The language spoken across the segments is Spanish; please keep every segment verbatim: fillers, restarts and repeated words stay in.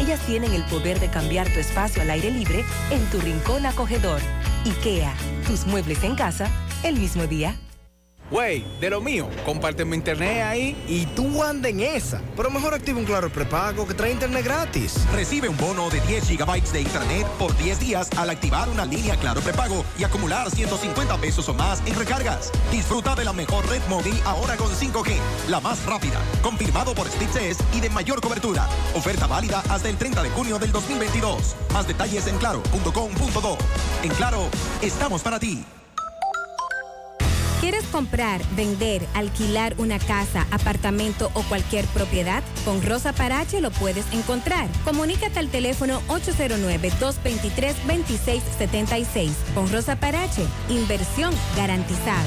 Ellas tienen el poder de cambiar tu espacio al aire libre en tu rincón acogedor. IKEA, tus muebles en casa, el mismo día. Güey, de lo mío, compárteme internet ahí y tú andas en esa. Pero mejor activa un Claro prepago que trae internet gratis. Recibe un bono de diez gigabytes de internet por diez días al activar una línea Claro prepago y acumular ciento cincuenta pesos o más en recargas. Disfruta de la mejor red móvil ahora con cinco G, la más rápida, confirmado por SpeedTest y de mayor cobertura. Oferta válida hasta el treinta de junio del dos mil veintidós. Más detalles en claro punto com punto do. En Claro, estamos para ti. ¿Quieres comprar, vender, alquilar una casa, apartamento o cualquier propiedad? Con Rosa Parache lo puedes encontrar. Comunícate al teléfono ocho cero nueve, dos dos tres, dos seis siete seis. Con Rosa Parache, inversión garantizada.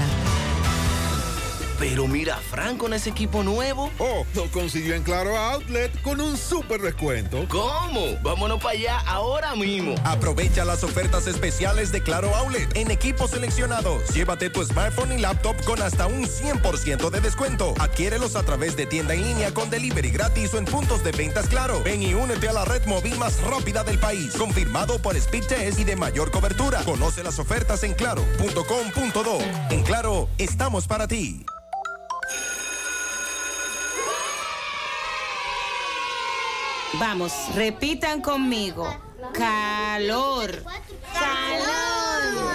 Pero mira, Frank, con ese equipo nuevo. Oh, lo consiguió en Claro Outlet con un súper descuento. ¿Cómo? Vámonos para allá ahora mismo. Aprovecha las ofertas especiales de Claro Outlet en equipos seleccionados. Llévate tu smartphone y laptop con hasta un cien por ciento de descuento. Adquiérelos a través de tienda en línea con delivery gratis o en puntos de ventas Claro. Ven y únete a la red móvil más rápida del país. Confirmado por SpeedTest y de mayor cobertura. Conoce las ofertas en claro punto com punto do. En Claro, estamos para ti. Vamos, repitan conmigo. Calor. Calor.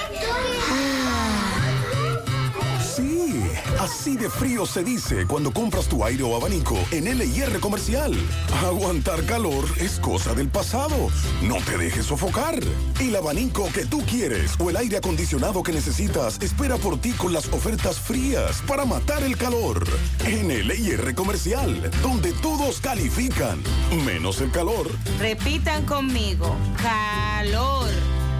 Sí, así de frío se dice cuando compras tu aire o abanico en L y R Comercial. Aguantar calor es cosa del pasado. No te dejes sofocar. El abanico que tú quieres o el aire acondicionado que necesitas espera por ti con las ofertas frías para matar el calor. En L y R Comercial, donde todos califican, menos el calor. Repitan conmigo. Calor.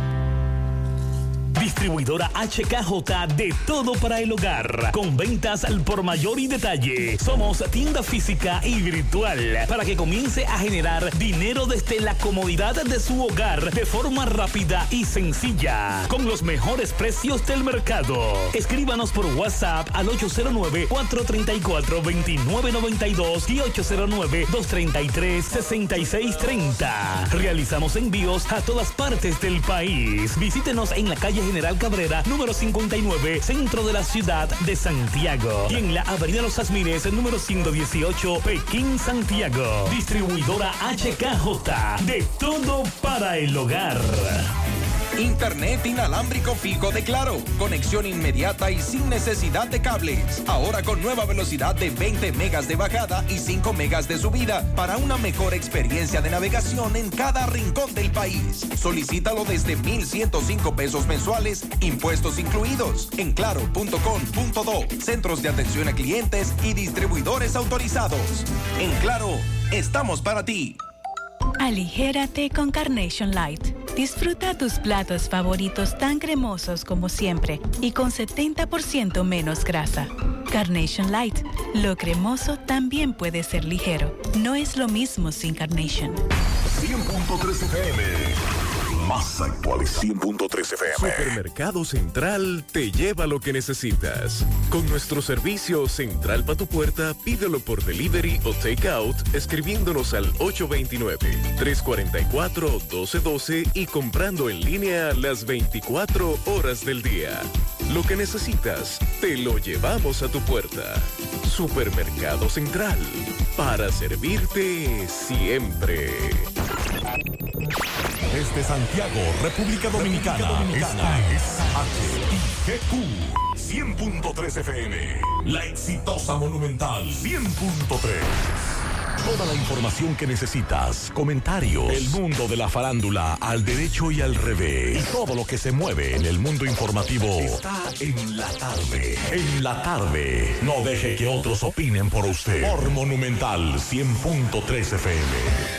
Distribuidora H K J de todo para el hogar. Con ventas al por mayor y detalle. Somos tienda física y virtual para que comience a generar dinero desde la comodidad de su hogar de forma rápida y sencilla. Con los mejores precios del mercado. Escríbanos por WhatsApp al ocho cero nueve, cuatro tres cuatro, dos nueve nueve dos y ocho cero nueve, dos tres tres, seis seis tres cero. Realizamos envíos a todas partes del país. Visítenos en la calle General Cabrera, número cincuenta y nueve, centro de la ciudad de Santiago. Y en la avenida Los Jazmines, número ciento dieciocho, Pekín, Santiago. Distribuidora H K J, de todo para el hogar. Internet inalámbrico fijo de Claro. Conexión inmediata y sin necesidad de cables. Ahora con nueva velocidad de veinte megas de bajada y cinco megas de subida para una mejor experiencia de navegación en cada rincón del país. Solicítalo desde mil ciento cinco pesos mensuales, impuestos incluidos, en claro punto com punto do. Centros de atención a clientes y distribuidores autorizados. En Claro, estamos para ti. Aligérate con Carnation Light. Disfruta tus platos favoritos tan cremosos como siempre y con setenta por ciento menos grasa. Carnation Light. Lo cremoso también puede ser ligero. No es lo mismo sin Carnation. cien punto tres F M. Más actualizado. cien punto tres F M. Supermercado Central te lleva lo que necesitas. Con nuestro servicio Central pa' tu puerta, pídelo por delivery o take out escribiéndonos al ocho dos nueve, tres cuatro cuatro, uno dos uno dos y comprando en línea las veinticuatro horas del día. Lo que necesitas, te lo llevamos a tu puerta. Supermercado Central, para servirte siempre. Desde Santiago, República Dominicana, Dominicana. Esta es H I G Q cien punto tres F M. La exitosa Monumental cien punto tres. Toda la información que necesitas, comentarios, el mundo de la farándula al derecho y al revés, y todo lo que se mueve en el mundo informativo está en la tarde. En la tarde. No deje que otros opinen por usted. Por Monumental cien punto tres F M.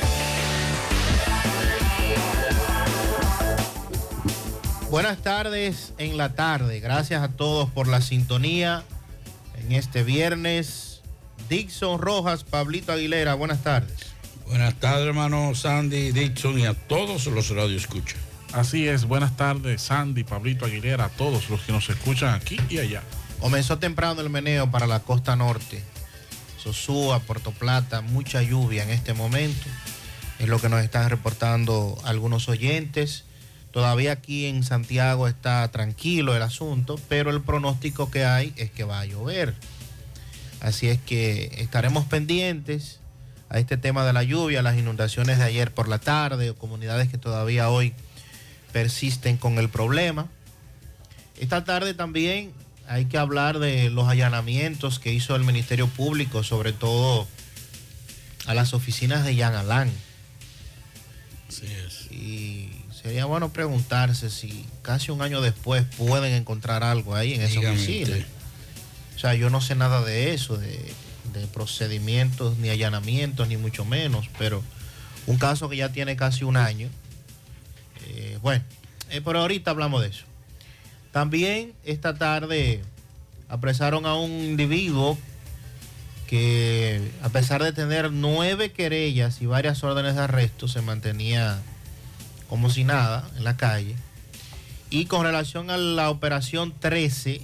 Buenas tardes en la tarde. Gracias a todos por la sintonía en este viernes. Dixon Rojas, Pablito Aguilera, buenas tardes. Buenas tardes, hermano Sandy, Dixon y a todos los radioescuchas. Así es, buenas tardes, Sandy, Pablito Aguilera, a todos los que nos escuchan aquí y allá. Comenzó temprano el meneo para la costa norte. Sosúa, Puerto Plata, mucha lluvia en este momento. Es lo que nos están reportando algunos oyentes. Todavía aquí en Santiago está tranquilo el asunto, pero el pronóstico que hay es que va a llover. Así es que estaremos pendientes a este tema de la lluvia, las inundaciones de ayer por la tarde, o comunidades que todavía hoy persisten con el problema. Esta tarde también hay que hablar de los allanamientos que hizo el Ministerio Público, sobre todo a las oficinas de Jean Alain. Así es. Y sería bueno preguntarse si casi un año después pueden encontrar algo ahí en esa oficina. O sea, yo no sé nada de eso, de, de procedimientos, ni allanamientos, ni mucho menos, pero un caso que ya tiene casi un año. Eh, bueno, eh, pero ahorita hablamos de eso. También esta tarde apresaron a un individuo que, a pesar de tener nueve querellas y varias órdenes de arresto, se mantenía como si nada en la calle. Y con relación a la operación trece,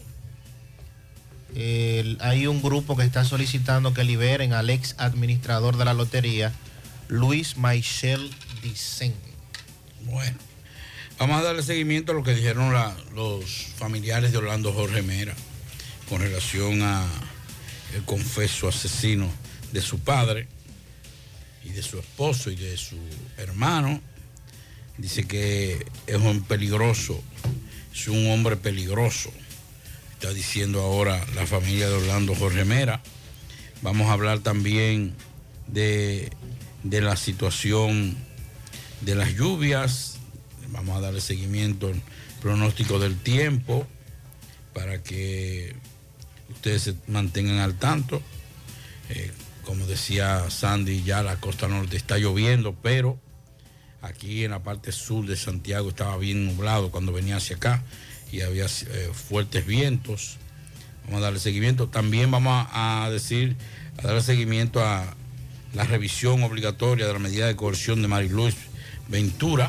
eh, hay un grupo que está solicitando que liberen al ex administrador de la lotería, Luis Michel Dicen. Bueno, vamos a darle seguimiento a lo que dijeron la, los familiares de Orlando Jorge Mera con relación a el confeso asesino de su padre y de su esposo y de su hermano. Dice que es un peligroso, es un hombre peligroso, está diciendo ahora la familia de Orlando Jorge Mera. Vamos a hablar también de, de la situación de las lluvias. Vamos a darle seguimiento al pronóstico del tiempo para que ustedes se mantengan al tanto. Eh, como decía Sandy, ya la costa norte está lloviendo, pero aquí en la parte sur de Santiago estaba bien nublado cuando venía hacia acá y había eh, fuertes vientos. Vamos a darle seguimiento. También vamos a, a decir, a darle seguimiento a la revisión obligatoria de la medida de coerción de Mariluis Ventura.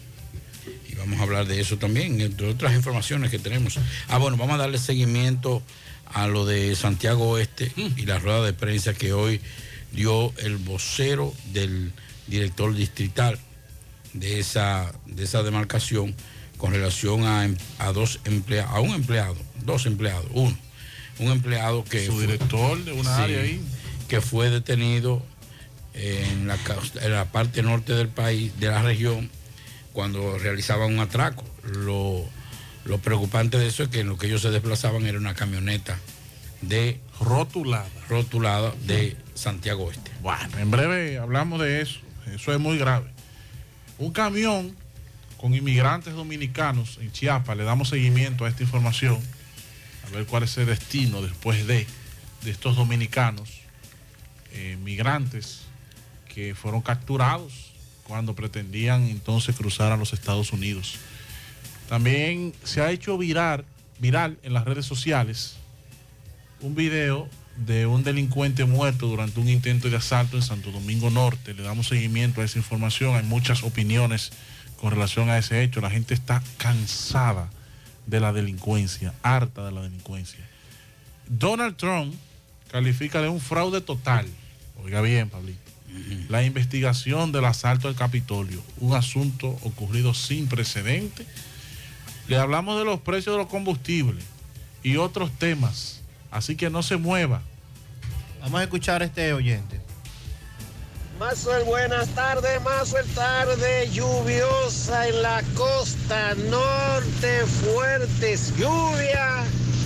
Y vamos a hablar de eso también, entre otras informaciones que tenemos. Ah, bueno, vamos a darle seguimiento a lo de Santiago Oeste y la rueda de prensa que hoy dio el vocero del director distrital de esa, de esa demarcación con relación a, a dos empleados, a un empleado, dos empleados, uno, un empleado que su fue, director de una sí, área ahí, que fue detenido en la, en la parte norte del país, de la región, cuando realizaban un atraco. Lo, lo preocupante de eso es que en lo que ellos se desplazaban era una camioneta de rotulada, rotulada de Santiago Oeste. Bueno, en breve hablamos de eso. Eso es muy grave. Un camión con inmigrantes dominicanos en Chiapas, le damos seguimiento a esta información, a ver cuál es el destino después de, de estos dominicanos, eh, migrantes que fueron capturados cuando pretendían entonces cruzar a los Estados Unidos. También se ha hecho viral, viral en las redes sociales un video de un delincuente muerto durante un intento de asalto en Santo Domingo Norte. Le damos seguimiento a esa información. Hay muchas opiniones con relación a ese hecho. La gente está cansada de la delincuencia, harta de la delincuencia. Donald Trump califica de un fraude total, oiga bien, Pablito, uh-huh, la investigación del asalto al Capitolio, un asunto ocurrido sin precedente. Le hablamos de los precios de los combustibles y otros temas, así que no se mueva. Vamos a escuchar a este oyente. Mazuel, buenas tardes, Mazuel, tarde lluviosa en la costa norte, fuertes lluvias.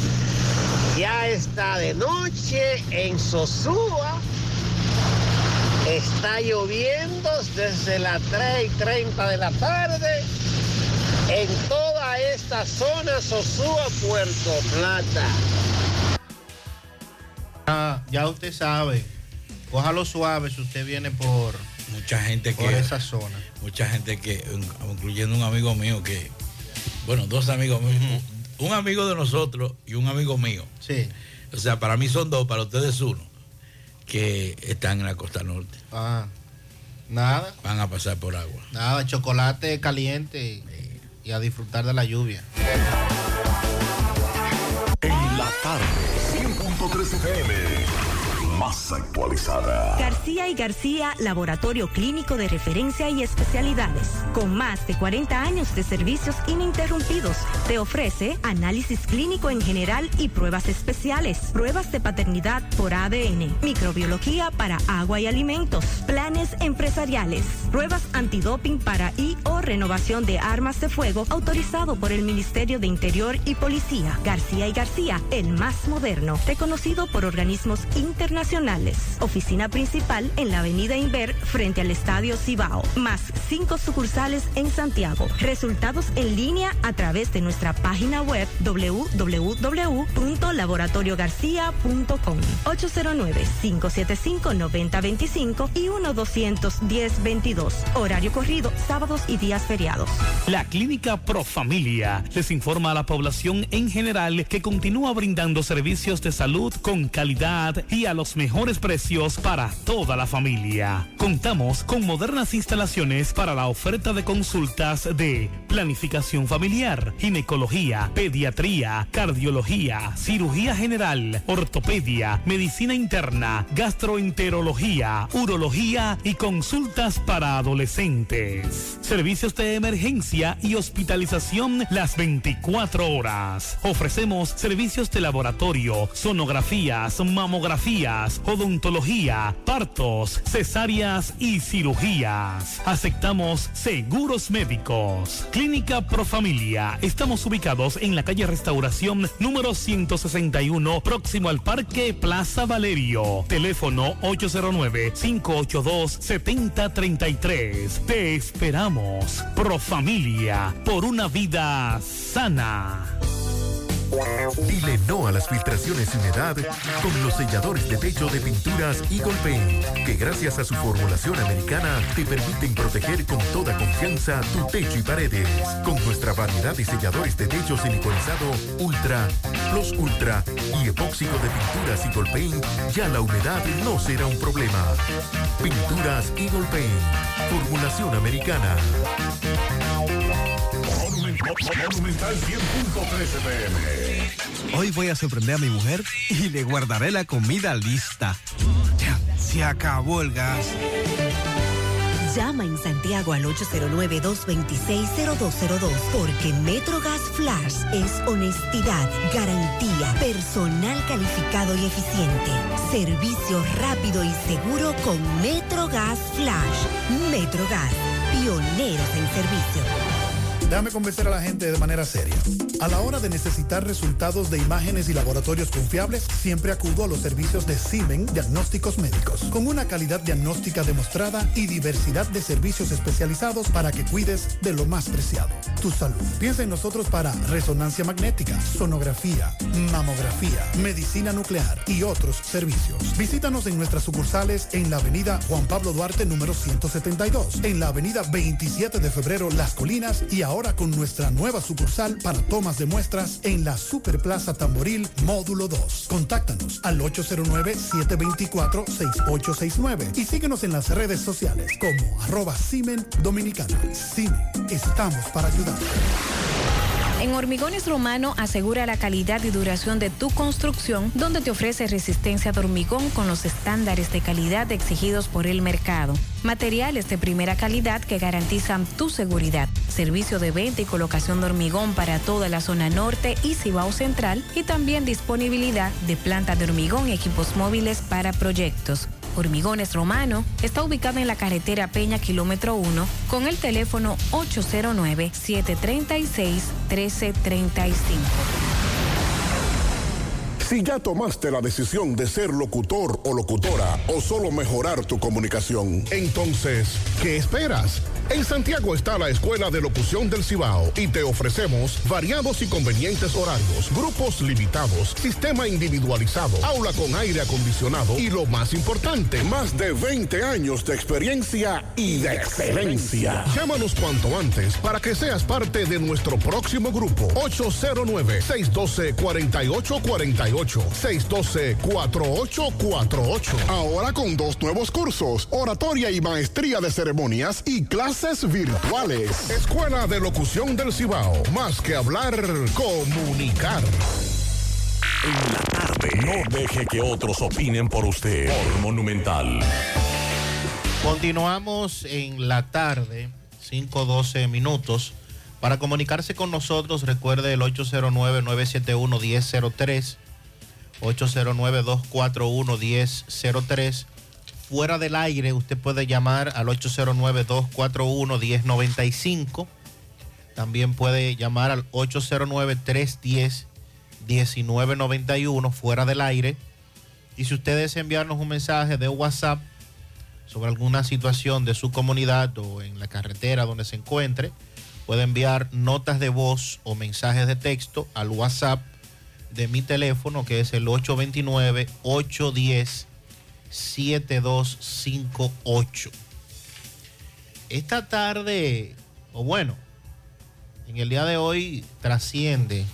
Ya está de noche en Sosúa. Está lloviendo desde las tres y treinta de la tarde en toda esta zona, Sosúa, Puerto Plata. Ah, ya usted sabe, cójalo suave si usted viene por mucha gente por que esa zona. Mucha gente que, incluyendo un amigo mío que, bueno, dos amigos míos, uh-huh, un amigo de nosotros y un amigo mío. Sí. O sea, para mí son dos, para ustedes uno, que están en la costa norte. Ah, nada. Van a pasar por agua. Nada, chocolate caliente y, y a disfrutar de la lluvia. En la tarde, cien punto tres F M, más actualizada. García y García, laboratorio clínico de referencia y especialidades. Con más de cuarenta años de servicios ininterrumpidos, te ofrece análisis clínico en general y pruebas especiales, pruebas de paternidad por A D N, microbiología para agua y alimentos, planes empresariales, pruebas antidoping para y o renovación de armas de fuego autorizado por el Ministerio de Interior y Policía. García y García, el más moderno, reconocido por organismos internacionales. Oficina principal en la avenida Inver frente al Estadio Cibao, más cinco sucursales en Santiago. Resultados en línea a través de nuestra página web doble u doble u doble u punto laboratorio garcía punto com, ocho cero nueve, cinco siete cinco, nueve cero dos cinco y uno dos uno cero, veintidós. Horario corrido, sábados y días feriados. La Clínica Profamilia les informa a la población en general que continúa brindando servicios de salud con calidad y a los mejores precios para toda la familia. Contamos con modernas instalaciones para la oferta de consultas de planificación familiar, ginecología, pediatría, cardiología, cirugía general, ortopedia, medicina interna, gastroenterología, urología y consultas para adolescentes. Servicios de emergencia y hospitalización las veinticuatro horas. Ofrecemos servicios de laboratorio, sonografías, mamografías, odontología, partos, cesáreas y cirugías. Aceptamos seguros médicos. Clínica Profamilia. Estamos ubicados en la calle Restauración número ciento sesenta y uno, próximo al Parque Plaza Valerio. Teléfono ocho cero nueve, cinco ocho dos, siete cero tres tres. Te esperamos. Profamilia, por una vida sana. Dile no a las filtraciones y humedad con los selladores de techo de Pinturas Eagle Paint, que gracias a su formulación americana te permiten proteger con toda confianza tu techo y paredes. Con nuestra variedad de selladores de techo siliconizado Ultra, Plus Ultra y epóxico de Pinturas Eagle Paint, ya la humedad no será un problema. Pinturas Eagle Paint, formulación americana. Monumental cien punto tres F M. Hoy voy a sorprender a mi mujer y le guardaré la comida lista. Ya, se acabó el gas. Llama en Santiago al ocho cero nueve, dos dos seis, cero dos cero dos, porque Metrogas Flash es honestidad, garantía, personal calificado y eficiente, servicio rápido y seguro con Metrogas Flash. Metrogas, pioneros en servicio. Déjame convencer a la gente de manera seria. A la hora de necesitar resultados de imágenes y laboratorios confiables, siempre acudo a los servicios de Simen Diagnósticos Médicos, con una calidad diagnóstica demostrada y diversidad de servicios especializados para que cuides de lo más preciado, tu salud. Piensa en nosotros para resonancia magnética, sonografía, mamografía, medicina nuclear y otros servicios. Visítanos en nuestras sucursales en la avenida Juan Pablo Duarte número ciento setenta y dos, en la avenida veintisiete de febrero Las Colinas y ahora con nuestra nueva sucursal para tomas de muestras en la Superplaza Tamboril Módulo dos. Contáctanos al ocho cero nueve, siete dos cuatro, seis ocho seis nueve y síguenos en las redes sociales como arroba Simen Dominicana. Simen, estamos para ayudar. En Hormigones Romano asegura la calidad y duración de tu construcción, donde te ofrece resistencia de hormigón con los estándares de calidad exigidos por el mercado. Materiales de primera calidad que garantizan tu seguridad. Servicio de venta y colocación de hormigón para toda la zona norte y Cibao Central, y también disponibilidad de planta de hormigón y equipos móviles para proyectos. Hormigones Romano está ubicado en la carretera Peña, kilómetro uno, con el teléfono ocho cero nueve, siete tres seis, uno tres tres cinco. Si ya tomaste la decisión de ser locutor o locutora o solo mejorar tu comunicación, entonces, ¿qué esperas? En Santiago está la Escuela de Locución del Cibao y te ofrecemos variados y convenientes horarios, grupos limitados, sistema individualizado, aula con aire acondicionado y lo más importante, más de veinte años de experiencia y de excelencia. Llámanos cuanto antes para que seas parte de nuestro próximo grupo. ocho cero nueve, seis uno dos, cuatro ocho cuatro ocho, seis uno dos, cuatro ocho cuatro ocho. Ahora con dos nuevos cursos, oratoria y maestría de ceremonias y clases virtuales. Escuela de Locución del Cibao. Más que hablar, comunicar. En la tarde. No deje que otros opinen por usted. Por Monumental. Continuamos en la tarde, cinco doce minutos. Para comunicarse con nosotros, recuerde el ocho cero nueve, nueve siete uno, uno cero cero tres, ocho cero nueve, dos cuatro uno, uno cero cero tres. Fuera del aire, usted puede llamar al ocho cero nueve, dos cuatro uno, uno cero nueve cinco. También puede llamar al ocho cero nueve, tres uno cero, uno nueve nueve uno, fuera del aire. Y si usted desea enviarnos un mensaje de WhatsApp sobre alguna situación de su comunidad o en la carretera donde se encuentre, puede enviar notas de voz o mensajes de texto al WhatsApp de mi teléfono, que es el ocho dos nueve, ocho uno cero, siete dos cinco ocho. Esta tarde, o bueno, en el día de hoy trasciende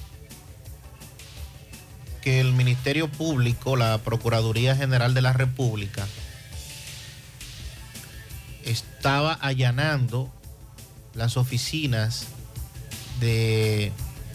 que el Ministerio Público, la Procuraduría General de la República, estaba allanando las oficinas de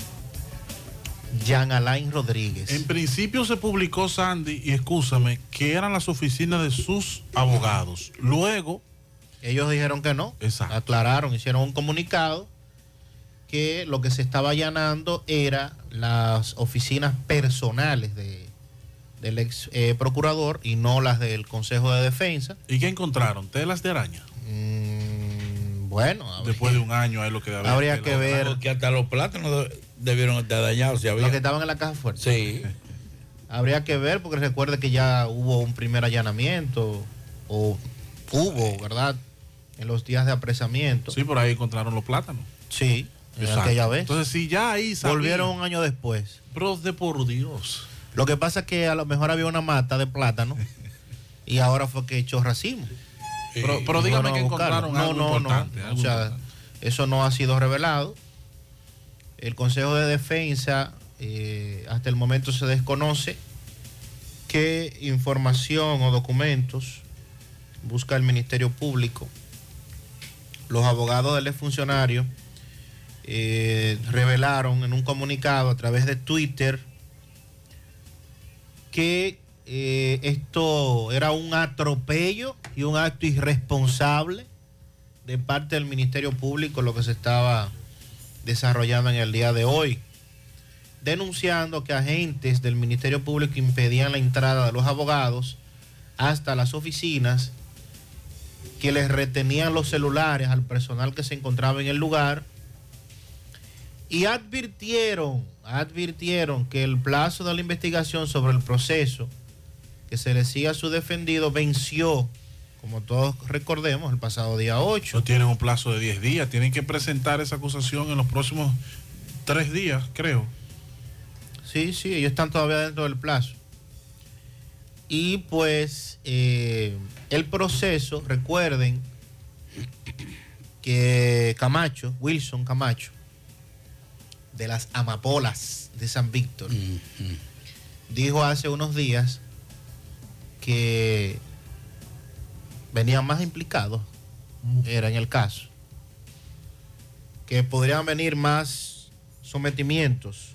Jean Alain Rodríguez. En principio se publicó, Sandy, y escúchame, que eran las oficinas de sus abogados. Luego ellos dijeron que no. Exacto. Aclararon, hicieron un comunicado que lo que se estaba allanando era las oficinas personales de, del ex eh, procurador y no las del Consejo de Defensa. ¿Y qué encontraron? ¿Telas de araña? Mm, bueno. Después de un año ahí lo que habría, habría que ver. Porque hasta los plátanos debieron estar dañados. Si había. Los que estaban en la caja fuerte. Sí. Habría que ver, porque recuerde que ya hubo un primer allanamiento, o hubo, ¿verdad? En los días de apresamiento. Sí, por ahí encontraron los plátanos. Sí, en aquella vez. Entonces, si ya ahí sabía. Volvieron un año después. Pero de por Dios. Lo que pasa es que a lo mejor había una mata de plátano y ahora fue que echó racimo. Pero, pero dígame que encontraron no, algo no, importante. no. Algo O sea, importante. eso no ha sido revelado. El Consejo de Defensa eh, hasta el momento se desconoce qué información o documentos busca el Ministerio Público. Los abogados del exfuncionario eh, revelaron en un comunicado a través de Twitter que eh, esto era un atropello y un acto irresponsable de parte del Ministerio Público, lo que se estaba desarrollando en el día de hoy, denunciando que agentes del Ministerio Público impedían la entrada de los abogados hasta las oficinas, que les retenían los celulares al personal que se encontraba en el lugar y advirtieron, advirtieron que el plazo de la investigación sobre el proceso que se le sigue a su defendido venció, como todos recordemos, el pasado día ocho. No tienen un plazo de diez días, tienen que presentar esa acusación en los próximos tres días, creo. Sí, sí, ellos están todavía dentro del plazo. Y pues eh, el proceso, recuerden que Camacho, Wilson Camacho, de las Amapolas de San Víctor, uh-huh. dijo hace unos días que venían más implicados, uh-huh. era en el caso, que podrían venir más sometimientos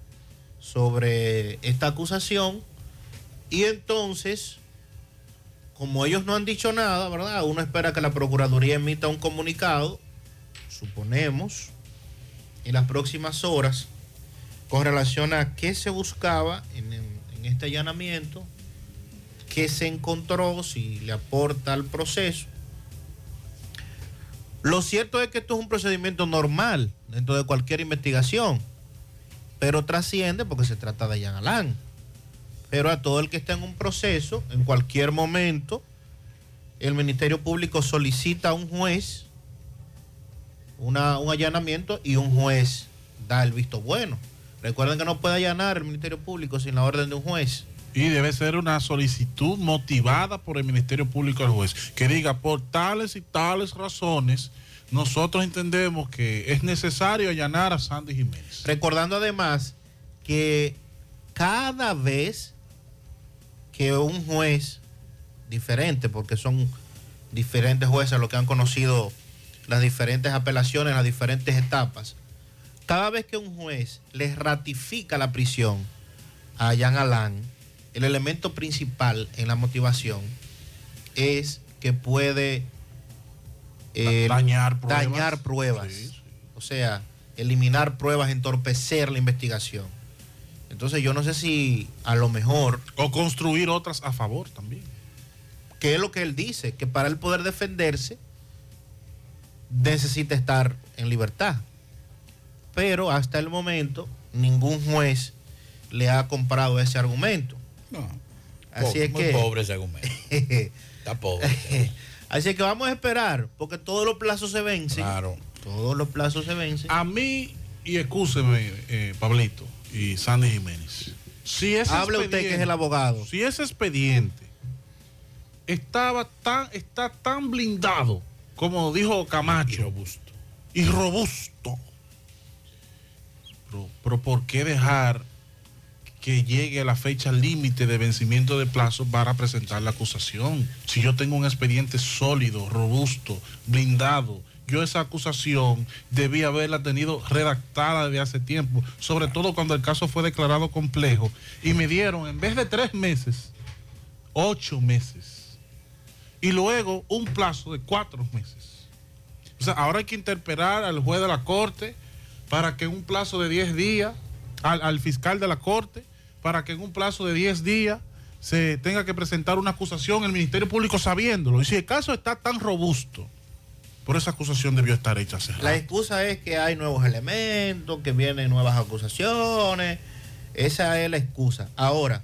sobre esta acusación. Y entonces, como ellos no han dicho nada, ¿verdad? Uno espera que la Procuraduría emita un comunicado, suponemos, en las próximas horas, con relación a qué se buscaba en, en, en este allanamiento, qué se encontró, si le aporta al proceso. Lo cierto es que esto es un procedimiento normal dentro de cualquier investigación, pero trasciende porque se trata de Jean Alain. Pero a todo el que está en un proceso, en cualquier momento, el Ministerio Público solicita a un juez una, un allanamiento y un juez da el visto bueno. Recuerden que no puede allanar el Ministerio Público sin la orden de un juez. Y debe ser una solicitud motivada por el Ministerio Público al juez, que diga, por tales y tales razones, nosotros entendemos que es necesario allanar a Sandy Jiménez. Recordando además que cada vez que un juez diferente, porque son diferentes jueces los que han conocido las diferentes apelaciones, las diferentes etapas, cada vez que un juez les ratifica la prisión a Jean Alain, el elemento principal en la motivación es que puede eh, dañar pruebas. Dañar pruebas. Sí, sí. O sea, eliminar pruebas, entorpecer la investigación. Entonces yo no sé si a lo mejor... O construir otras a favor también. Que es lo que él dice, que para él poder defenderse necesita estar en libertad. Pero hasta el momento ningún juez le ha comprado ese argumento. No. Así Po- es muy que... pobre ese argumento. Está pobre. Así que vamos a esperar, porque todos los plazos se vencen. Claro. Todos los plazos se vencen. A mí, y excúseme, eh, Pablito y Sandy Jiménez. Si ese Hable usted que es el abogado. Si ese expediente estaba tan, está tan blindado, como dijo Camacho. Y robusto. Y robusto. Pero, pero ¿por qué dejar que llegue la fecha límite de vencimiento de plazo para presentar la acusación? Si yo tengo un expediente sólido, robusto, blindado, yo esa acusación debí haberla tenido redactada desde hace tiempo, sobre todo cuando el caso fue declarado complejo y me dieron, en vez de tres meses, ocho meses y luego un plazo de cuatro meses. O sea, ahora hay que interpelar al juez de la corte para que en un plazo de diez días, al, al fiscal de la corte, para que en un plazo de diez días se tenga que presentar una acusación, el Ministerio Público sabiéndolo. Y si el caso está tan robusto, por esa acusación debió estar hecha hace rato. La excusa es que hay nuevos elementos, que vienen nuevas acusaciones. Esa es la excusa. Ahora,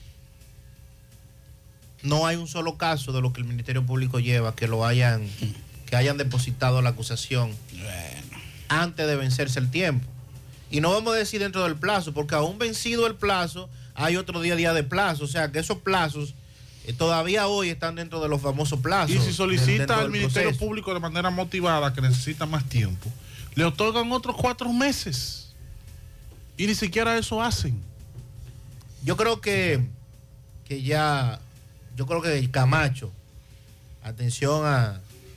no hay un solo caso de lo que el Ministerio Público lleva que lo hayan, que hayan depositado la acusación bueno. antes de vencerse el tiempo. Y no vamos a decir dentro del plazo, porque aún vencido el plazo, hay otro día día de plazo. O sea que esos plazos eh, todavía hoy están dentro de los famosos plazos. Y si solicita al Ministerio proceso. Público de manera motivada que necesita más tiempo, le otorgan otros cuatro meses. Y ni siquiera eso hacen. Yo creo que, que ya, yo creo que el Camacho, atención a,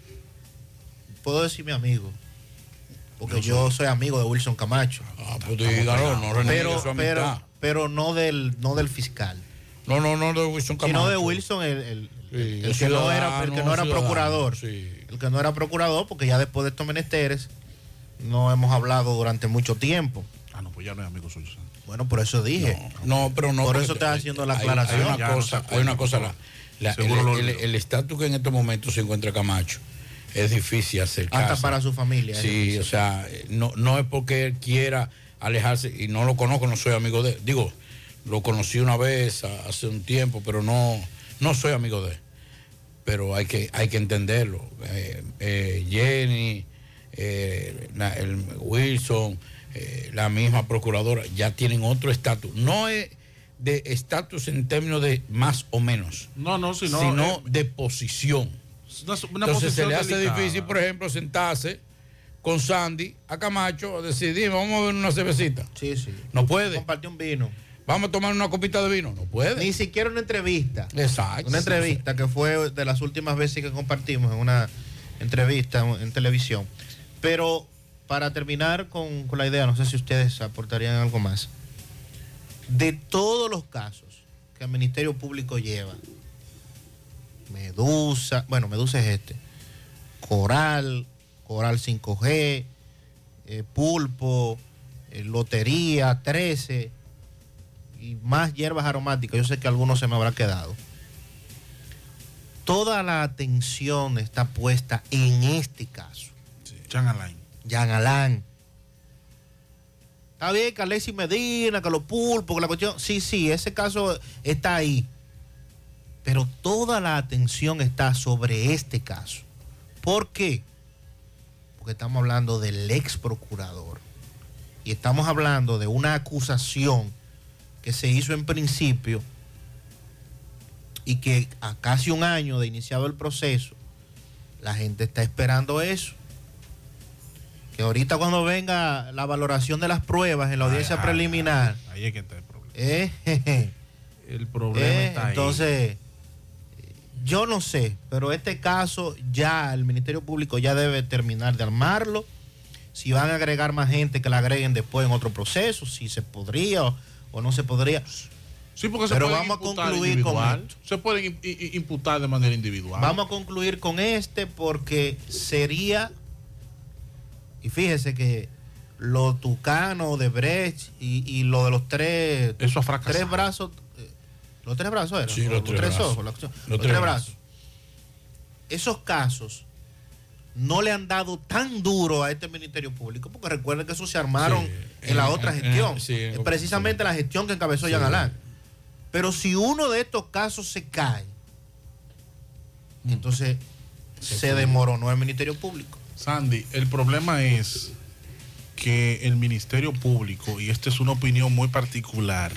puedo decir mi amigo, porque yo soy amigo de Wilson Camacho. Ah, pues dígalo, no reniegue pero, su amistad. pero, pero no del, no del fiscal. No, no, no de Wilson Camacho. Sino de Wilson, el, el, sí, el, que, no era, el que no era procurador. Sí. El que no era procurador, porque ya después de estos menesteres no hemos hablado durante mucho tiempo. Ah, no, pues ya no es amigo suyo. Bueno, por eso dije. No, no pero no. Por eso estás haciendo la aclaración. Hay, hay una cosa, no hay una cosa la, la, el el estatus que en estos momentos se encuentra Camacho es difícil acercarse. Hasta para su familia. Sí, o sea, no, no es porque él quiera alejarse, y no lo conozco, no soy amigo de él. Digo, lo conocí una vez hace un tiempo, pero no, no soy amigo de él. Pero hay que, hay que entenderlo. Eh, eh, Jenny, eh, la, el Wilson, eh, la misma procuradora, ya tienen otro estatus. No es de estatus en términos de más o menos, no, no, sino, sino eh, de posición. Una, una Entonces se le hace delicada. difícil, por ejemplo, sentarse con Sandy a Camacho a decir, dime, vamos a ver una cervecita. Sí, sí. No puede. Compartir un vino. Vamos a tomar una copita de vino. No puede. Ni siquiera una entrevista. Exacto. Una entrevista que fue de las últimas veces que compartimos en una entrevista en televisión. Pero para terminar con, con la idea, no sé si ustedes aportarían algo más. De todos los casos que el Ministerio Público lleva, Medusa, bueno, Medusa es este, Coral, Coral cinco G, eh, Pulpo, eh, Lotería, trece y más hierbas aromáticas. Yo sé que algunos se me habrá quedado. Toda la atención está puesta en este caso. Sí. Jean Alain. Jean Alain. Está bien que Alexis Medina, que los pulpos, que la cuestión. Sí, sí, ese caso está ahí. Pero toda la atención está sobre este caso. ¿Por qué? Porque estamos hablando del ex procurador. Y estamos hablando de una acusación que se hizo en principio y que a casi un año de iniciado el proceso, la gente está esperando eso. Que ahorita cuando venga la valoración de las pruebas en la audiencia ay, preliminar. Ay, ahí es que está el problema. Eh, jeje, el problema eh, está ahí. Entonces, yo no sé, pero este caso ya el Ministerio Público ya debe terminar de armarlo. Si van a agregar más gente, que la agreguen después en otro proceso, si se podría o, o no se podría. Sí, porque se Pero pueden vamos a imputar concluir con individual. esto. Se pueden i- i- imputar de manera individual. Vamos a concluir con este porque sería, y fíjese que lo tucano de Brecht y, y lo de los tres, Eso ha fracasado. tres brazos, eh, los tres brazos eran, Sí, los tres brazos. ojos, la acción, Los los, tres tres brazos. brazos. Esos casos no le han dado tan duro a este Ministerio Público, porque recuerden que eso se armaron Sí, en, la en- otra en- gestión, sí, en- Es precisamente la gestión que encabezó Sí. Jean Alain. Pero si uno de estos casos se cae, entonces se desmoronó el Ministerio Público. Sandy, el problema es que el Ministerio Público, y esta es una opinión muy particular,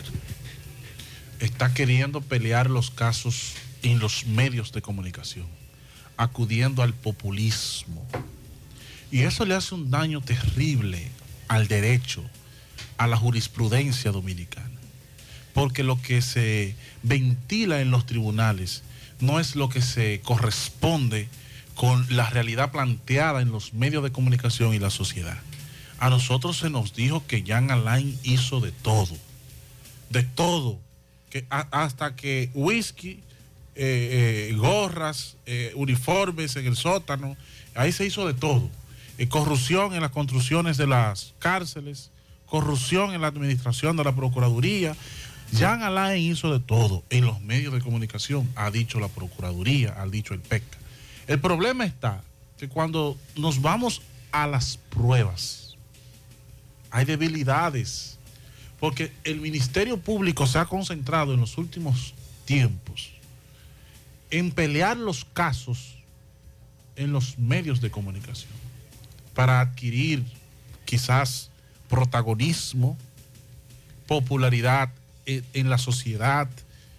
está queriendo pelear los casos en los medios de comunicación, acudiendo al populismo. Y eso le hace un daño terrible al derecho, a la jurisprudencia dominicana. Porque lo que se ventila en los tribunales no es lo que se corresponde con la realidad planteada en los medios de comunicación y la sociedad. A nosotros se nos dijo que Jean Alain hizo de todo, de todo, que a- hasta que whisky, eh, eh, gorras, eh, uniformes en el sótano, ahí se hizo de todo. Eh, corrupción en las construcciones de las cárceles, corrupción en la administración de la Procuraduría. Jean Alain hizo de todo en los medios de comunicación, ha dicho la Procuraduría, ha dicho el P E C A. El problema está que cuando nos vamos a las pruebas, hay debilidades, porque el Ministerio Público se ha concentrado en los últimos tiempos en pelear los casos en los medios de comunicación para adquirir quizás protagonismo, popularidad en, en la sociedad,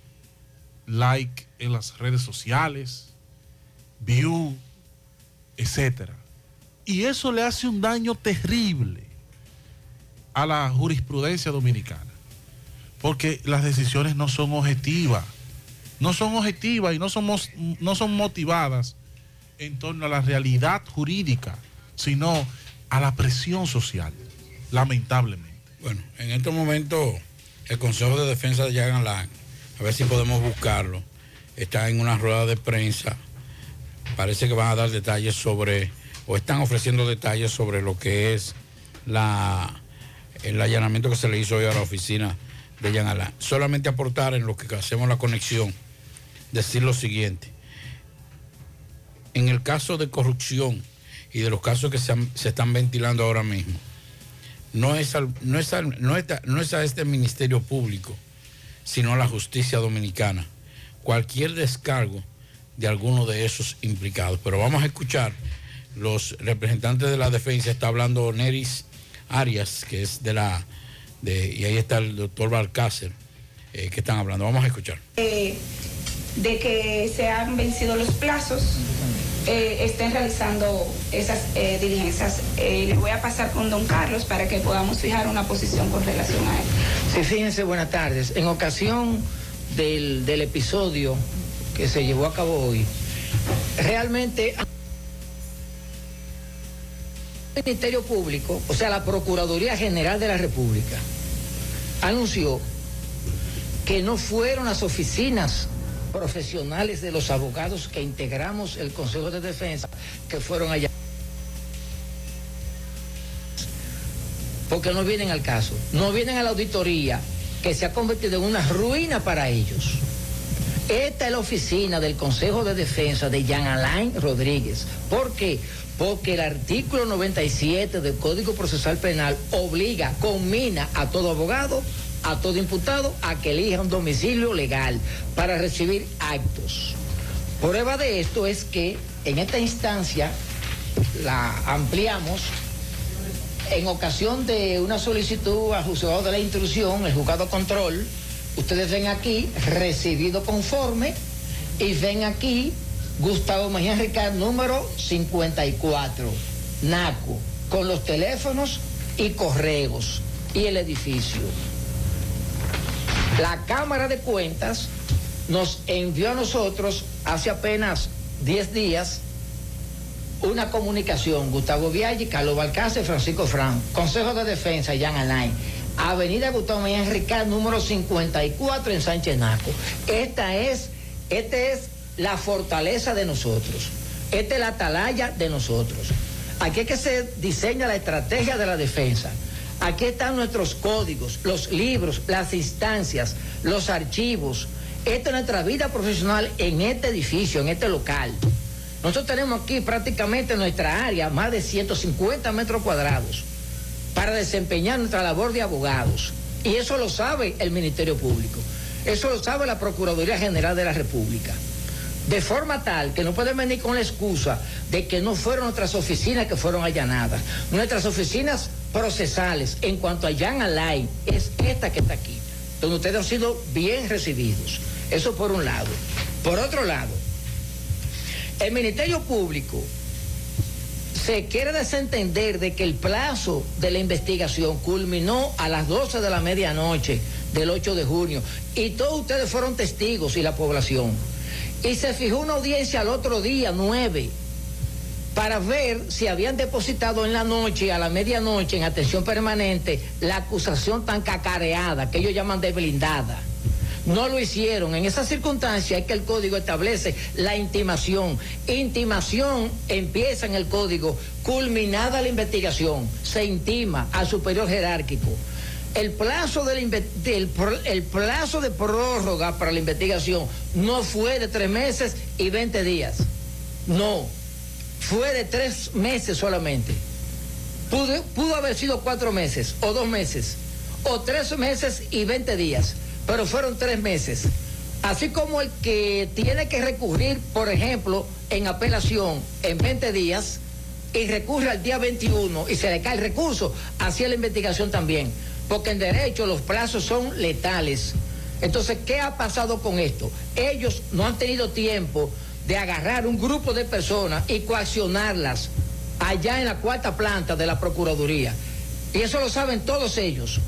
like en las redes sociales, view, etcétera. Y eso le hace un daño terrible a la jurisprudencia dominicana, porque las decisiones no son objetivas, no son objetivas y no somos, no son motivadas en torno a la realidad jurídica, sino a la presión social, lamentablemente. Bueno, en estos momentos el Consejo de Defensa de Jean Alain, a ver si podemos buscarlo, está en una rueda de prensa. Parece que van a dar detalles sobre, o están ofreciendo detalles sobre lo que es la, el allanamiento que se le hizo hoy a la oficina de Jean Alain. Solamente aportar en lo que hacemos la conexión, decir lo siguiente. En el caso de corrupción y de los casos que se, han, se están ventilando ahora mismo, no es, al, no, es al, no, es, no es a este Ministerio Público, sino a la justicia dominicana. Cualquier descargo de alguno de esos implicados. Pero vamos a escuchar los representantes de la defensa. Está hablando Neris Arias, que es de la, de, y ahí está el doctor Balcácer, eh, que están hablando. Vamos a escuchar. Eh, de que se han vencido los plazos, eh, estén realizando esas eh, diligencias. Eh, les voy a pasar con don Carlos para que podamos fijar una posición con relación a él. Sí, fíjense, buenas tardes. En ocasión del, del episodio que se llevó a cabo hoy, realmente el Ministerio Público, o sea, la Procuraduría General de la República, anunció que no fueron las oficinas profesionales de los abogados que integramos el Consejo de Defensa que fueron allá, porque no vienen al caso, no vienen a la auditoría que se ha convertido en una ruina para ellos. Esta es la oficina del Consejo de Defensa de Jean Alain Rodríguez. ¿Por qué? Porque el artículo noventa y siete del Código Procesal Penal obliga, conmina a todo abogado, a todo imputado, a que elija un domicilio legal para recibir actos. Prueba de esto es que en esta instancia la ampliamos en ocasión de una solicitud al juzgado de la instrucción, el juzgado control. Ustedes ven aquí, recibido conforme, y ven aquí, Gustavo Mejía Ricard, número cincuenta y cuatro, NACO, con los teléfonos y correos, y el edificio. La Cámara de Cuentas nos envió a nosotros, hace apenas diez días, una comunicación, Gustavo Viaggi, Carlos Balcácer, Francisco Fran, Consejo de Defensa, Jean Alain, Avenida Gustavo Mejía Ricard, número cincuenta y cuatro en Sánchez Naco. Esta es, esta es la fortaleza de nosotros. Esta es la atalaya de nosotros. Aquí es que se diseña la estrategia de la defensa. Aquí están nuestros códigos, los libros, las instancias, los archivos. Esta es nuestra vida profesional en este edificio, en este local. Nosotros tenemos aquí prácticamente nuestra área, más de ciento cincuenta metros cuadrados, para desempeñar nuestra labor de abogados. Y eso lo sabe el Ministerio Público. Eso lo sabe la Procuraduría General de la República. De forma tal que no pueden venir con la excusa de que no fueron nuestras oficinas que fueron allanadas. Nuestras oficinas procesales en cuanto a Jean Alain es esta que está aquí, donde ustedes han sido bien recibidos. Eso por un lado. Por otro lado, el Ministerio Público se quiere desentender de que el plazo de la investigación culminó a las doce de la medianoche del ocho de junio y todos ustedes fueron testigos y la población. Y se fijó una audiencia al otro día, nueve, para ver si habían depositado en la noche, a la medianoche, en atención permanente, la acusación tan cacareada, que ellos llaman de blindada. No lo hicieron. En esa circunstancia es que el código establece la intimación. Intimación empieza en el código, culminada la investigación, se intima al superior jerárquico. El plazo, del, del, el plazo de prórroga para la investigación no fue de tres meses y veinte días. No, fue de tres meses solamente. Pudo, pudo haber sido cuatro meses o dos meses o tres meses y veinte días, pero fueron tres meses. Así como el que tiene que recurrir, por ejemplo, en apelación en veinte días y recurre al día veintiuno y se le cae el recurso, así es la investigación también. Porque en derecho los plazos son letales. Entonces, ¿qué ha pasado con esto? Ellos no han tenido tiempo de agarrar un grupo de personas y coaccionarlas allá en la cuarta planta de la Procuraduría. Y eso lo saben todos ellos.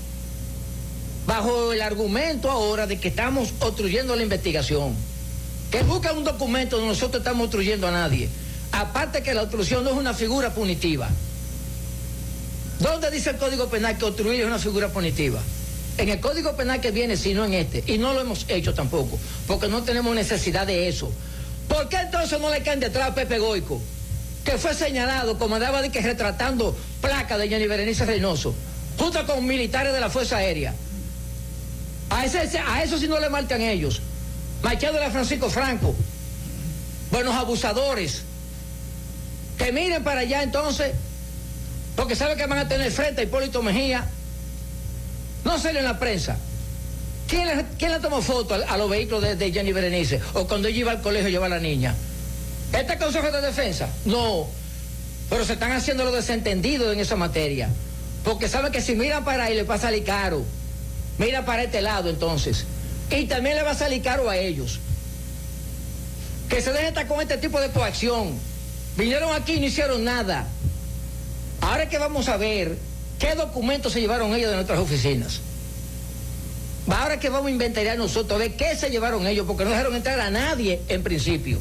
Bajo el argumento ahora de que estamos obstruyendo la investigación. Que buscan un documento donde nosotros estamos obstruyendo a nadie. Aparte que la obstrucción no es una figura punitiva. ¿Dónde dice el Código Penal que obstruir es una figura punitiva? En el Código Penal que viene, sino en este. Y no lo hemos hecho tampoco, porque no tenemos necesidad de eso. ¿Por qué entonces no le caen detrás a Pepe Goico, que fue señalado, como andaba de que retratando placa de Jenny Berenice Reynoso, junto con militares de la Fuerza Aérea? A, ese, a eso sí no le marcan ellos. Marchándole a Francisco Franco. Buenos abusadores. Que miren para allá entonces... Porque sabe que van a tener frente a Hipólito Mejía. No sale en la prensa. ¿Quién le, quién le tomó foto a, a los vehículos de, de Jenny Berenice? O cuando ella iba al colegio a llevar a la niña. ¿Este Consejo de Defensa? No. Pero se están haciendo los desentendidos en esa materia. Porque saben que si miran para ahí le va a salir caro. Mira para este lado entonces. Y también le va a salir caro a ellos. Que se dejen estar con este tipo de coacción. Vinieron aquí y no hicieron nada. Ahora es que vamos a ver qué documentos se llevaron ellos de nuestras oficinas. Ahora es que vamos a inventariar nosotros, a ver qué se llevaron ellos, porque no dejaron entrar a nadie en principio.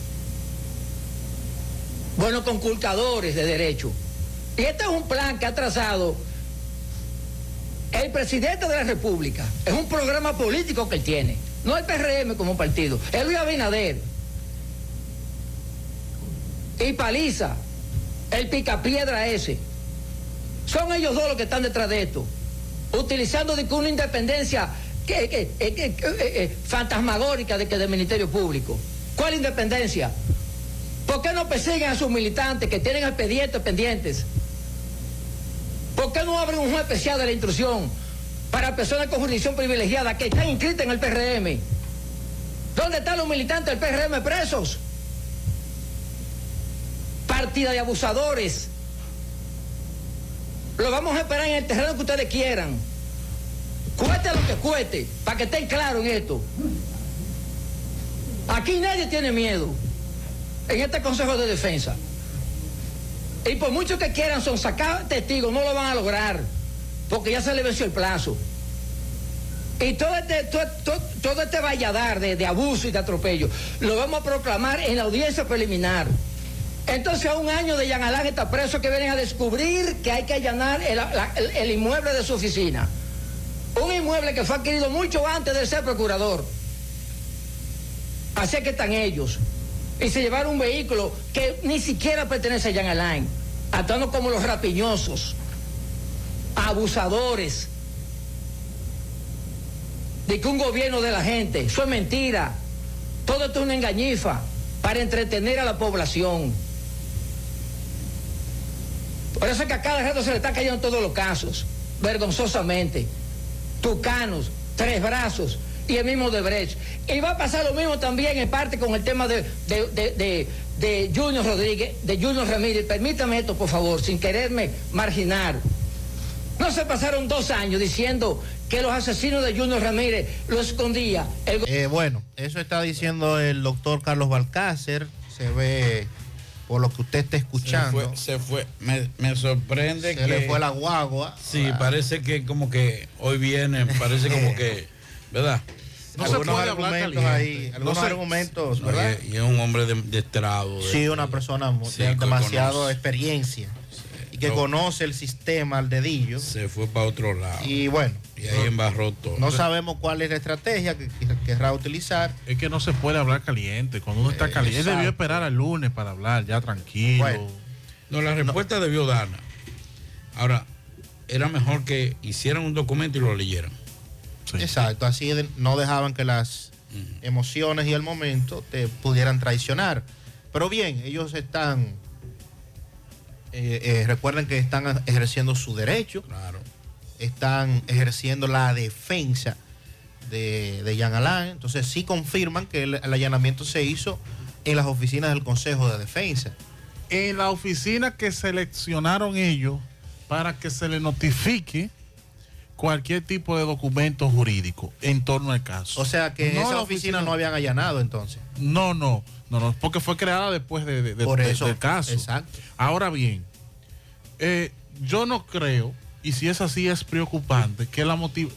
Bueno, conculcadores de derecho. Y este es un plan que ha trazado el presidente de la República. Es un programa político que él tiene. No el P R M como partido. Es Luis Abinader. Y Paliza. El picapiedra ese. Son ellos dos los que están detrás de esto. Utilizando de una independencia que, que, que, que, que, eh, fantasmagórica de que del Ministerio Público. ¿Cuál independencia? ¿Por qué no persiguen a sus militantes que tienen expedientes pendientes? ¿Por qué no abren un juez especial de la instrucción para personas con jurisdicción privilegiada que están inscritas en el P R M? ¿Dónde están los militantes del P R M presos? Partida de abusadores. Lo vamos a esperar en el terreno que ustedes quieran. Cueste lo que cueste, para que estén claros en esto. Aquí nadie tiene miedo en este Consejo de Defensa. Y por mucho que quieran son sacar testigos, no lo van a lograr, porque ya se le venció el plazo. Y todo este, todo, todo, todo este valladar de, de abuso y de atropello lo vamos a proclamar en la audiencia preliminar. Entonces a un año de Jean Alain está preso, que vienen a descubrir que hay que allanar el, la, el, el inmueble de su oficina. Un inmueble que fue adquirido mucho antes de ser procurador. Así que están ellos. Y se llevaron un vehículo que ni siquiera pertenece a Jean Alain, actuando como los rapiñosos, abusadores, de que un gobierno de la gente. Eso es mentira. Todo esto es una engañifa para entretener a la población. Por eso es que a cada rato se le están cayendo todos los casos, vergonzosamente. Tucanos, Tres Brazos y el mismo Odebrecht. Y va a pasar lo mismo también en parte con el tema de, de, de, de, de Junior Rodríguez, de Junior Ramírez. Permítame esto, por favor, sin quererme marginar. No se pasaron dos años diciendo que los asesinos de Junior Ramírez lo escondía. El... Eh, bueno, eso está diciendo el doctor Carlos Balcácer. Se ve por lo que usted está escuchando. Se fue, se fue. Me, me sorprende se que... Se le fue la guagua. Sí, ah. Parece que como que hoy viene, parece como que, ¿verdad? No algunos se puede argumentos ahí, algunos no se, argumentos, ¿verdad? Y, y es un hombre de, de estrado. De, sí, una persona sí, de demasiada experiencia. Y que no, conoce el sistema al dedillo. Se fue para otro lado. Y bueno. Y ahí no, embarró todo. No sabemos cuál es la estrategia que, que querrá utilizar. Es que no se puede hablar caliente. Cuando uno está caliente, él debió esperar al lunes para hablar, ya tranquilo. Bueno, no, la respuesta no. debió darla. Ahora, era mejor que hicieran un documento y lo leyeran. Sí. Exacto, así de, no dejaban que las uh-huh. emociones y el momento te pudieran traicionar. Pero bien, ellos están, eh, eh, recuerden que están ejerciendo su derecho. Claro. Están ejerciendo la defensa de, de Jean Alain. Entonces sí confirman que el, el allanamiento se hizo en las oficinas del Consejo de Defensa. En la oficina que seleccionaron ellos para que se le notifique cualquier tipo de documento jurídico en torno al caso. O sea que en no esa oficina, oficina no habían allanado entonces. No, no, no, no, porque fue creada después de, de, Por de, eso, del caso. Exacto. Ahora bien, eh, yo no creo, y si es así es preocupante, que la motiva...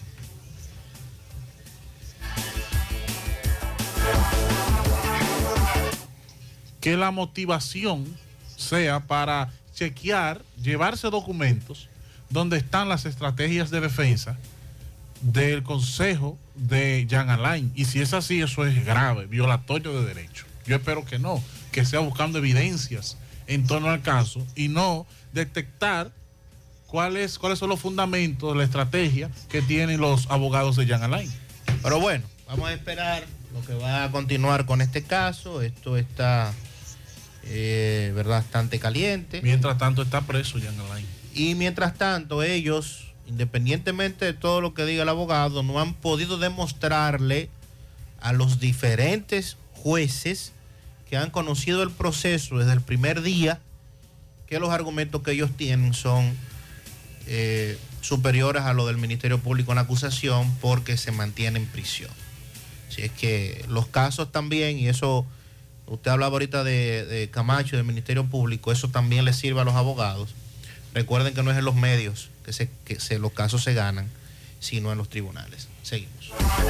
que la motivación sea para chequear, llevarse documentos donde están las estrategias de defensa del Consejo de Jean Alain. Y si es así, eso es grave, violatorio de derechos. Yo espero que no, que sea buscando evidencias en torno al caso y no detectar cuáles, cuáles son los fundamentos, la estrategia que tienen los abogados de Jean Alain. Pero bueno, vamos a esperar lo que va a continuar con este caso. Esto está eh, verdad, bastante caliente. Mientras tanto está preso Jean Alain. Y mientras tanto ellos, independientemente de todo lo que diga el abogado, no han podido demostrarle a los diferentes jueces que han conocido el proceso desde el primer día que los argumentos que ellos tienen son eh, superiores a lo del Ministerio Público en acusación porque se mantiene en prisión. Así es que los casos también, y eso, usted hablaba ahorita de, de Camacho, del Ministerio Público, eso también le sirve a los abogados. Recuerden que no es en los medios que, se, que se, los casos se ganan, sino en los tribunales. Seguimos.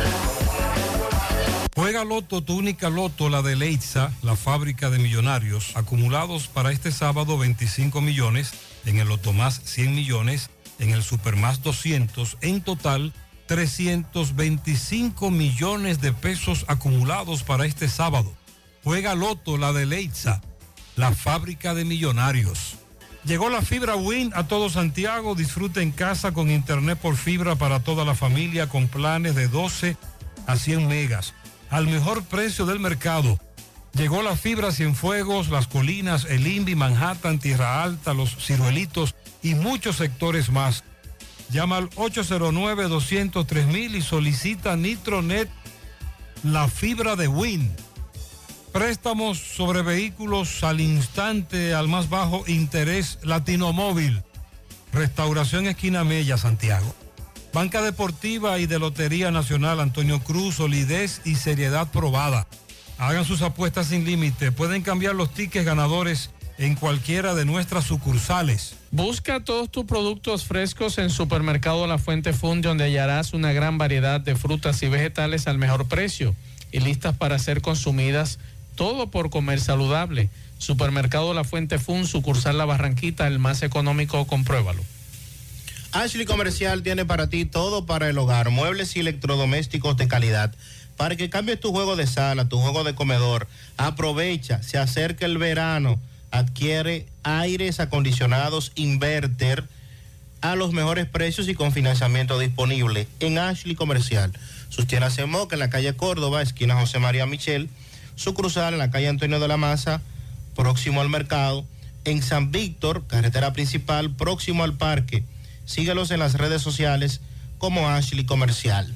Juega Loto, tu única Loto, la de Leitza, la fábrica de millonarios. Acumulados para este sábado veinticinco millones, en el Loto Más cien millones, en el Super Más doscientos, en total trescientos veinticinco millones de pesos acumulados para este sábado. Juega Loto, la de Leitza, la fábrica de millonarios. Llegó la fibra Win a todo Santiago. Disfruta en casa con internet por fibra para toda la familia con planes de doce a cien megas al mejor precio del mercado. Llegó la fibra Cienfuegos, Las Colinas, El Invi, Manhattan, Tierra Alta, Los Ciruelitos y muchos sectores más. Llama al ocho cero nueve, dos cero tres mil y solicita Nitronet, la fibra de Win. Préstamos sobre vehículos al instante, al más bajo interés, Latinomóvil. Restauración Esquina Mella, Santiago. Banca Deportiva y de Lotería Nacional Antonio Cruz, solidez y seriedad probada. Hagan sus apuestas sin límite. Pueden cambiar los tickets ganadores en cualquiera de nuestras sucursales. Busca todos tus productos frescos en Supermercado La Fuente Fun, donde hallarás una gran variedad de frutas y vegetales al mejor precio y listas para ser consumidas. Todo por comer saludable. Supermercado La Fuente Fun, sucursal La Barranquita, el más económico, compruébalo. Ashley Comercial tiene para ti todo para el hogar, muebles y electrodomésticos de calidad. Para que cambies tu juego de sala, tu juego de comedor, aprovecha, se acerca el verano, adquiere aires acondicionados Inverter a los mejores precios y con financiamiento disponible en Ashley Comercial. Sus tiendas en Moca, en la calle Córdoba, esquina José María Michel, sucursal en la calle Antonio de la Maza, próximo al mercado, en San Víctor, carretera principal, próximo al parque. Síguelos en las redes sociales como Ashley Comercial.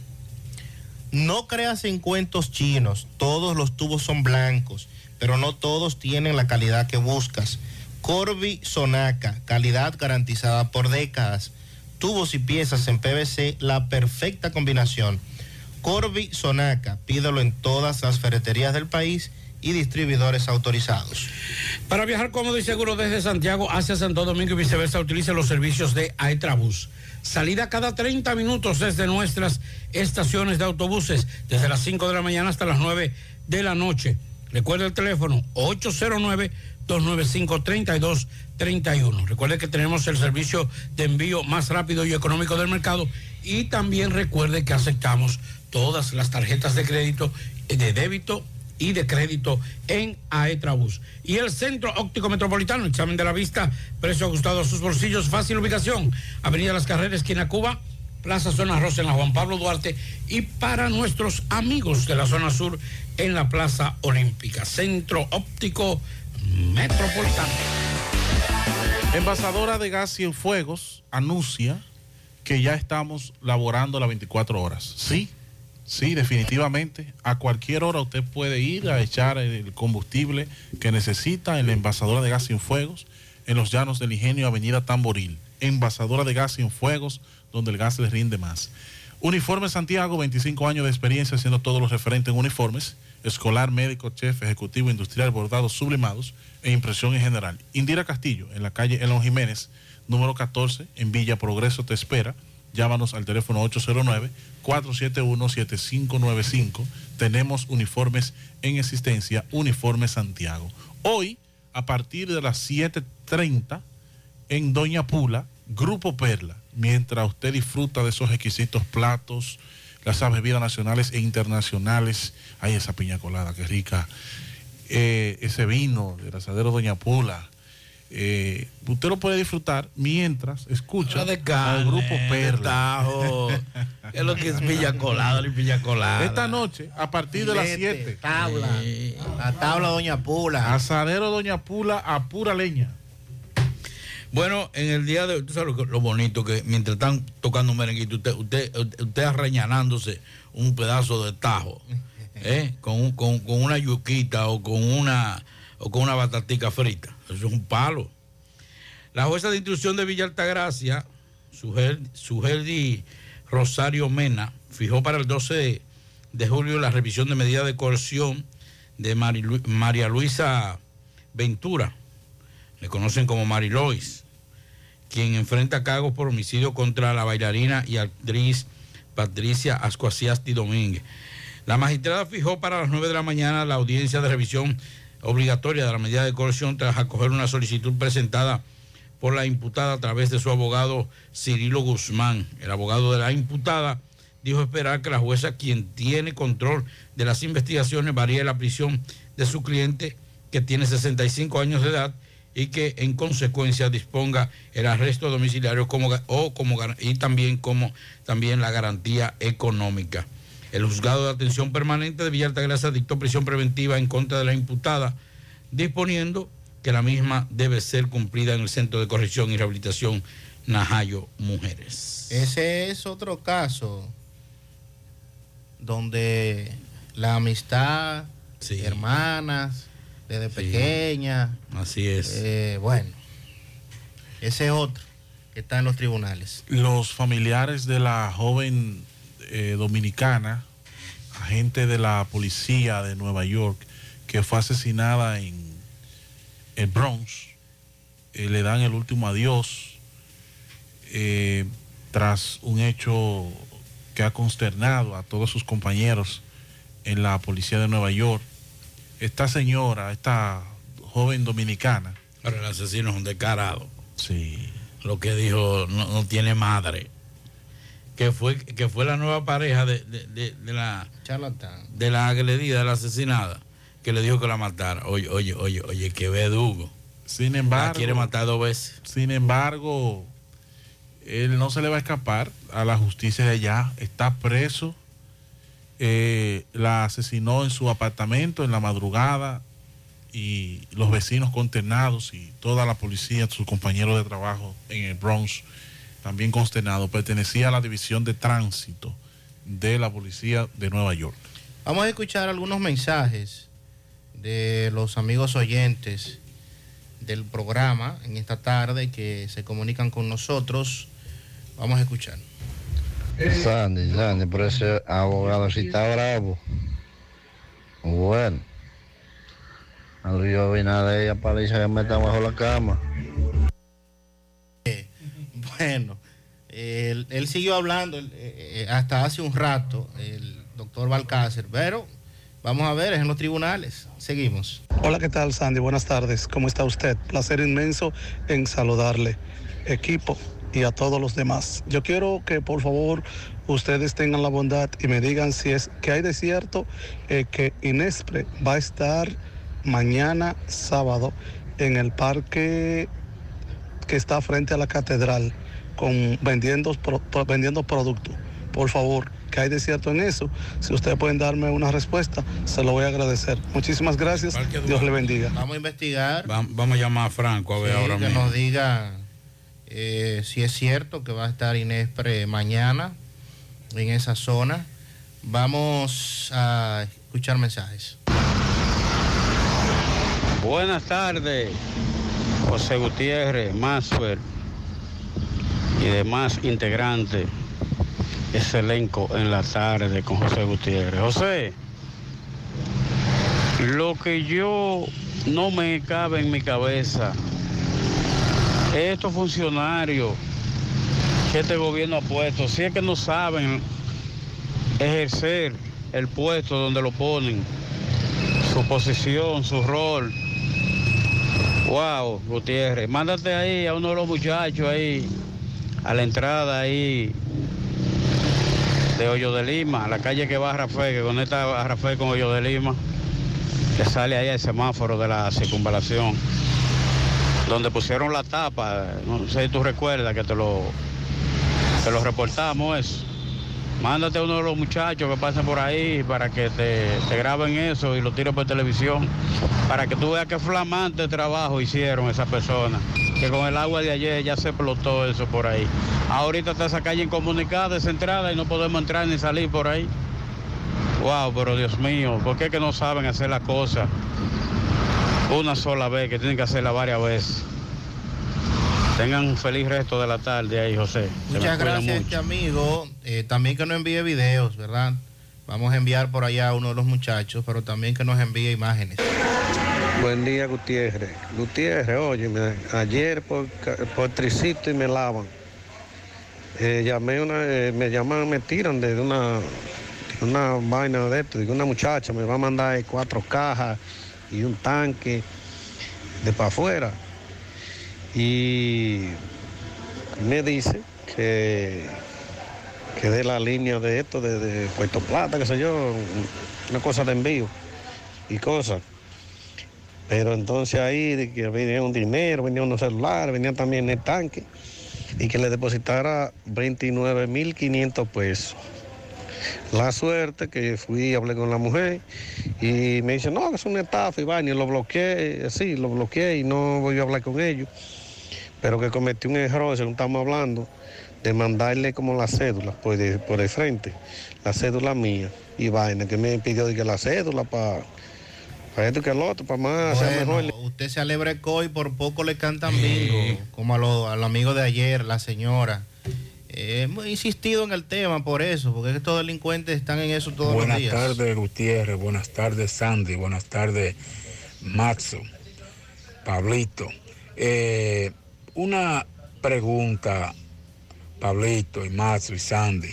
No creas en cuentos chinos, todos los tubos son blancos, pero no todos tienen la calidad que buscas. Corby Sonaca, calidad garantizada por décadas. Tubos y piezas en P V C, la perfecta combinación. Corby Sonaca, pídelo en todas las ferreterías del país y distribuidores autorizados. Para viajar cómodo y seguro desde Santiago hacia Santo Domingo y viceversa, utilice los servicios de Aetrabús. Salida cada treinta minutos desde nuestras estaciones de autobuses, desde las cinco de la mañana hasta las nueve de la noche. Recuerde el teléfono ocho cero nueve, dos nueve cinco, tres dos tres uno. Recuerde que tenemos el servicio de envío más rápido y económico del mercado, y también recuerde que aceptamos todas las tarjetas de crédito, de débito y de crédito en Aetrabús. Y el Centro Óptico Metropolitano, examen de la vista, precio ajustado a sus bolsillos, fácil ubicación, Avenida Las Carreras, esquina Cuba, Plaza Zona Rosa en la Juan Pablo Duarte, y para nuestros amigos de la zona sur en la Plaza Olímpica. Centro Óptico Metropolitano. Envasadora de Gas Cienfuegos anuncia que ya estamos laborando las veinticuatro horas. Sí, sí, definitivamente. A cualquier hora usted puede ir a echar el combustible que necesita en la envasadora de Gas Cienfuegos en los Llanos del Ingenio, Avenida Tamboril. Envasadora de Gas Cienfuegos, donde el gas les rinde más. Uniforme Santiago, veinticinco años de experiencia haciendo todos los referentes en uniformes, escolar, médico, chef, ejecutivo, industrial, bordados, sublimados e impresión en general. Indira Castillo, en la calle Elon Jiménez, número catorce, en Villa Progreso, te espera. Llámanos al teléfono ocho cero nueve, cuatro siete uno, siete cinco nueve cinco. Tenemos uniformes en existencia, Uniforme Santiago. Hoy, a partir de las siete treinta, en Doña Pula, Grupo Perla, mientras usted disfruta de esos exquisitos platos, las bebidas nacionales e internacionales. Ay, esa piña colada, qué rica. Eh, ese vino del asadero Doña Pula. Eh, usted lo puede disfrutar mientras escucha de carne, al Grupo Perla. ¿Qué es lo que es piña colada y piña colada? Esta noche, a partir de las siete. Tabla. La tabla Doña Pula. Asadero Doña Pula a pura leña. Bueno, en el día de hoy, tú sabes lo, lo bonito que mientras están tocando un merenguito, usted, usted, usted arreñanándose un pedazo de tajo, ¿eh? con, un, con, con una yuquita o con una, o con una batatica frita. Eso es un palo. La jueza de instrucción de Villa Altagracia, Sugeldi Rosario Mena, fijó para el doce de julio la revisión de medida de coerción de Marilu, María Luisa Ventura, le conocen como Marilois, quien enfrenta cargos por homicidio contra la bailarina y actriz Patricia Ascuasiasti Domínguez. La magistrada fijó para las nueve de la mañana la audiencia de revisión obligatoria de la medida de coerción tras acoger una solicitud presentada por la imputada a través de su abogado Cirilo Guzmán. El abogado de la imputada dijo esperar que la jueza, quien tiene control de las investigaciones, varíe la prisión de su cliente, que tiene sesenta y cinco años de edad, y que en consecuencia disponga el arresto domiciliario como, o como, y también como también la garantía económica. El juzgado de atención permanente de Villa Altagracia dictó prisión preventiva en contra de la imputada, disponiendo que la misma debe ser cumplida en el Centro de Corrección y Rehabilitación Najayo Mujeres. Ese es otro caso donde la amistad, sí, hermanas, desde sí, pequeña. Así es. Eh, bueno, ese es otro que está en los tribunales. Los familiares de la joven eh, dominicana, agente de la policía de Nueva York, que fue asesinada en el Bronx, eh, le dan el último adiós eh, tras un hecho que ha consternado a todos sus compañeros en la policía de Nueva York. Esta señora, esta joven dominicana. Ahora el asesino es un descarado. Sí. Lo que dijo no, no tiene madre. Que fue, que fue la nueva pareja de, de, de, de la charlatán, de la agredida, de la asesinada, que le dijo que la matara. Oye, oye, oye, oye, que verdugo. Sin embargo, la quiere matar dos veces. Sin embargo, él no se le va a escapar a la justicia de allá. Está preso. Eh, la asesinó en su apartamento en la madrugada y los vecinos consternados y toda la policía, sus compañeros de trabajo en el Bronx también consternado. Pertenecía a la división de tránsito de la policía de Nueva York. Vamos a escuchar algunos mensajes de los amigos oyentes del programa en esta tarde que se comunican con nosotros. Vamos a escuchar. Sandy, Sandy, por ese abogado si está bravo. Bueno, a Luis Abinader ella paliza que meta bajo la cama. Bueno, él, él siguió hablando eh, hasta hace un rato, el doctor Balcácer, pero vamos a ver, es en los tribunales. Seguimos. Hola, ¿qué tal, Sandy? Buenas tardes. ¿Cómo está usted? Placer inmenso en saludarle, equipo, y a todos los demás. Yo quiero que, por favor, ustedes tengan la bondad y me digan si es que hay de cierto eh, que Inespre va a estar mañana sábado en el parque que está frente a la catedral con vendiendo, pro, vendiendo productos. Por favor, ¿qué hay de cierto en eso? Si ustedes pueden darme una respuesta, se lo voy a agradecer. Muchísimas gracias. Dios le bendiga. Vamos a investigar. Va, vamos a llamar a Franco a ver sí, ahora que mismo. nos diga eh, si es cierto que va a estar Inespre mañana en esa zona. Vamos a escuchar mensajes. Buenas tardes, José Gutiérrez, Maxwell y demás integrantes. Ese elenco en la tarde con José Gutiérrez. José, lo que yo no me cabe en mi cabeza, estos funcionarios que este gobierno ha puesto, si es que no saben ejercer el puesto donde lo ponen, su posición, su rol. Wow, Gutiérrez, mándate ahí a uno de los muchachos ahí, a la entrada ahí de Hoyo de Lima, la calle que va a Rafael, que conecta a Rafael con Hoyo de Lima, que sale ahí al semáforo de la circunvalación, donde pusieron la tapa, no sé si tú recuerdas que te lo, te lo reportamos eso. Mándate a uno de los muchachos que pasen por ahí para que te, te graben eso y lo tiren por televisión, para que tú veas qué flamante trabajo hicieron esas personas, que con el agua de ayer ya se explotó eso por ahí. Ahorita está esa calle incomunicada, esa entrada, y no podemos entrar ni salir por ahí. Wow, pero Dios mío, ¿por qué es que no saben hacer las cosas una sola vez, que tienen que hacerla varias veces? Tengan un feliz resto de la tarde ahí, José. Muchas gracias a este amigo. Eh, también que nos envíe videos, ¿verdad? Vamos a enviar por allá a uno de los muchachos, pero también que nos envíe imágenes. Buen día, Gutiérrez. Gutiérrez, oye, ayer por, por Tricito y me lavan. Eh, llamé una, eh, me llaman, me tiran de una, de una vaina de esto, de una muchacha me va a mandar cuatro cajas y un tanque de para afuera. Y me dice que, que dé la línea de esto, de, de Puerto Plata, qué sé yo, una cosa de envío y cosas. Pero entonces ahí de que venía un dinero, venía unos celulares, venía también el tanque, y que le depositara veintinueve mil quinientos pesos. La suerte que fui, hablé con la mujer y me dice, no, que es una estafa, Iván, y lo bloqueé, sí, lo bloqueé y no voy a hablar con ellos. Pero que cometí un error, según estamos hablando, de mandarle como la cédula por el, por el frente, la cédula mía, y vaina, que me pidió de que la cédula para pa esto y que el otro, para más, bueno, sea mejor. Usted se alebrecó y por poco le cantan bingo, como a los al amigo de ayer, la señora. Eh, hemos insistido en el tema por eso, porque estos delincuentes están en eso todos buenas los días. Buenas tardes, Gutiérrez. Buenas tardes, Sandy. Buenas tardes, Maxo, Pablito. Eh, una pregunta, Pablito y Maxo y Sandy.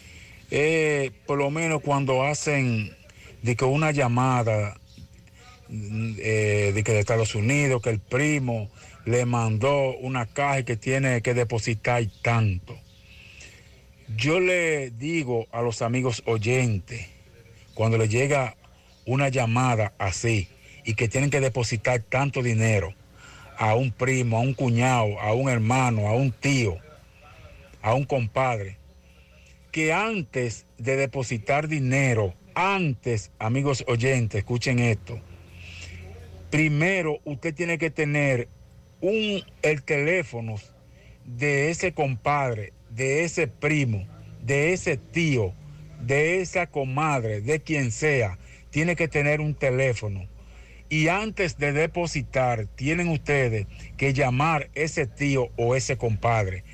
Eh, por lo menos cuando hacen de que una llamada eh, de que de Estados Unidos, que el primo le mandó una caja y que tiene que depositar tanto. Yo le digo a los amigos oyentes, cuando les llega una llamada así y que tienen que depositar tanto dinero a un primo, a un cuñado, a un hermano, a un tío, a un compadre, que antes de depositar dinero, antes, amigos oyentes, escuchen esto, primero usted tiene que tener un, el teléfono de ese compadre, de ese primo, de ese tío, de esa comadre, de quien sea, tiene que tener un teléfono. Y antes de depositar, tienen ustedes que llamar ese tío o ese compadre.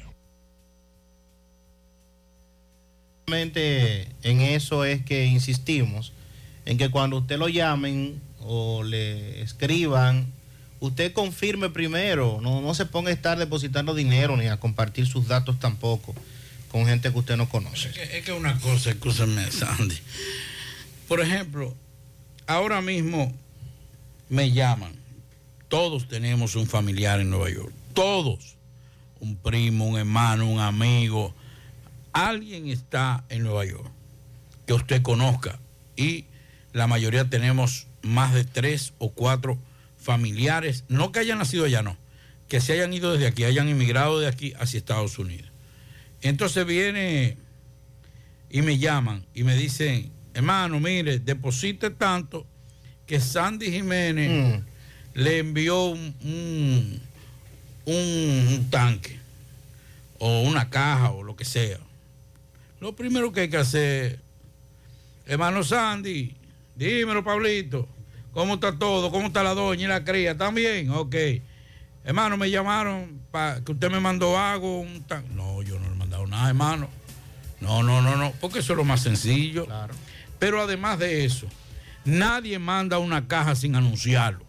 En eso es que insistimos, en que cuando usted lo llamen o le escriban, usted confirme primero, no, no se ponga a estar depositando dinero ni a compartir sus datos tampoco con gente que usted no conoce. Es que, es que una cosa, escúchame, Sandy. Por ejemplo, ahora mismo me llaman, todos tenemos un familiar en Nueva York, todos, un primo, un hermano, un amigo, alguien está en Nueva York que usted conozca, y la mayoría tenemos más de tres o cuatro familiares, no que hayan nacido allá, no, que se hayan ido desde aquí, hayan inmigrado de aquí hacia Estados Unidos. Entonces viene y me llaman y me dicen, hermano, mire, deposite tanto que Sandy Jiménez mm. le envió un, un, un, un tanque o una caja o lo que sea. Lo primero que hay que hacer, hermano Sandy, dímelo, Pablito, ¿cómo está todo? ¿Cómo está la doña y la cría? ¿Están bien? Ok. Hermano, me llamaron para que usted me mandó algo. Un tan... No, yo no le he mandado nada, hermano. No, no, no, no, porque eso es lo más sencillo. Claro. Pero además de eso, nadie manda una caja sin anunciarlo.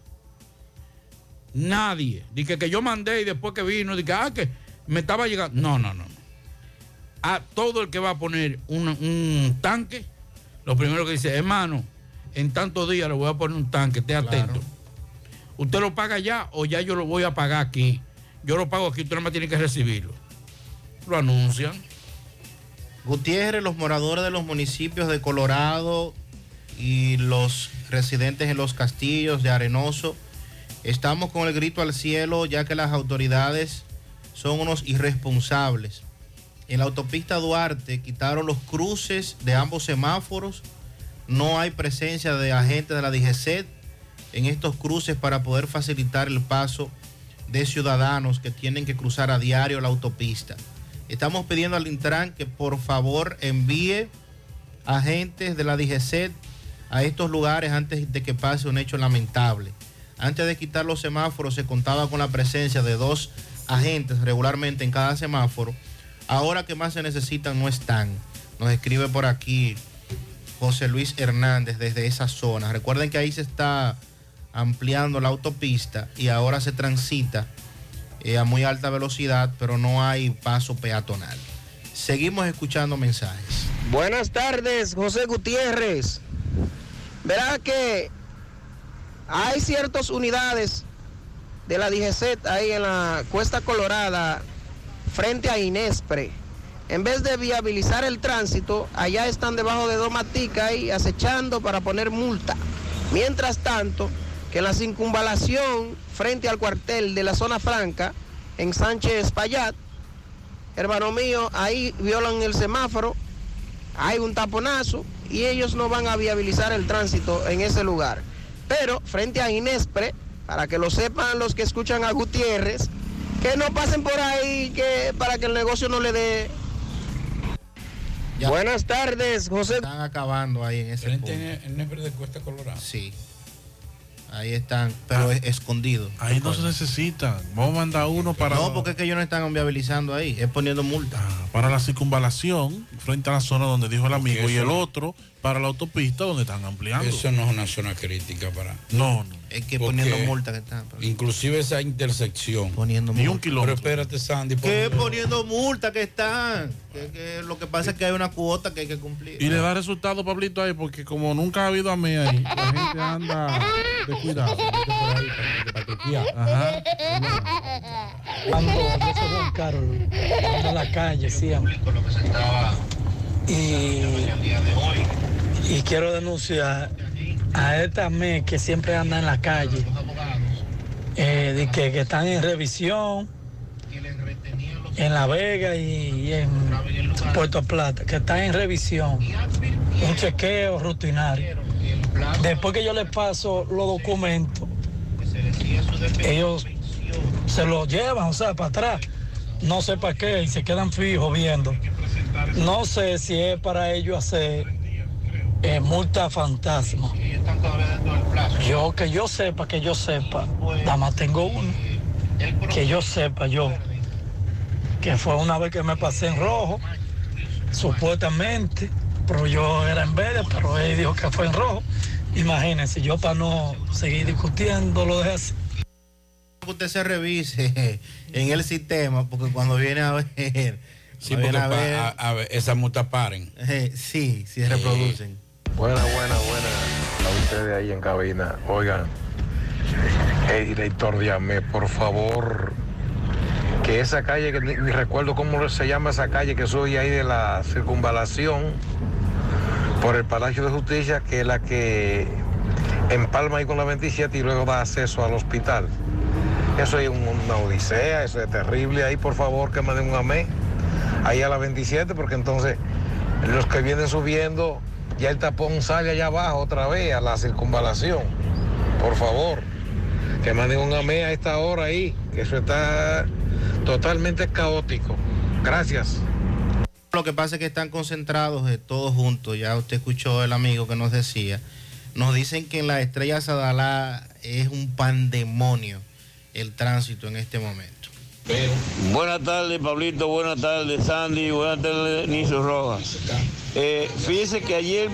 Nadie. Dice que yo mandé y después que vino, dije, ah, que me estaba llegando. No, no, no. A todo el que va a poner un, un tanque, lo primero que dice, hermano, en tantos días le voy a poner un tanque, esté atento. Claro. ¿Usted lo paga ya o ya yo lo voy a pagar aquí? Yo lo pago aquí, usted no me tiene que recibirlo. Lo anuncian. Gutiérrez, los moradores de los municipios de Colorado y los residentes en los castillos de Arenoso, estamos con el grito al cielo, ya que las autoridades son unos irresponsables. En la autopista Duarte quitaron los cruces de ambos semáforos, no hay presencia de agentes de la D G C E T en estos cruces para poder facilitar el paso de ciudadanos que tienen que cruzar a diario la autopista. Estamos pidiendo al Intran que por favor envíe agentes de la D G C E T a estos lugares antes de que pase un hecho lamentable. Antes de quitar los semáforos se contaba con la presencia de dos agentes regularmente en cada semáforo. Ahora que más se necesitan no están. Nos escribe por aquí José Luis Hernández desde esa zona. Recuerden que ahí se está ampliando la autopista y ahora se transita eh, a muy alta velocidad, pero no hay paso peatonal. Seguimos escuchando mensajes. Buenas tardes, José Gutiérrez. Verá que hay ciertas unidades de la D G C E T ahí en la Cuesta Colorada, frente a Inespre. En vez de viabilizar el tránsito, allá están debajo de dos maticas ahí acechando para poner multa. Mientras tanto, que en la circunvalación frente al cuartel de la zona franca, en Sánchez Payat, hermano mío, ahí violan el semáforo, hay un taponazo y ellos no van a viabilizar el tránsito en ese lugar. Pero frente a Inespre, para que lo sepan los que escuchan a Gutiérrez, que no pasen por ahí que para que el negocio no le dé. Ya. Buenas tardes, José. Están acabando ahí en ese frente punto. En Inespre de Cuesta Colorada. Sí. Ahí están, pero ah, es escondido. Ahí no se necesita. Vamos a mandar uno para... No, porque es que ellos no están viabilizando ahí, es poniendo multa. Ah, para la circunvalación, frente a la zona donde dijo el amigo, y el no, otro para la autopista donde están ampliando. Eso no es una zona crítica para... No, no. Es que poniendo multa que están. Inclusive esa intersección. Poniendo Ni un kilómetro. Pero espérate, Sandy. ¿Qué poniendo multa que están? Que, que lo que pasa es que hay una cuota que hay que cumplir. Y le da resultado, Pablito, ahí, porque como nunca ha habido a mí ahí, la gente anda descuidada. Ajá. Cuando yo soy Juan Carlos, ando en la calle siempre. Y, y quiero denunciar a esta M E que siempre anda en la calle, eh, de que, que están en revisión en La Vega y, y en Puerto Plata, que están en revisión, un chequeo rutinario. Después que yo les paso los documentos, ellos se los llevan, o sea, para atrás, no sé para qué, y se quedan fijos viendo. No sé si es para ellos hacer eh, multa fantasma. Yo, que yo sepa, que yo sepa, nada más tengo uno, que yo sepa yo, que fue una vez que me pasé en rojo, supuestamente, pero yo era en verde, pero él dijo que fue en rojo. Imagínense, yo para no seguir discutiendo lo de así. Que usted se revise en el sistema, porque cuando viene a ver, sí, porque a ver, a, a ver, esas multas paren. Eh, sí, sí, reproducen. Buena, buena, buena a ustedes ahí en cabina. Oigan, el director de A M E, por favor, que esa calle, que ni, ni recuerdo cómo se llama esa calle que soy ahí de la circunvalación por el Palacio de Justicia, que es la que empalma ahí con la veintisiete y luego da acceso al hospital. Eso es un, una odisea, eso es terrible. Ahí, por favor, que me den un A M E ahí a la veintisiete, porque entonces los que vienen subiendo, ya el tapón sale allá abajo otra vez a la circunvalación. Por favor, que manden un A M E a esta hora ahí, que eso está totalmente caótico. Gracias. Lo que pasa es que están concentrados de todos juntos. Ya usted escuchó el amigo que nos decía. Nos dicen que en la Estrella Sadalá es un pandemonio el tránsito en este momento. Pero... Buenas tardes, Pablito. Buenas tardes, Sandy. Buenas tardes, Niso Rojas. Eh, fíjese que ayer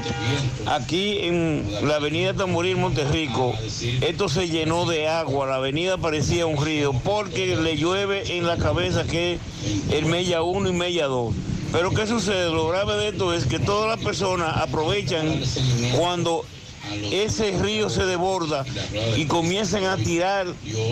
aquí en la avenida Tamboril Monterrico, esto se llenó de agua. La avenida parecía un río porque le llueve en la cabeza, que es el Mella uno y Mella dos. Pero ¿qué sucede? Lo grave de esto es que todas las personas aprovechan cuando ese río se desborda y comienzan a tirar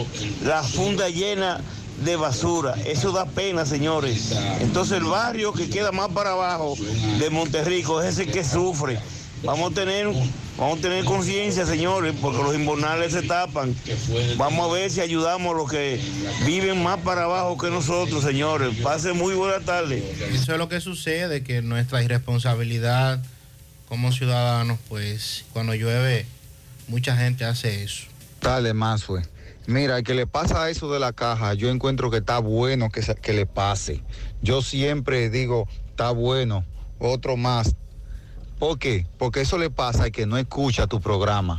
la funda llena de basura. Eso da pena, señores. Entonces el barrio que queda más para abajo de Monterrico es ese que sufre. Vamos a tener, vamos a tener conciencia, señores, porque los invernales se tapan. Vamos a ver si ayudamos a los que viven más para abajo que nosotros, señores. Pase muy buena tarde. Eso es lo que sucede, que nuestra irresponsabilidad como ciudadanos, pues cuando llueve, mucha gente hace eso. Dale, más fue. Mira, el que le pasa eso de la caja, yo encuentro que está bueno que, se, que le pase. Yo siempre digo, está bueno, otro más. ¿Por qué? Porque eso le pasa al que no escucha tu programa.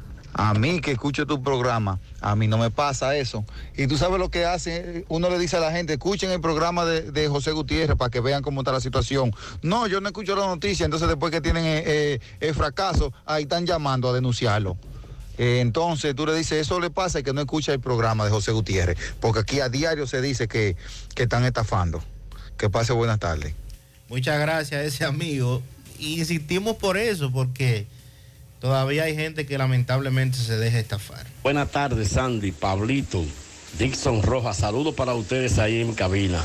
A mí que escucho tu programa, a mí no me pasa eso. Y tú sabes lo que hace, uno le dice a la gente, escuchen el programa de, de José Gutiérrez para que vean cómo está la situación. No, yo no escucho la noticia, entonces después que tienen eh, eh, el fracaso, ahí están llamando a denunciarlo. Eh, entonces tú le dices, eso le pasa al que no escucha el programa de José Gutiérrez, porque aquí a diario se dice que, que están estafando. Que pase buenas tardes. Muchas gracias a ese amigo. Y insistimos por eso, porque todavía hay gente que lamentablemente se deja estafar. Buenas tardes, Sandy, Pablito, Dixon Rojas. Saludos para ustedes ahí en cabina.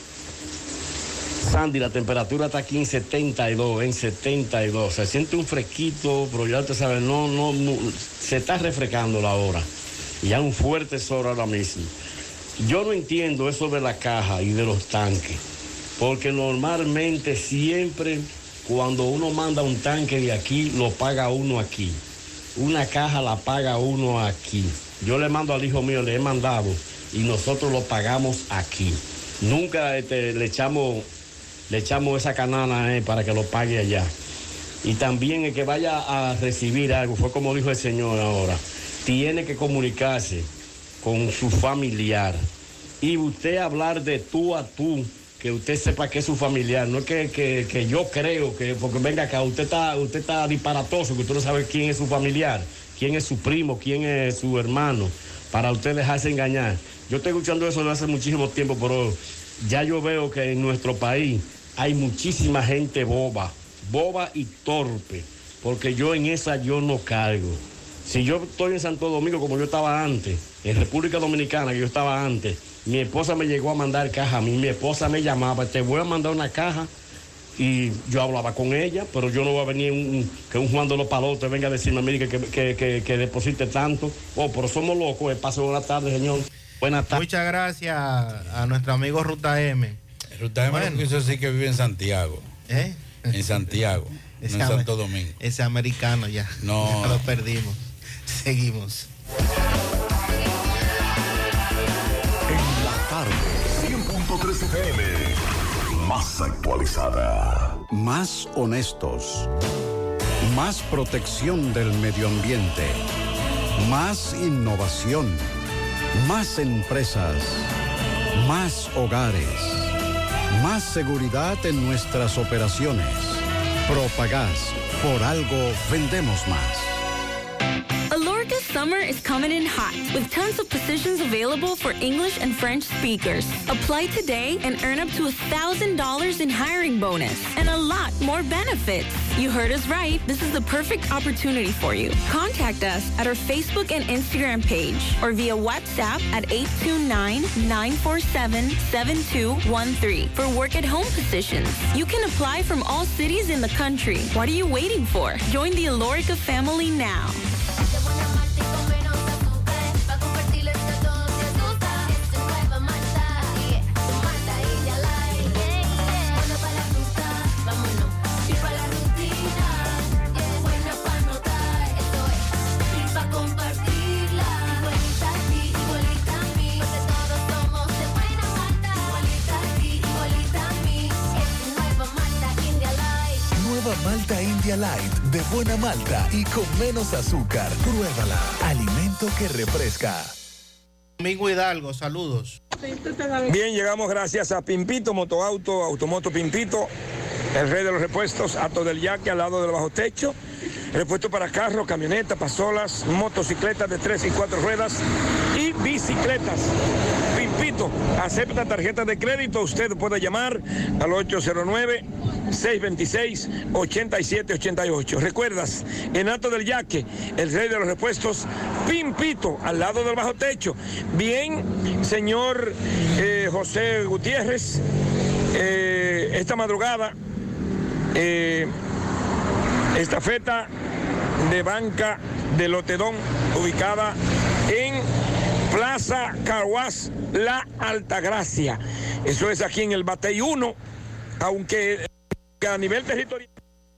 Sandy, la temperatura está aquí en setenta y dos, en setenta y dos. Se siente un fresquito, pero ya usted sabe, no, no, no, se está refrescando la hora. Y hay un fuerte sol ahora mismo. Yo no entiendo eso de la caja y de los tanques, porque normalmente siempre... Cuando uno manda un tanque de aquí, lo paga uno aquí. Una caja la paga uno aquí. Yo le mando al hijo mío, le he mandado, y nosotros lo pagamos aquí. Nunca este, le echamos le echamos esa canana eh, para que lo pague allá. Y también el que vaya a recibir algo, fue como dijo el señor ahora, tiene que comunicarse con su familiar. Y usted hablar de tú a tú, que usted sepa que es su familiar, no es que, que, que yo creo que, porque venga acá, usted está, usted está disparatoso, que usted no sabe quién es su familiar, quién es su primo, quién es su hermano, para usted dejarse engañar. Yo estoy escuchando eso desde hace muchísimo tiempo, pero ya yo veo que en nuestro país hay muchísima gente boba, boba y torpe, porque yo en esa yo no cargo. Si yo estoy en Santo Domingo como yo estaba antes, en República Dominicana que yo estaba antes, mi esposa me llegó a mandar caja a mí, mi esposa me llamaba, te voy a mandar una caja, y yo hablaba con ella, pero yo no voy a venir un, que un Juan de los Palotes venga a decirme a mí que, que, que, que deposite tanto. Oh, pero somos locos, eh. Pase buenas tardes, señor. Buenas tardes. Muchas gracias a nuestro amigo Ruta M. Ruta M bueno. Lo quiso decir que vive en Santiago. ¿Eh? En Santiago, ese no en Santo Domingo. Ese americano ya. No. Ya lo perdimos. Seguimos. En la tarde, cien punto tres F M, más actualizada. Más honestos. Más protección del medio ambiente. Más innovación. Más empresas. Más hogares. Más seguridad en nuestras operaciones. Propagás. Por algo vendemos más. Alorca's summer is coming in hot, with tons of positions available for English and French speakers. Apply today and earn up to one thousand dollars in hiring bonus and a lot more benefits. You heard us right. This is the perfect opportunity for you. Contact us at our Facebook and Instagram page or via WhatsApp at eight two nine, nine four seven, seven two one three for work-at-home positions. You can apply from all cities in the country. What are you waiting for? Join the Alorica family now. Malta India Light, de buena malta y con menos azúcar. Pruébala. Alimento que refresca. Domingo Hidalgo, saludos. Bien, llegamos gracias a Pimpito, Motoauto, Automoto Pimpito, el rey de los repuestos, Alto del Yaque, al lado del bajo techo. Repuesto para carros, camionetas, pasolas, motocicletas de tres y cuatro ruedas y bicicletas. Pimpito, acepta tarjetas de crédito. Usted puede llamar al ocho cero nueve, seis dos seis, ocho siete ocho ocho. ¿Recuerdas? En Alto del Yaque, el rey de los repuestos, Pimpito, al lado del bajo techo. Bien, señor eh, José Gutiérrez, eh, esta madrugada, eh, estafeta de banca de Lotedón, ubicada en Plaza Carhuaz, La Altagracia. Eso es aquí en el Batey uno, aunque a nivel territorial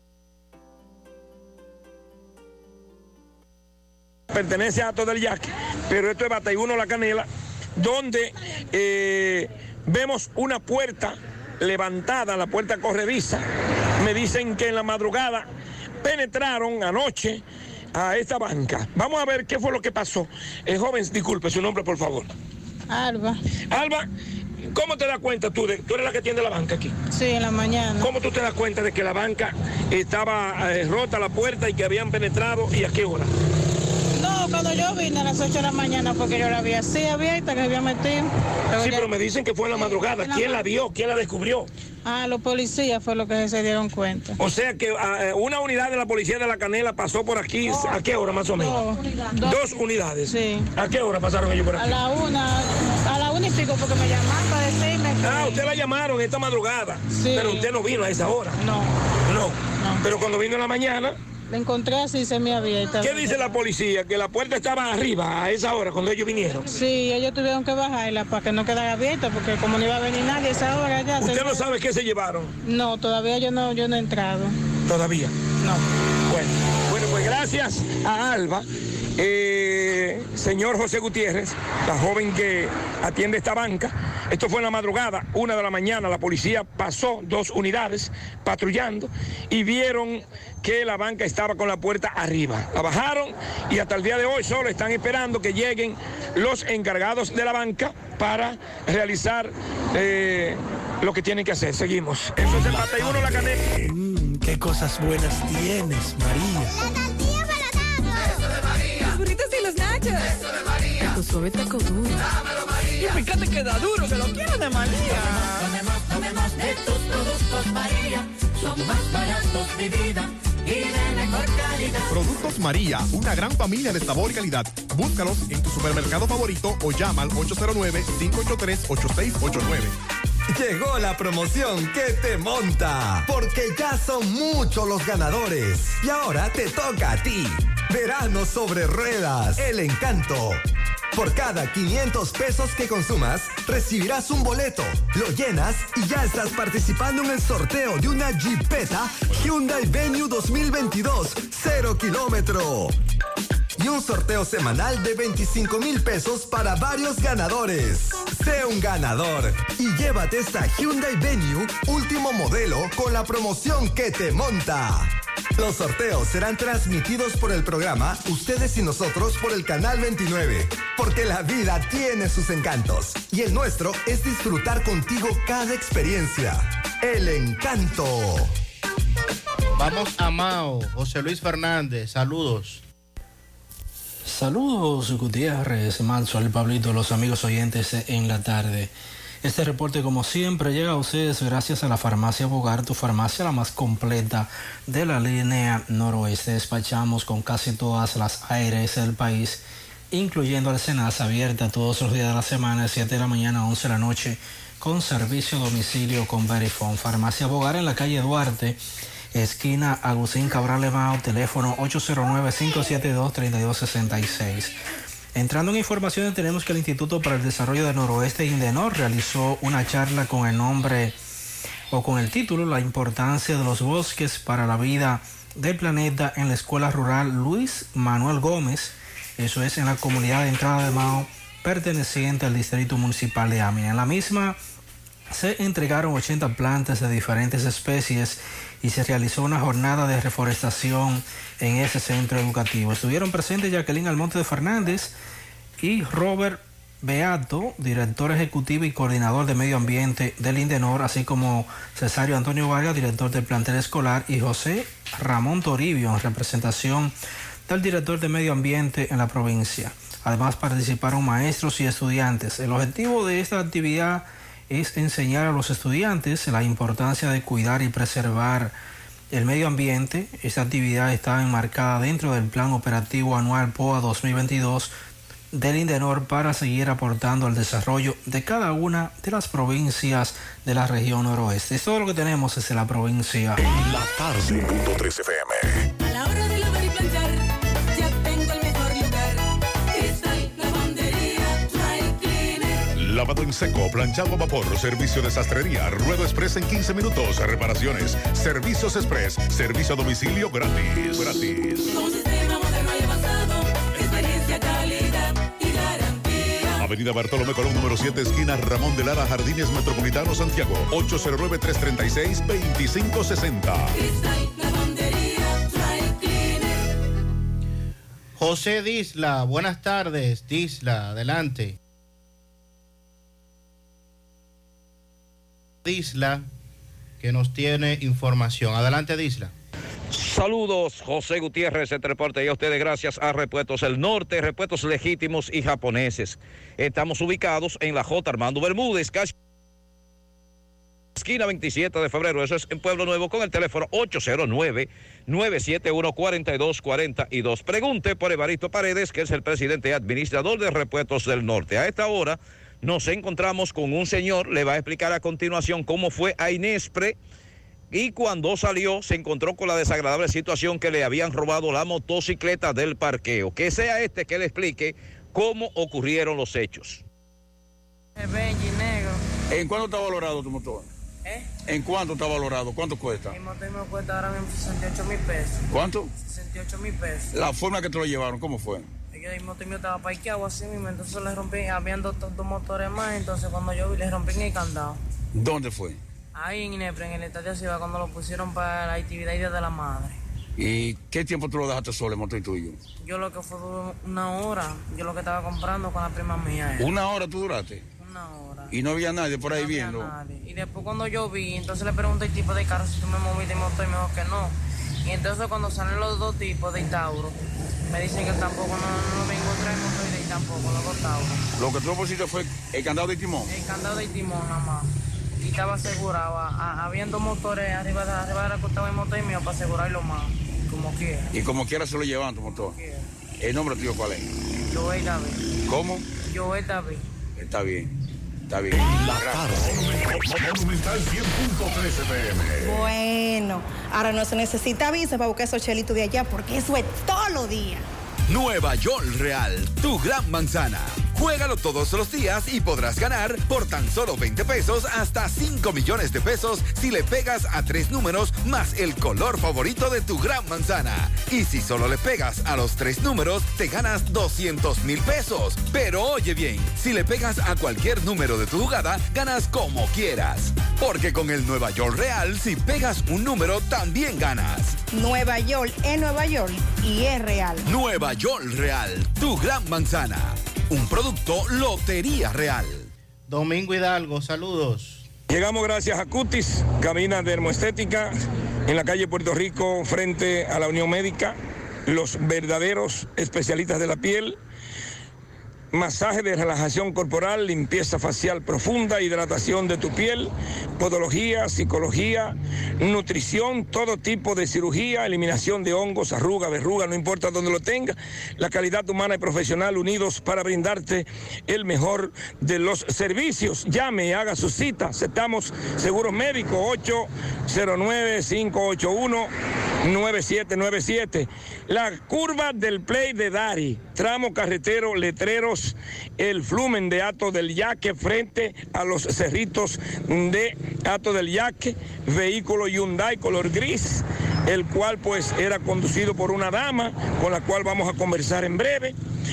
pertenece a Alto del Yaque, pero esto es Batey uno, La Canela, donde eh, vemos una puerta levantada, la puerta corrediza. Me dicen que en la madrugada penetraron anoche a esta banca. Vamos a ver qué fue lo que pasó. Eh, joven, disculpe, su nombre, por favor. Alba. Alba, ¿cómo te das cuenta tú? De, tú eres la que atiende la banca aquí. Sí, en la mañana. ¿Cómo tú te das cuenta de que la banca estaba eh, rota la puerta y que habían penetrado y a qué hora? No, cuando yo vine a las ocho de la mañana, porque yo la vi así abierta, que se había metido. Pero sí, ya... pero me dicen que fue en la madrugada. En la... ¿Quién la vio? ¿Quién la descubrió? Ah, los policías fue lo que se dieron cuenta. O sea que uh, una unidad de la policía de La Canela pasó por aquí, oh, ¿a qué hora más o menos? Dos, dos unidades. Sí. ¿A qué hora pasaron ellos por aquí? A la una, a la una y pico, porque me llamaron para decirme que... Ah, usted la llamaron esta madrugada. Sí. Pero usted no vino a esa hora. No. No. No. Pero cuando vino en la mañana... La encontré así semiabierta. ¿Qué dice la policía? Que la puerta estaba arriba a esa hora cuando ellos vinieron. Sí, ellos tuvieron que bajarla para que no quedara abierta, porque como no iba a venir nadie a esa hora ya. ¿Usted se... no sabe qué se llevaron? No, todavía yo no, yo no he entrado. ¿Todavía? No. Bueno, bueno, pues gracias a Alba, eh, señor José Gutiérrez, la joven que atiende esta banca. Esto fue en la madrugada, una de la mañana, la policía pasó dos unidades patrullando y vieron que la banca estaba con la puerta arriba. La bajaron y hasta el día de hoy solo están esperando que lleguen los encargados de la banca para realizar eh, lo que tienen que hacer. Seguimos. Eso es el bate y uno la canela. Mm, qué cosas buenas tienes, María. La tortilla para Eso de María. Los burritos y los nachos. Eso de María. Tu suave taco duro. Dámelo, María. Y fíjate que da duro, que lo quiero de María. Tomemos, tomemos de tus productos, María. Son más baratos, mi vida. Y de mejor calidad. Productos María, una gran familia de sabor y calidad. Búscalos en tu supermercado favorito o llama al ocho cero nueve, cinco ocho tres, ocho seis ocho nueve. Llegó la promoción que te monta, porque ya son muchos los ganadores. Y ahora te toca a ti. Verano sobre ruedas, El Encanto. Por cada quinientos pesos que consumas, recibirás un boleto, lo llenas y ya estás participando en el sorteo de una Jeepeta Hyundai Venue dos mil veintidós, cero kilómetro. Y un sorteo semanal de veinticinco mil pesos para varios ganadores. Sé un ganador y llévate esta Hyundai Venue último modelo con la promoción que te monta. Los sorteos serán transmitidos por el programa Ustedes y Nosotros por el Canal veintinueve, porque la vida tiene sus encantos y el nuestro es disfrutar contigo cada experiencia. El Encanto. Vamos a Mao, José Luis Fernández, saludos. Saludos Gutiérrez, Maxwell, Pablito, los amigos oyentes en la tarde. Este reporte, como siempre, llega a ustedes gracias a la Farmacia Bogar, tu farmacia la más completa de la línea noroeste. Despachamos con casi todas las A R S del país, incluyendo al Senasa, abierta todos los días de la semana, de siete de la mañana a once de la noche, con servicio a domicilio con Verifone. Farmacia Bogar en la calle Duarte, esquina Agustín Cabral Emao, teléfono ocho cero nueve, cinco siete dos, tres dos seis seis. Entrando en informaciones, tenemos que el Instituto para el Desarrollo del Noroeste, INDENOR, realizó una charla con el nombre o con el título La importancia de los bosques para la vida del planeta en la Escuela Rural Luis Manuel Gómez. Eso es en la comunidad de Entrada de Mao, perteneciente al Distrito Municipal de Amina. En la misma se entregaron ochenta plantas de diferentes especies y se realizó una jornada de reforestación en ese centro educativo. Estuvieron presentes Jacqueline Almonte de Fernández y Robert Beato, director ejecutivo y coordinador de medio ambiente del INDENOR, así como Cesario Antonio Vargas, director del plantel escolar, y José Ramón Toribio, en representación del director de medio ambiente en la provincia. Además participaron maestros y estudiantes. El objetivo de esta actividad es enseñar a los estudiantes la importancia de cuidar y preservar el medio ambiente. Esta actividad está enmarcada dentro del Plan Operativo Anual P O A dos mil veintidós del INDENOR para seguir aportando al desarrollo de cada una de las provincias de la región noroeste. Es todo lo que tenemos desde la provincia. En la tarde, punto tres F M. A la hora de lavar y planchar, ya tengo el mejor lugar. Cristal Lavandería Dry Cleaner. Lavado en seco, planchado a vapor, servicio de sastrería, ruedo express en quince minutos, reparaciones, servicios express, servicio a domicilio gratis. Gratis. Con sistema moderno y avanzado, experiencia, calidad y garantía. Avenida Bartolomé Colón, número siete, esquina Ramón de Lara, Jardines Metropolitano, Santiago. ocho cero nueve, tres tres seis, dos cinco seis cero. Cristal Lavandería Dry Cleaner. José Disla, buenas tardes. Disla, adelante. Disla, que nos tiene información. Adelante, Disla. Saludos, José Gutiérrez, este reporte y a ustedes gracias a Repuestos El Norte, repuestos legítimos y japoneses. Estamos ubicados en la J. Armando Bermúdez, casi esquina veintisiete de febrero, eso es en Pueblo Nuevo, con el teléfono ocho cero nueve, nueve siete uno, cuatro dos cuatro dos. Pregunte por Evaristo Paredes, que es el presidente y administrador de Repuestos del Norte. A esta hora nos encontramos con un señor, le va a explicar a continuación cómo fue a Inespre, y cuando salió se encontró con la desagradable situación que le habían robado la motocicleta del parqueo. Que sea este que le explique cómo ocurrieron los hechos. Benji, negro. ¿En cuánto está valorado tu motor? ¿Eh? ¿En cuánto está valorado? ¿Cuánto cuesta? Mi motor me cuesta ahora mismo sesenta y ocho mil pesos. ¿Cuánto? sesenta y ocho mil pesos. La forma que te lo llevaron, ¿cómo fue? Yo, el motor mío estaba parqueado así mismo, entonces le rompí, habían dos, dos motores más, entonces cuando yo vi le rompí en el candado. ¿Dónde fue? Ahí en Inepre, en el estadio Ciudad, cuando lo pusieron para la actividad Día de la Madre. ¿Y qué tiempo tú lo dejaste solo, el motor tuyo? Yo lo que fue duró una hora, yo lo que estaba comprando con la prima mía. Era. ¿Una hora tú duraste? Una una hora. Y no había nadie por ahí no había viendo. Nadie. Y después cuando yo vi, entonces le pregunté el tipo de carro si tú me moviste de moto y me dijo que no. Y entonces cuando salen los dos tipos de Tauro, me dicen que tampoco no, no me encontré en moto y de tampoco, los dos Tauros. Lo que tú pusiste fue el candado de timón. El candado de timón nada más. Y estaba asegurado, a, a, habiendo motores arriba de, arriba de la costa de motor y mío para asegurarlo más, como quiera. Y como quiera se lo llevan tu motor. ¿El nombre tuyo cuál es? Joel David. ¿Cómo? Joel David. Está bien, está bien. La tarde. Monumental cien punto trece F M. Bueno, ahora no se necesita visa para buscar esos chelitos de allá, porque eso es todos los días. Nueva York Real, tu gran manzana. Juégalo todos los días y podrás ganar por tan solo veinte pesos hasta cinco millones de pesos si le pegas a tres números más el color favorito de tu gran manzana. Y si solo le pegas a los tres números, te ganas doscientos mil pesos. Pero oye bien, si le pegas a cualquier número de tu jugada, ganas como quieras. Porque con el Nueva York Real, si pegas un número, también ganas. Nueva York es Nueva York y es real. Nueva York Real, tu gran manzana. Un producto Lotería Real. Domingo Hidalgo, saludos. Llegamos gracias a Cutis, cabina dermoestética en la calle Puerto Rico, frente a la Unión Médica. Los verdaderos especialistas de la piel. Masaje de relajación corporal, limpieza facial profunda, hidratación de tu piel, podología, psicología, nutrición, todo tipo de cirugía, eliminación de hongos, arrugas, verrugas, no importa dónde lo tenga. La calidad humana y profesional unidos para brindarte el mejor de los servicios. Llame y haga su cita. Aceptamos seguros médicos. Ocho cero nueve, cinco ocho uno, nueve siete nueve siete. La curva del Play de Dari, tramo carretero, letreros, el flumen de Hato del Yaque frente a los cerritos de Hato del Yaque, vehículo Hyundai color gris, el cual pues era conducido por una dama con la cual vamos a conversar en breve.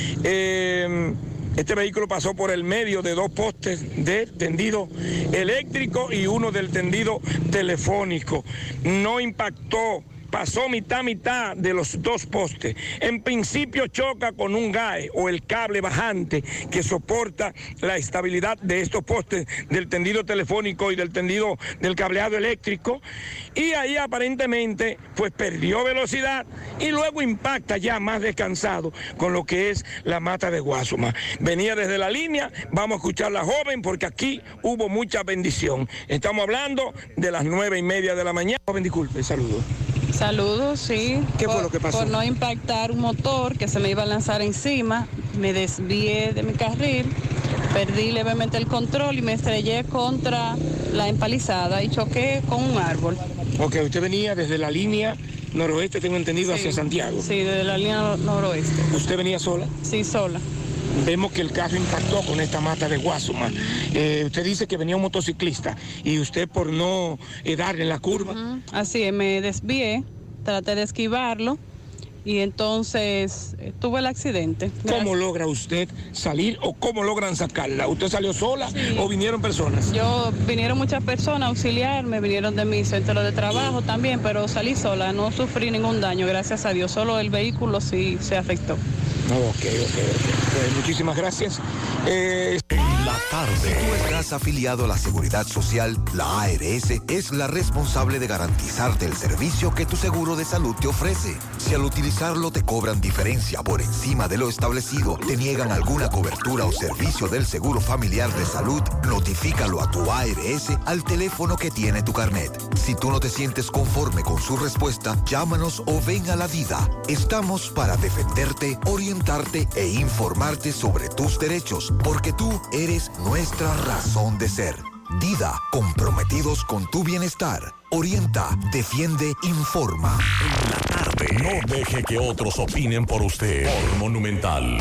Eh, Este vehículo pasó por el medio de dos postes de tendido eléctrico y uno del tendido telefónico. No impactó, pasó mitad mitad de los dos postes. En principio choca con un G A E o el cable bajante que soporta la estabilidad de estos postes del tendido telefónico y del tendido del cableado eléctrico. Y ahí aparentemente pues perdió velocidad y luego impacta ya más descansado con lo que es la mata de Guasuma. Venía desde la línea, vamos a escuchar a la joven porque aquí hubo mucha bendición. Estamos hablando de las nueve y media de la mañana. Joven, disculpe, saludos. Saludos, sí. ¿Qué por, fue lo que pasó? Por no impactar un motor que se me iba a lanzar encima, me desvié de mi carril, perdí levemente el control y me estrellé contra la empalizada y choqué con un árbol. Ok, usted venía desde la línea noroeste, tengo entendido, Sí, hacia Santiago. Sí, desde la línea noroeste. ¿Usted venía sola? Sí, sola. Vemos que el carro impactó con esta mata de Guasuma. Eh, usted dice que venía un motociclista y usted por no eh, darle en la curva. Uh-huh. Así es, me desvié, traté de esquivarlo y entonces eh, tuve el accidente. ¿Cómo Gracias. logra usted salir o cómo logran sacarla? ¿Usted salió sola Sí. o vinieron personas? Yo, vinieron muchas personas a auxiliarme, vinieron de mi centro de trabajo también, pero salí sola, no sufrí ningún daño, gracias a Dios, solo el vehículo sí se afectó. Ok, ok, ok. Eh, muchísimas gracias. Eh... La tarde. Si tú estás afiliado a la Seguridad Social, la A R S es la responsable de garantizarte el servicio que tu seguro de salud te ofrece. Si al utilizarlo te cobran diferencia por encima de lo establecido, te niegan alguna cobertura o servicio del Seguro Familiar de Salud, notifícalo a tu A R S al teléfono que tiene tu carnet. Si tú no te sientes conforme con su respuesta, llámanos o ven a la vida. Estamos para defenderte, orientarte e informarte sobre tus derechos, porque tú eres nuestra razón de ser. Dida, comprometidos con tu bienestar. Orienta, defiende, informa. En la tarde. No deje que otros opinen por usted. Por Monumental.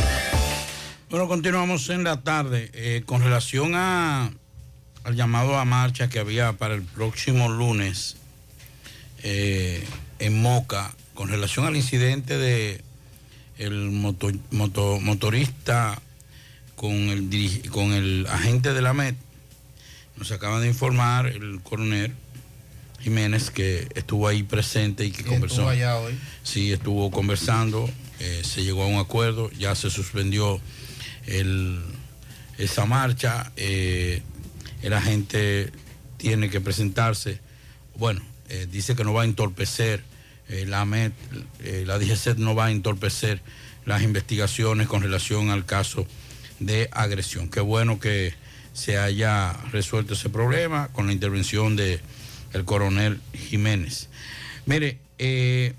Bueno, continuamos en la tarde. Eh, con relación a, al llamado a marcha que había para el próximo lunes eh, en Moca, con relación al incidente de el moto, moto, motorista con el, con el agente de la M E T, nos acaban de informar el coronel Jiménez, que estuvo ahí presente y que Sí, conversó. estuvo allá hoy. Sí, estuvo conversando, eh, se llegó a un acuerdo, ya se suspendió el, esa marcha. Eh, la gente tiene que presentarse. Bueno, eh, dice que no va a entorpecer, eh, la, Met, eh, la D G C E T no va a entorpecer las investigaciones con relación al caso de agresión. Qué bueno que se haya resuelto ese problema con la intervención de el coronel Jiménez. Mire, eh,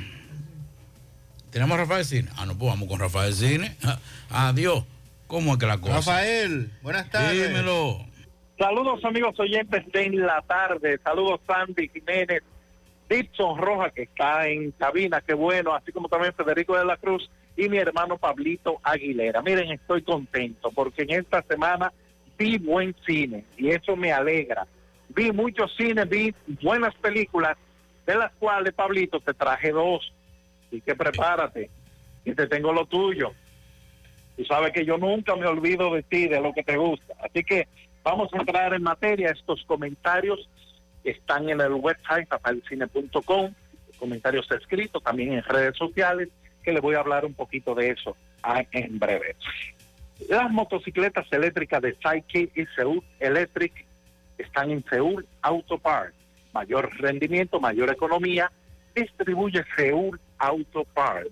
¿tenemos a Rafael Cine? Ah, no, pues vamos con Rafael Cine. Adiós. ¿Cómo es que la cosa? Rafael, buenas tardes. Dímelo. Saludos amigos oyentes de En la Tarde, saludos Sandy Jiménez, Dixon Roja que está en cabina, qué bueno, así como también Federico de la Cruz y mi hermano Pablito Aguilera. Miren, estoy contento porque en esta semana vi buen cine y eso me alegra. Vi muchos cines, vi buenas películas, de las cuales, Pablito, te traje dos, así que prepárate, que te tengo lo tuyo. Tú sabes que yo nunca me olvido de ti, de lo que te gusta, así que vamos a entrar en materia. Estos comentarios están en el website rafael cine punto com, comentarios escritos también en redes sociales, que les voy a hablar un poquito de eso en breve. Las motocicletas eléctricas de Saiki y Seoul Electric están en Seoul Auto Parts. Mayor rendimiento, mayor economía, distribuye Seoul Auto Parts.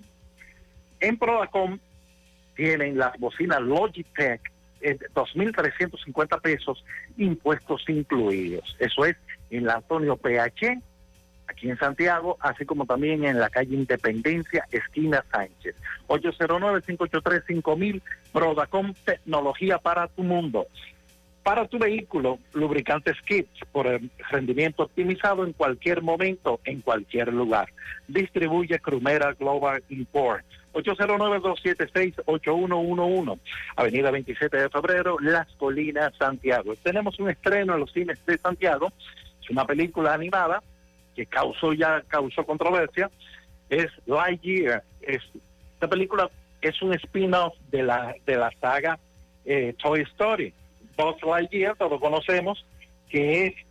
En Prodacom tienen las bocinas Logitech, dos mil trescientos cincuenta pesos, impuestos incluidos. Eso es en la Antonio P H, aquí en Santiago, así como también en la calle Independencia, esquina Sánchez. ocho cero nueve, cinco ocho tres, cinco mil, Prodacom, tecnología para tu mundo. Para tu vehículo, lubricantes Kits por el rendimiento optimizado en cualquier momento, en cualquier lugar. Distribuye Crumera Global Import. ocho cero nueve, dos siete seis, ocho uno uno uno, Avenida veintisiete de febrero, Las Colinas, Santiago. Tenemos un estreno en los cines de Santiago, es una película animada que causó ya causó controversia, es Lightyear. Es, esta película es un spin-off de la, de la saga eh, Toy Story. Buzz Lightyear, todos conocemos, que es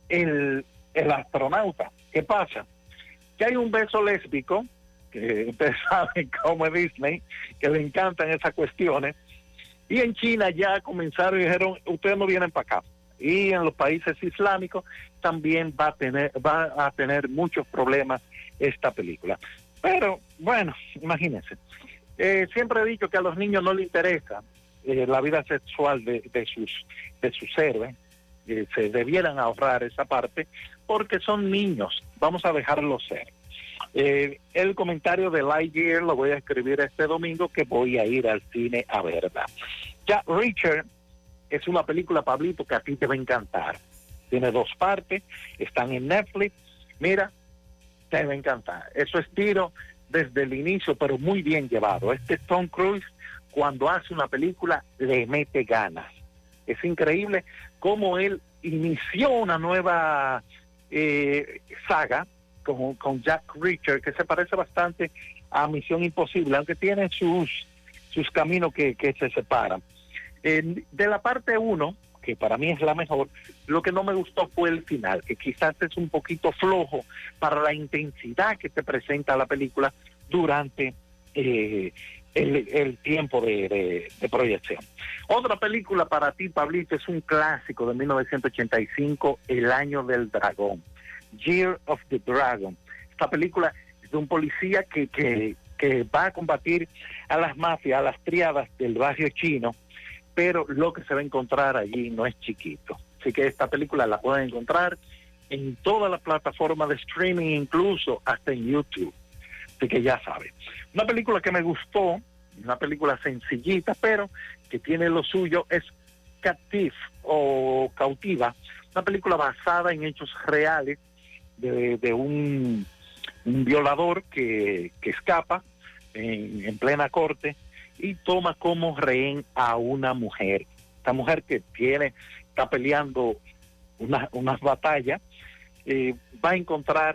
el, el astronauta. ¿Qué pasa? Que hay un beso lésbico, que ustedes saben cómo es Disney, que le encantan esas cuestiones, y en China ya comenzaron y dijeron, ustedes no vienen para acá. Y en los países islámicos también va a tener, va a tener muchos problemas esta película. Pero, bueno, imagínense. Eh, siempre he dicho que a los niños no les interesa eh, la vida sexual de, de sus de sus héroes. Eh, se debieran ahorrar esa parte porque son niños. Vamos a dejarlos ser. Eh, el comentario de Lightyear lo voy a escribir este domingo, que voy a ir al cine a verla. Jack Reacher es una película, Pablito, que a ti te va a encantar. Tiene dos partes, están en Netflix. Mira, te va a encantar. Eso es tiro desde el inicio, pero muy bien llevado. Este Tom Cruise, cuando hace una película, le mete ganas. Es increíble cómo él inició una nueva eh, saga con, con Jack Reacher, que se parece bastante a Misión Imposible, aunque tiene sus, sus caminos que, que se separan. Eh, de la parte uno, que para mí es la mejor, lo que no me gustó fue el final, que quizás es un poquito flojo para la intensidad que te presenta la película durante eh, el, el tiempo de, de, de proyección. Otra película para ti, Pablito, es un clásico de mil novecientos ochenta y cinco, El Año del Dragón, Year of the Dragon. Esta película es de un policía que, que, que va a combatir a las mafias, a las triadas del barrio chino, pero lo que se va a encontrar allí no es chiquito. Así que esta película la pueden encontrar en todas las plataformas de streaming, incluso hasta en YouTube. Así que ya saben. Una película que me gustó, una película sencillita, pero que tiene lo suyo, es Captive o Cautiva, una película basada en hechos reales de, de un, un violador que, que escapa en, en plena corte y toma como rehén a una mujer. Esta mujer que tiene, está peleando unas unas batallas, eh, va a encontrar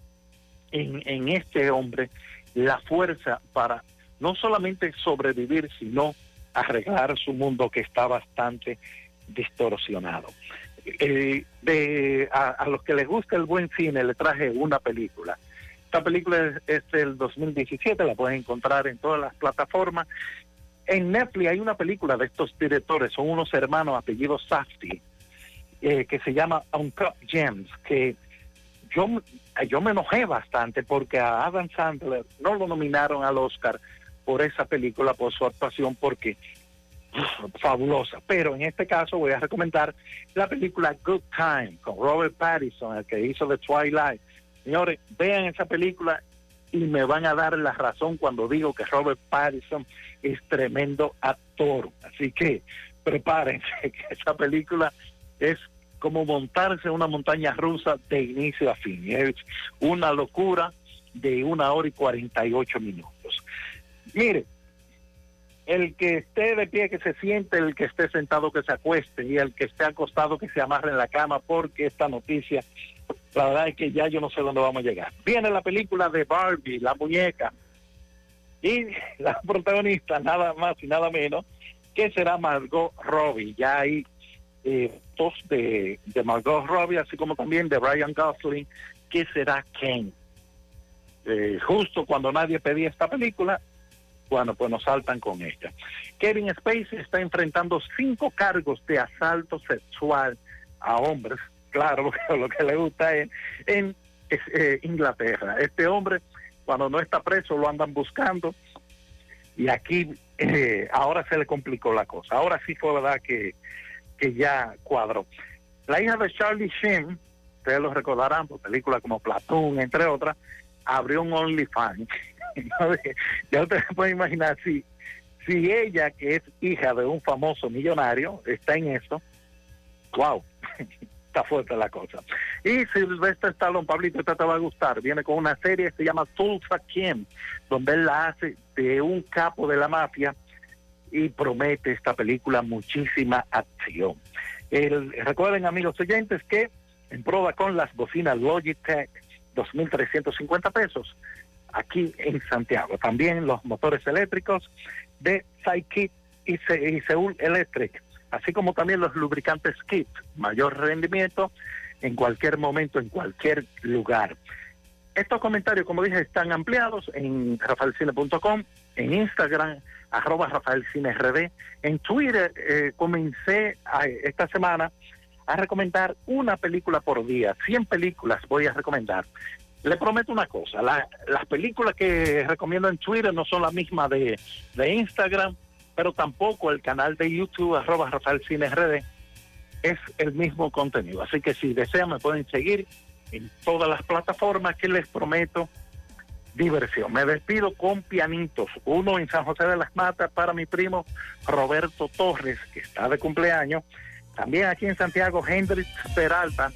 en, en este hombre la fuerza para no solamente sobrevivir, sino arreglar su mundo que está bastante distorsionado. Eh, de, a, a los que les gusta el buen cine, le traje una película. Esta película es, es del dos mil diecisiete, la pueden encontrar en todas las plataformas. En Netflix hay una película de estos directores, son unos hermanos apellidos Safdie, eh, que se llama Uncut Gems, que yo, yo me enojé bastante porque a Adam Sandler no lo nominaron al Oscar por esa película, por su actuación, porque uf, fabulosa. Pero en este caso voy a recomendar la película Good Time con Robert Pattinson, el que hizo The Twilight. Señores, vean esa película y me van a dar la razón cuando digo que Robert Pattinson es tremendo actor. Así que prepárense, que esa película es como montarse en una montaña rusa de inicio a fin. Es una locura de una hora y cuarenta y ocho minutos. Mire, el que esté de pie que se siente, el que esté sentado que se acueste, y el que esté acostado que se amarre en la cama, porque esta noticia, la verdad es que ya yo no sé dónde vamos a llegar. Viene la película de Barbie, la muñeca, y la protagonista nada más y nada menos que será Margot Robbie. Ya hay eh, dos de, de Margot Robbie, así como también de Ryan Gosling, que será Ken. Eh, justo cuando nadie pedía esta película, bueno, pues nos saltan con ella. Kevin Spacey está enfrentando cinco cargos de asalto sexual a hombres, claro, lo que le gusta es en es, eh, Inglaterra. Este hombre, cuando no está preso, lo andan buscando, y aquí eh, ahora se le complicó la cosa. Ahora sí fue verdad que, que ya cuadró. La hija de Charlie Sheen, ustedes lo recordarán por películas como Platoon, entre otras, abrió un OnlyFans. Ya ustedes pueden imaginar, si, si ella, que es hija de un famoso millonario, está en eso, wow, está fuerte la cosa. Y Sylvester Stallone, Pablito, esta te va a gustar, viene con una serie que se llama Tulsa King, donde él la hace de un capo de la mafia, y promete esta película muchísima acción. El, recuerden, amigos oyentes, que en prueba con las bocinas Logitech, dos mil trescientos cincuenta pesos, aquí en Santiago. También los motores eléctricos de Psykit y, Se y Seúl Electric, así como también los lubricantes Kit, mayor rendimiento en cualquier momento, en cualquier lugar. Estos comentarios, como dije, están ampliados en rafael cine punto com, en Instagram, arroba rafaelcinerd, en Twitter. Eh, comencé a, esta semana a recomendar una película por día, cien películas voy a recomendar. Le prometo una cosa, la, las películas que recomiendo en Twitter no son las mismas de, de Instagram, pero tampoco el canal de YouTube, arroba rafaelcinerd, es el mismo contenido. Así que si desean me pueden seguir en todas las plataformas, que les prometo diversión. Me despido con pianitos, uno en San José de las Matas para mi primo Roberto Torres, que está de cumpleaños. También aquí en Santiago, Hendrix Peralta,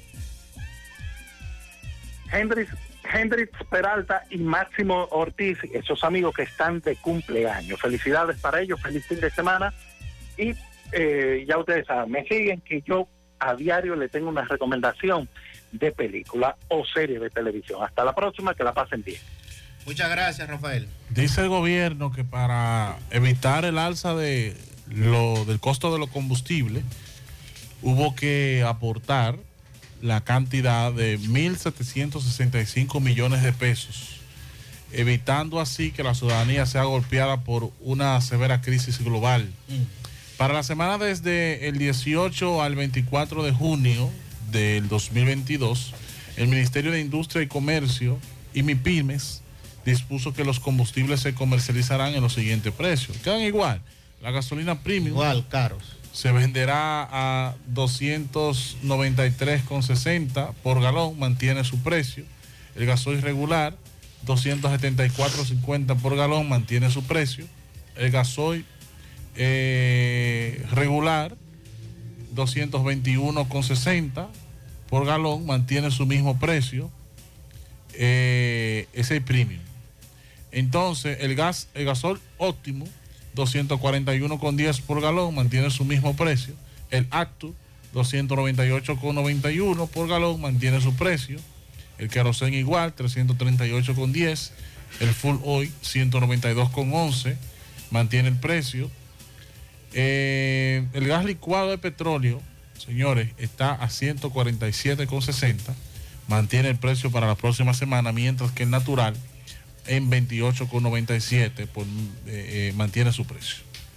Hendrix Hendrix Peralta y Máximo Ortiz, esos amigos que están de cumpleaños. Felicidades para ellos, feliz fin de semana. Y eh, ya ustedes saben, me siguen que yo a diario le tengo una recomendación de película o serie de televisión. Hasta la próxima, que la pasen bien. Muchas gracias, Rafael. Dice el gobierno que para evitar el alza de lo, del costo de los combustibles, hubo que aportar la cantidad de mil setecientos sesenta y cinco millones de pesos, evitando así que la ciudadanía sea golpeada por una severa crisis global. Mm. Para la semana desde el dieciocho al veinticuatro de junio del dos mil veintidós, el Ministerio de Industria y Comercio y MIPYMES dispuso que los combustibles se comercializarán en los siguientes precios. Quedan igual. La gasolina premium. Igual, caros. Se venderá a doscientos noventa y tres con sesenta por galón, mantiene su precio. El gasoil regular, doscientos setenta y cuatro con cincuenta por galón, mantiene su precio. El gasoil eh, regular, doscientos veintiuno con sesenta por galón, mantiene su mismo precio. Eh, ese es premium. Entonces, el gas, el gasol óptimo, doscientos cuarenta y uno con diez por galón, mantiene su mismo precio. El Actu, doscientos noventa y ocho con noventa y uno por galón, mantiene su precio. El queroseno igual, trescientos treinta y ocho con diez. El Full Oil, ciento noventa y dos con once, mantiene el precio. Eh, el gas licuado de petróleo, señores, está a ciento cuarenta y siete con sesenta, mantiene el precio para la próxima semana, mientras que el natural en veintiocho con noventa y siete por, eh, eh, mantiene su precio.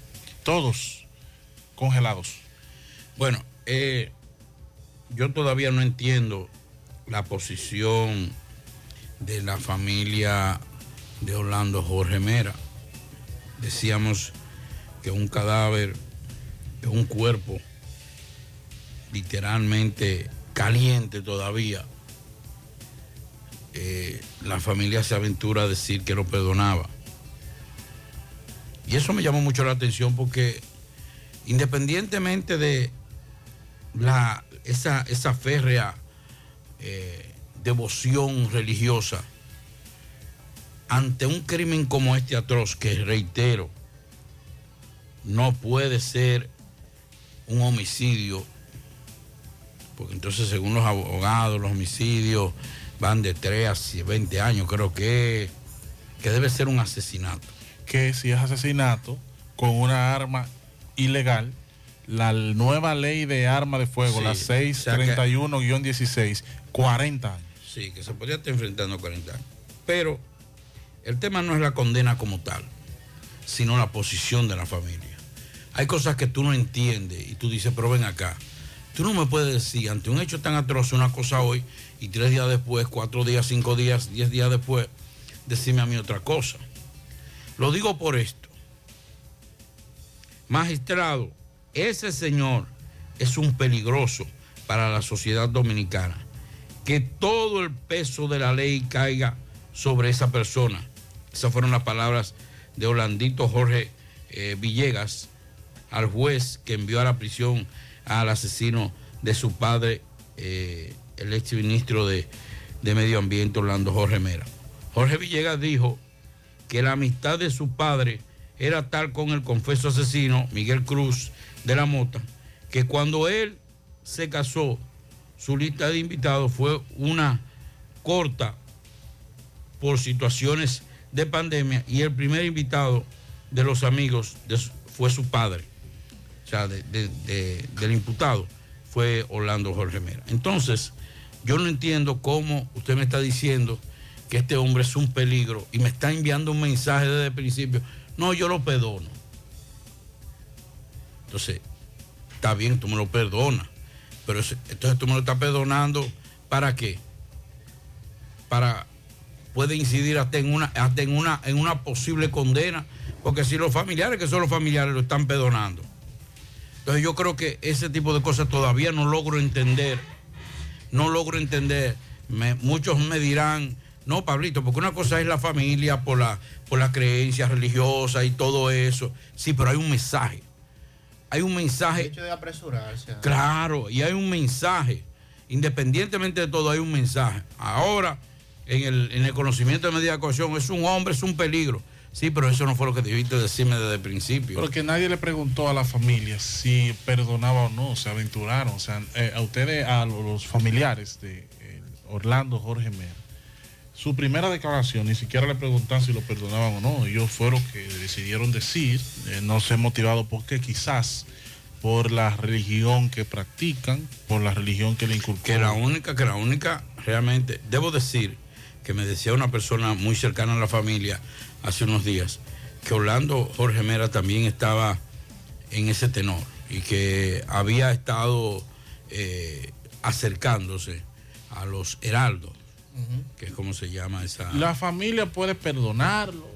todos congelados. Bueno, eh, yo todavía no entiendo la posición de la familia de Orlando Jorge Mera. Decíamos que un cadáver, que un cuerpo literalmente caliente todavía, eh, la familia se aventura a decir que lo perdonaba. Y eso me llamó mucho la atención porque independientemente de la, esa, esa férrea eh, devoción religiosa ante un crimen como este atroz, que reitero, no puede ser un homicidio, porque entonces según los abogados los homicidios van de tres a veinte años, creo que, que debe ser un asesinato. Que si es asesinato con una arma ilegal, la nueva ley de arma de fuego, Sí, la seiscientos treinta y uno guión dieciséis, cuarenta años. Sí, que se podría estar enfrentando a cuarenta años. Pero el tema no es la condena como tal, sino la posición de la familia. Hay cosas que tú no entiendes y tú dices, pero ven acá. Tú no me puedes decir, ante un hecho tan atroz, una cosa hoy y tres días después, cuatro días, cinco días, diez días después, decirme a mí otra cosa. Lo digo por esto. Magistrado, ese señor es un peligroso para la sociedad dominicana. Que todo el peso de la ley caiga sobre esa persona. Esas fueron las palabras de Orlandito Jorge eh, Villegas al juez que envió a la prisión al asesino de su padre, eh, el exministro de, de Medio Ambiente, Orlando Jorge Mera. Jorge Villegas dijo que la amistad de su padre era tal con el confeso asesino, Miguel Cruz de la Mota, que cuando él se casó, su lista de invitados fue una corta por situaciones de pandemia y el primer invitado de los amigos de su, fue su padre, o sea, de, de, de, del imputado fue Orlando Jorge Mera. Entonces, yo no entiendo cómo usted me está diciendo que este hombre es un peligro y me está enviando un mensaje desde el principio. No, yo lo perdono. Entonces, está bien, tú me lo perdonas, pero entonces tú me lo estás perdonando, ¿para qué? Para, puede incidir hasta en una, hasta en una, en una posible condena, porque si los familiares, que son los familiares, lo están perdonando. Entonces yo creo que ese tipo de cosas todavía no logro entender, no logro entender. Me, muchos me dirán, no, Pablito, porque una cosa es la familia por la, por las creencias religiosas y todo eso. Sí, pero hay un mensaje. Hay un mensaje. El hecho de apresurarse. Claro, y hay un mensaje. Independientemente de todo, hay un mensaje. Ahora, en el, en el conocimiento de medida de coacción, es un hombre, es un peligro. Sí, pero eso no fue lo que debiste decirme desde el principio. Porque nadie le preguntó a la familia si perdonaba o no, se aventuraron. O sea, eh, a ustedes, a los familiares de eh, Orlando Jorge Mera, su primera declaración ni siquiera le preguntaron si lo perdonaban o no. Ellos fueron los que decidieron decir, eh, no sé motivado por qué, quizás por la religión que practican, por la religión que le inculcó. Que la única, que la única, realmente, debo decir que me decía una persona muy cercana a la familia hace unos días, que Orlando Jorge Mera también estaba en ese tenor y que había estado eh, acercándose a los heraldos, uh-huh. que es como se llama esa... La familia puede perdonarlo,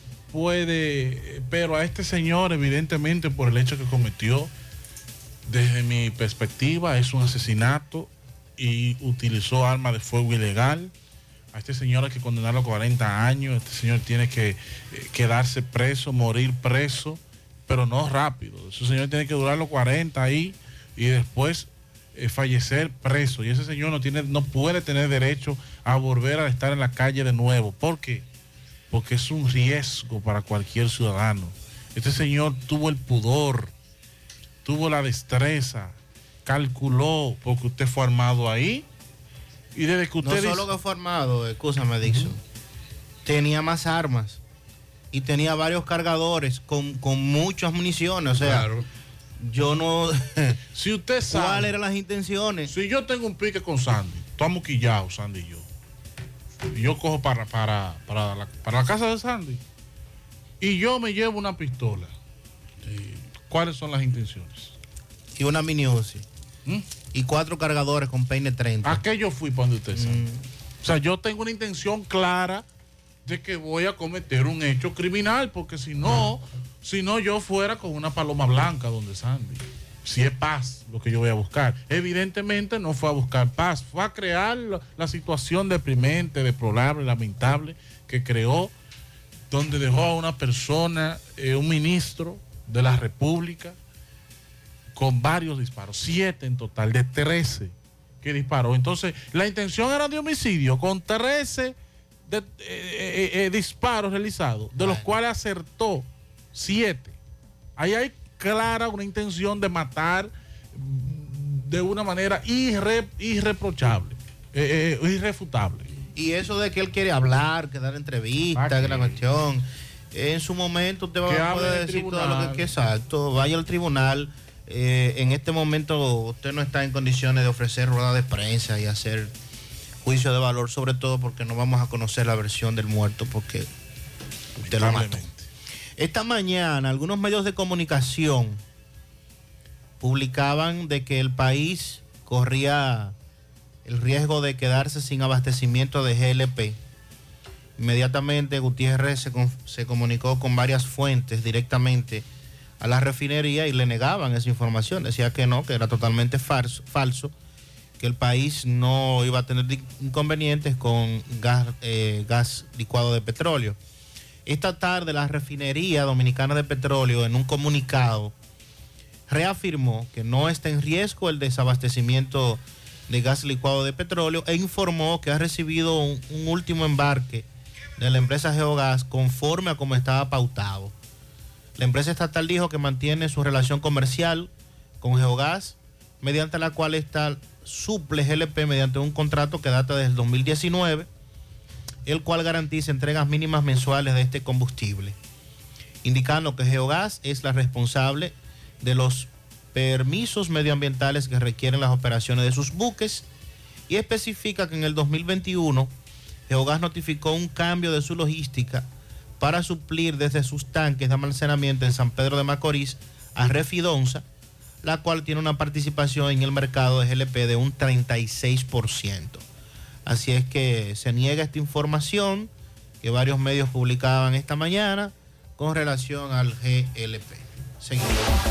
puede, pero a este señor evidentemente por el hecho que cometió, desde mi perspectiva es un asesinato y utilizó arma de fuego ilegal. A este señor hay que condenarlo a cuarenta años, este señor tiene que eh, quedarse preso, morir preso, pero no rápido. Ese señor tiene que durar los cuarenta ahí y después eh, fallecer preso. Y ese señor no, tiene, no puede tener derecho a volver a estar en la calle de nuevo. ¿Por qué? Porque es un riesgo para cualquier ciudadano. Este señor tuvo el pudor, tuvo la destreza, calculó, porque usted fue armado ahí. Y desde que usted no dice... solo que fue armado, escúchame Dixon, uh-huh. tenía más armas y tenía varios cargadores con, con muchas municiones, o sea, claro. yo no... si usted sabe... ¿Cuáles eran las intenciones? Si yo tengo un pique con Sandy, estamos quillados, Sandy y yo, y yo cojo para, para, para, la, para la casa de Sandy, y yo me llevo una pistola, sí. ¿Cuáles son las intenciones? Y una mini UCI. ¿Mm? Y cuatro cargadores con peine treinta. ¿A qué yo fui cuando usted sabe? Mm. O sea, yo tengo una intención clara de que voy a cometer un hecho criminal, porque si no, si no yo fuera con una paloma blanca donde Sandy. Si es paz lo que yo voy a buscar. Evidentemente no fue a buscar paz, fue a crear la, la situación deprimente, deplorable, lamentable que creó, donde dejó a una persona, eh, un ministro de la República, con varios disparos, siete en total, de trece que disparó. Entonces, la intención era de homicidio, con trece de, eh, eh, eh, disparos realizados, de los cuales acertó siete. Ahí hay clara una intención de matar de una manera irre, irreprochable, eh, eh, irrefutable. Y eso de que él quiere hablar, que dar entrevistas, que la cuestión, en su momento usted va a poder decir todo lo que, que exacto, vaya al tribunal. Eh, en este momento usted no está en condiciones de ofrecer ruedas de prensa y hacer juicio de valor, sobre todo porque no vamos a conocer la versión del muerto, porque usted lo mató. Esta mañana algunos medios de comunicación publicaban de que el país corría el riesgo de quedarse sin abastecimiento de G L P. Inmediatamente Gutiérrez se, se comunicó con varias fuentes directamente a la refinería y le negaban esa información. Decía que no, que era totalmente falso, falso que el país no iba a tener inconvenientes con gas, eh, gas licuado de petróleo. Esta tarde la refinería dominicana de petróleo, en un comunicado, reafirmó que no está en riesgo el desabastecimiento de gas licuado de petróleo e informó que ha recibido un, un último embarque de la empresa Geogas conforme a como estaba pautado. La empresa estatal dijo que mantiene su relación comercial con Geogas, mediante la cual esta suple G L P mediante un contrato que data desde el dos mil diecinueve, el cual garantiza entregas mínimas mensuales de este combustible, indicando que Geogas es la responsable de los permisos medioambientales que requieren las operaciones de sus buques, y especifica que en el dos mil veintiuno Geogas notificó un cambio de su logística para suplir desde sus tanques de almacenamiento en San Pedro de Macorís a Refidonza, la cual tiene una participación en el mercado de G L P de un treinta y seis por ciento. Así es que se niega esta información que varios medios publicaban esta mañana con relación al G L P. Seguimos.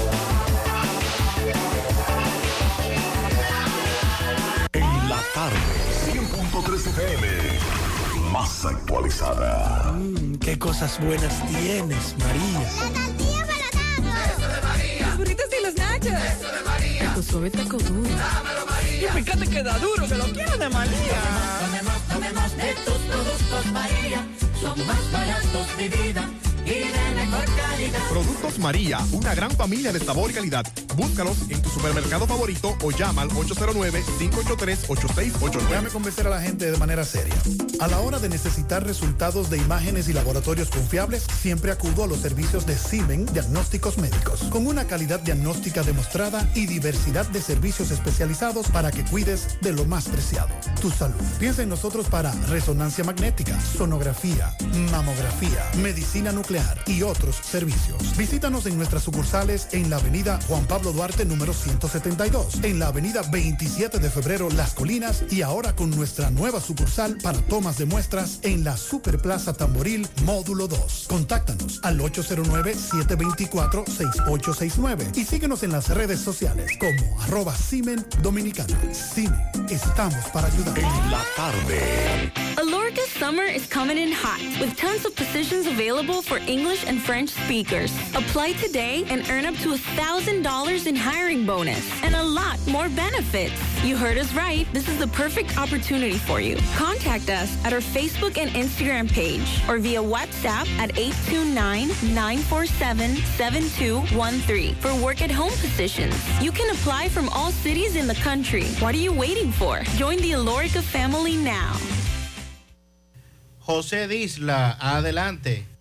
En la tarde, cien punto tres F M, más actualizada. Mm, qué cosas buenas tienes, María. La tortilla para tacos. Eso de María. Los burritos y los nachos. Eso de María. Tu suave taco duro. Dámelo, María. Y fíjate que da duro, que lo quiero de María. Tome más, tome más de tus productos, María. Son más baratos de vida y de mejor calidad. Productos María, una gran familia de sabor y calidad. Búscalos en tu supermercado favorito o llama al ocho cero nueve, cinco ocho tres, ocho seis ocho nueve. Déjame convencer a la gente de manera seria. A la hora de necesitar resultados de imágenes y laboratorios confiables, siempre acudo a los servicios de Simen Diagnósticos Médicos, con una calidad diagnóstica demostrada y diversidad de servicios especializados para que cuides de lo más preciado, tu salud. Piensa en nosotros para resonancia magnética, sonografía, mamografía, medicina nuclear y otros servicios. Visítanos en nuestras sucursales en la avenida Juan Pablo Duarte número ciento setenta y dos, en la avenida veintisiete de febrero Las Colinas, y ahora con nuestra nueva sucursal para tomas de muestras en la Superplaza Tamboril Módulo dos. Contáctanos al ocho cero nueve, siete dos cuatro, seis ocho seis nueve y síguenos en las redes sociales como arroba Simen Dominicana. Simen, estamos para ayudar. En la tarde. Alorca summer is coming in hot with tons of positions available for English and French speakers. Apply today and earn up to one thousand dollars in hiring bonus and a lot more benefits. You heard us right. This is the perfect opportunity for you. Contact us at our Facebook and Instagram page or via WhatsApp at eight two nine, nine four seven, seven two one three for work at home positions. You can apply from all cities in the country. What are you waiting for? Join the Alorica family now. José Disla, adelante.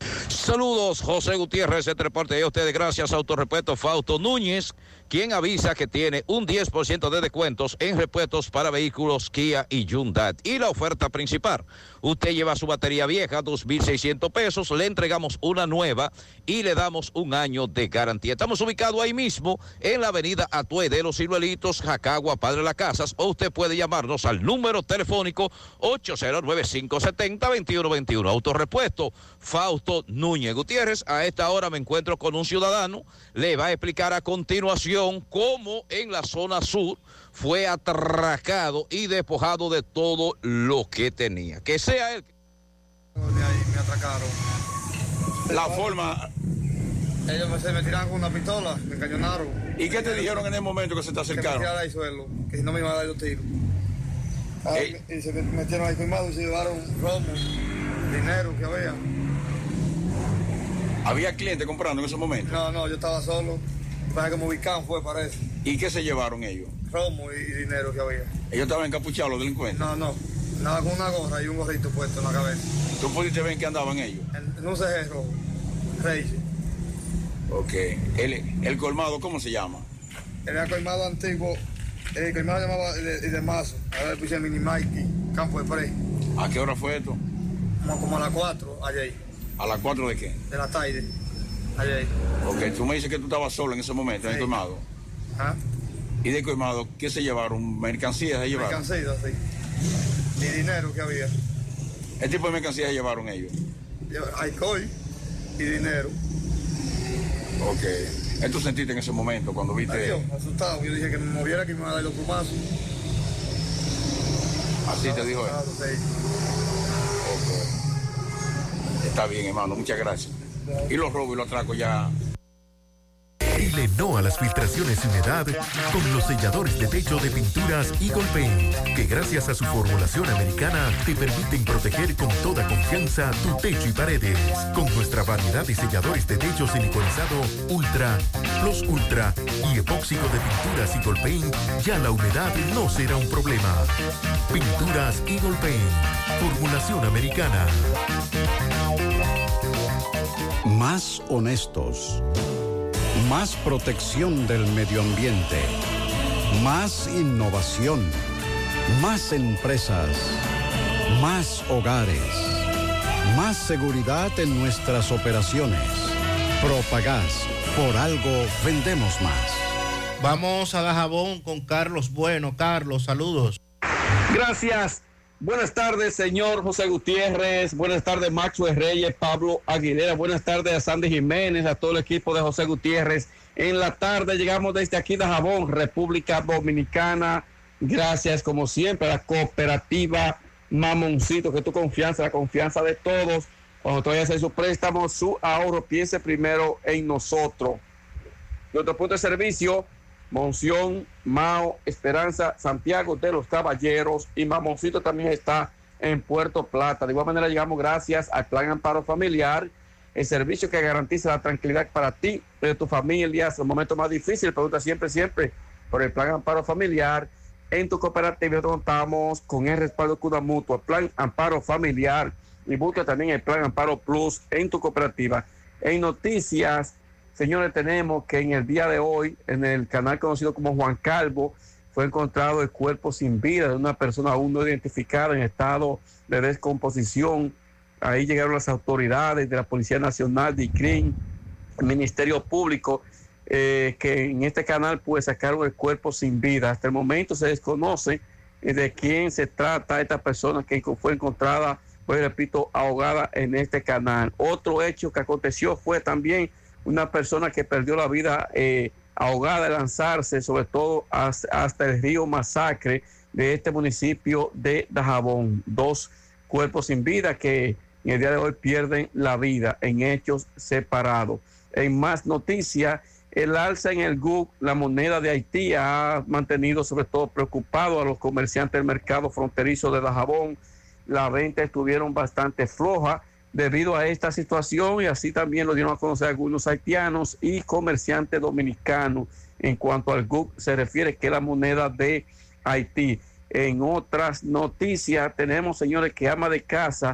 Saludos, José Gutiérrez, este reporte de ustedes gracias a Autorepuesto Fausto Núñez, quien avisa que tiene un diez por ciento de descuentos en repuestos para vehículos Kia y Hyundai. Y la oferta principal, usted lleva su batería vieja, dos mil seiscientos pesos, le entregamos una nueva y le damos un año de garantía. Estamos ubicados ahí mismo en la avenida Atué de los Ciruelitos, Jacagua, Padre Las Casas, o usted puede llamarnos al número telefónico ocho cero nueve, cinco siete cero, dos uno dos uno. Autorepuesto Fausto Núñez Gutiérrez. A esta hora me encuentro con un ciudadano, le va a explicar a continuación cómo en la zona sur fue atracado y despojado de todo lo que tenía. Que sea él. De ahí me atracaron. La forma... Ellos me, se me tiraron con una pistola, me encañonaron. ¿Y qué te dijeron en el momento que se te acercaron? Que me tirara al suelo, que si no me iban a dar los tiros. Ahí, y se metieron ahí firmados y se llevaron romo, dinero que había. ¿Había clientes comprando en ese momento? No, no, yo estaba solo. Para que me ubicaban fue, parece. ¿Y qué se llevaron ellos? Romo y dinero que había. ¿Ellos estaban encapuchados los delincuentes? No, no. Nada con una gorra y un gorrito puesto en la cabeza. ¿Tú pudiste ver en qué andaban ellos? En, en un C G rojo. Reyes. Ok. ¿El, el colmado cómo se llama? Era el colmado antiguo. El colmado se llamaba de, de Mazo. Ahora le puse Mini Mikey, Campo de Frey. ¿A qué hora fue esto? Como, como a las cuatro, ayer. ¿A las cuatro de qué? De la tarde. Ayer. Ok, tú me dices que tú estabas solo en ese momento, sí. En el colmado. ¿Ah? ¿Y de colmado qué se llevaron? ¿Mercancías se llevaron? Mercancías, sí. Ni dinero que había. ¿Qué tipo de mercancías se llevaron ellos? Alcohol y dinero. Ok. ¿Qué tú sentiste en ese momento cuando viste? Adiós, asustado. Yo dije que me moviera, que me iba a dar los plumazos. ¿Así no, te dijo él? Sí. Okay. Está bien, hermano. Muchas gracias. Y los robos y los atracos ya... Dile no a las filtraciones y humedad con los selladores de techo de Pinturas Eagle Paint, que gracias a su formulación americana te permiten proteger con toda confianza tu techo y paredes. Con nuestra variedad de selladores de techo siliconizado Ultra, Plus Ultra y epóxico de Pinturas Eagle Paint, ya la humedad no será un problema. Pinturas Eagle Paint, formulación americana. Más honestos. Más protección del medio ambiente. Más innovación. Más empresas. Más hogares. Más seguridad en nuestras operaciones. Propagás. Por algo vendemos más. Vamos a Dajabón con Carlos Bueno. Carlos, saludos. Gracias. Buenas tardes, señor José Gutiérrez. Buenas tardes, Maxwell Reyes, Pablo Aguilera. Buenas tardes a Sandy Jiménez, a todo el equipo de José Gutiérrez. En la tarde llegamos desde aquí de Dajabón, República Dominicana. Gracias, como siempre, a la cooperativa Mamoncito, que tu confianza, la confianza de todos. Cuando tú vayas a hacer su préstamo, su ahorro, piense primero en nosotros. Nuestro punto de servicio: Monción, Mao, Esperanza, Santiago de los Caballeros, y Mamoncito también está en Puerto Plata. De igual manera llegamos gracias al Plan Amparo Familiar, el servicio que garantiza la tranquilidad para ti, de tu familia, en los momentos más difíciles. Pregunta siempre, siempre por el Plan Amparo Familiar. En tu cooperativa contamos con el respaldo de Cuda Mutua, Plan Amparo Familiar, y busca también el Plan Amparo Plus en tu cooperativa. En noticias, señores, tenemos que en el día de hoy, en el canal conocido como Juan Calvo, fue encontrado el cuerpo sin vida de una persona aún no identificada en estado de descomposición. Ahí llegaron las autoridades de la Policía Nacional, de I C R I M, el Ministerio Público, eh, que en este canal pues sacaron el cuerpo sin vida. Hasta el momento se desconoce eh, de quién se trata esta persona que fue encontrada, pues repito, ahogada en este canal. Otro hecho que aconteció fue también una persona que perdió la vida eh, ahogada al lanzarse, sobre todo hasta, hasta el río Masacre de este municipio de Dajabón. Dos cuerpos sin vida que en el día de hoy pierden la vida en hechos separados. En más noticias, el alza en el G U C, la moneda de Haití, ha mantenido sobre todo preocupado a los comerciantes del mercado fronterizo de Dajabón. Las ventas estuvieron bastante flojas debido a esta situación, y así también lo dieron a conocer algunos haitianos y comerciantes dominicanos. En cuanto al G U C se refiere, que es la moneda de Haití. En otras noticias tenemos, señores, que ama de casa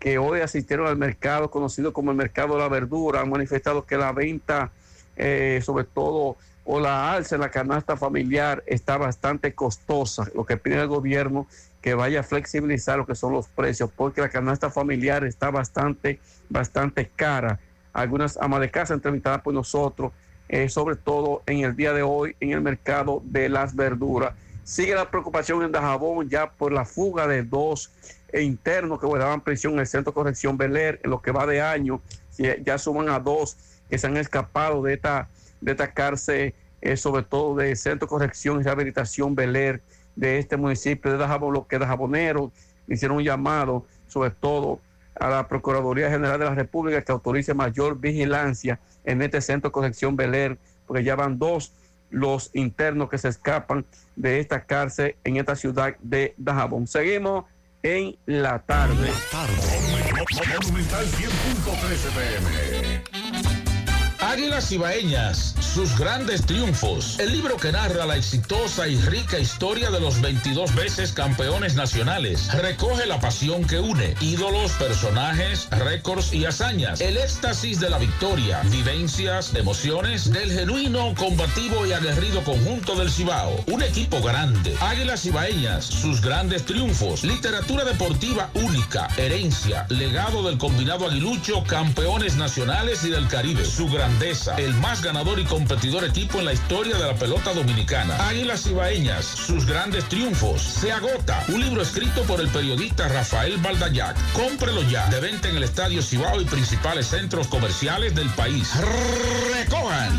que hoy asistieron al mercado conocido como el mercado de la verdura, han manifestado que la venta, eh, sobre todo, o la alza en la canasta familiar está bastante costosa. Lo que pide el gobierno que vaya a flexibilizar lo que son los precios, porque la canasta familiar está bastante, bastante cara. Algunas amas de casa entrevistadas por nosotros, eh, sobre todo en el día de hoy en el mercado de las verduras. Sigue la preocupación en Dajabón ya por la fuga de dos internos que guardaban prisión en el Centro de Corrección Bel Air en lo que va de año. Ya suman a dos que se han escapado de esta, de esta cárcel, eh, sobre todo del Centro de Corrección y Rehabilitación Bel Air de este municipio de Dajabón. Los que dajaboneros hicieron un llamado, sobre todo a la Procuraduría General de la República, que autorice mayor vigilancia en este Centro de Corrección Bel Air, porque ya van dos los internos que se escapan de esta cárcel en esta ciudad de Dajabón. Seguimos en la tarde. La tarde. Monumental cien punto trece P M. Águilas Ibaeñas, sus grandes triunfos. El libro que narra la exitosa y rica historia de los veintidós veces campeones nacionales. Recoge la pasión que une, ídolos, personajes, récords y hazañas. El éxtasis de la victoria, vivencias, emociones del genuino, combativo y aguerrido conjunto del Cibao. Un equipo grande. Águilas Ibaeñas, sus grandes triunfos. Literatura deportiva única, herencia, legado del combinado aguilucho, campeones nacionales y del Caribe. Su grandeza, el más ganador y competidor equipo en la historia de la pelota dominicana. Águilas Ibaeñas, sus grandes triunfos. Se agota. Un libro escrito por el periodista Rafael Baldayac. Cómprelo ya. De venta en el Estadio Cibao y principales centros comerciales del país. Recojan.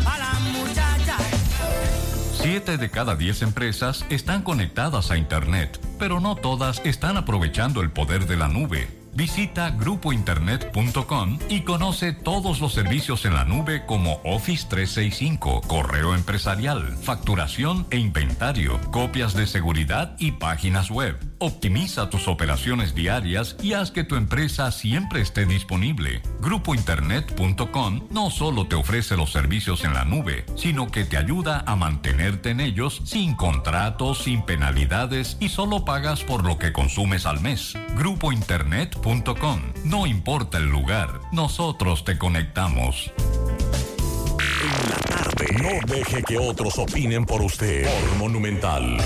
Siete de cada diez empresas están conectadas a Internet, pero no todas están aprovechando el poder de la nube. Visita grupo internet punto com y conoce todos los servicios en la nube como Office trescientos sesenta y cinco, correo empresarial, facturación e inventario, copias de seguridad y páginas web. Optimiza tus operaciones diarias y haz que tu empresa siempre esté disponible. grupo internet punto com no solo te ofrece los servicios en la nube, sino que te ayuda a mantenerte en ellos sin contratos, sin penalidades y solo pagas por lo que consumes al mes. grupo internet punto com. No importa el lugar, nosotros te conectamos. En la tarde. No deje que otros opinen por usted. Por Monumental.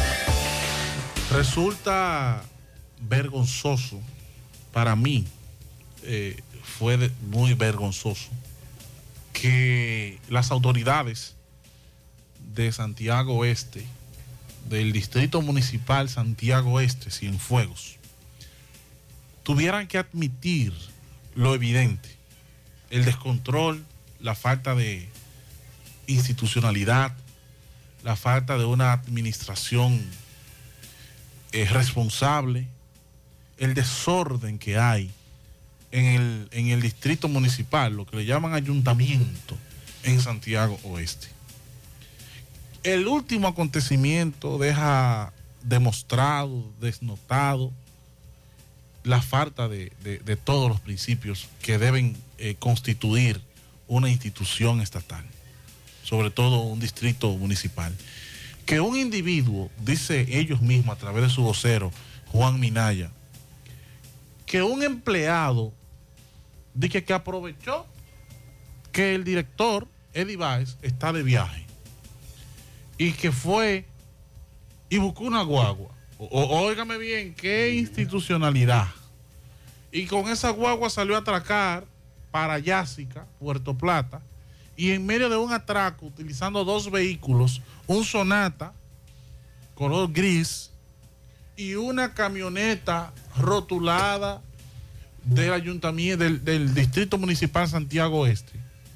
Resulta vergonzoso, para mí eh, fue de, muy vergonzoso que las autoridades de Santiago Oeste, del Distrito Municipal Santiago Oeste, Cienfuegos, tuvieran que admitir lo evidente, el descontrol, la falta de institucionalidad, la falta de una administración eh, responsable, el desorden que hay en el, en el distrito municipal, lo que le llaman ayuntamiento en Santiago Oeste. El último acontecimiento deja demostrado, desnotado, la falta de, de, de todos los principios que deben eh, constituir una institución estatal, sobre todo un distrito municipal. Que un individuo, dice ellos mismos a través de su vocero, Juan Minaya, que un empleado dice que aprovechó que el director, Eddie Baez, está de viaje y que fue y buscó una guagua. O, óigame bien, qué institucionalidad. Y con esa guagua salió a atracar para Yásica, Puerto Plata, y en medio de un atraco, utilizando dos vehículos, un Sonata color gris y una camioneta rotulada del ayuntamiento del, del Distrito Municipal Santiago Oeste,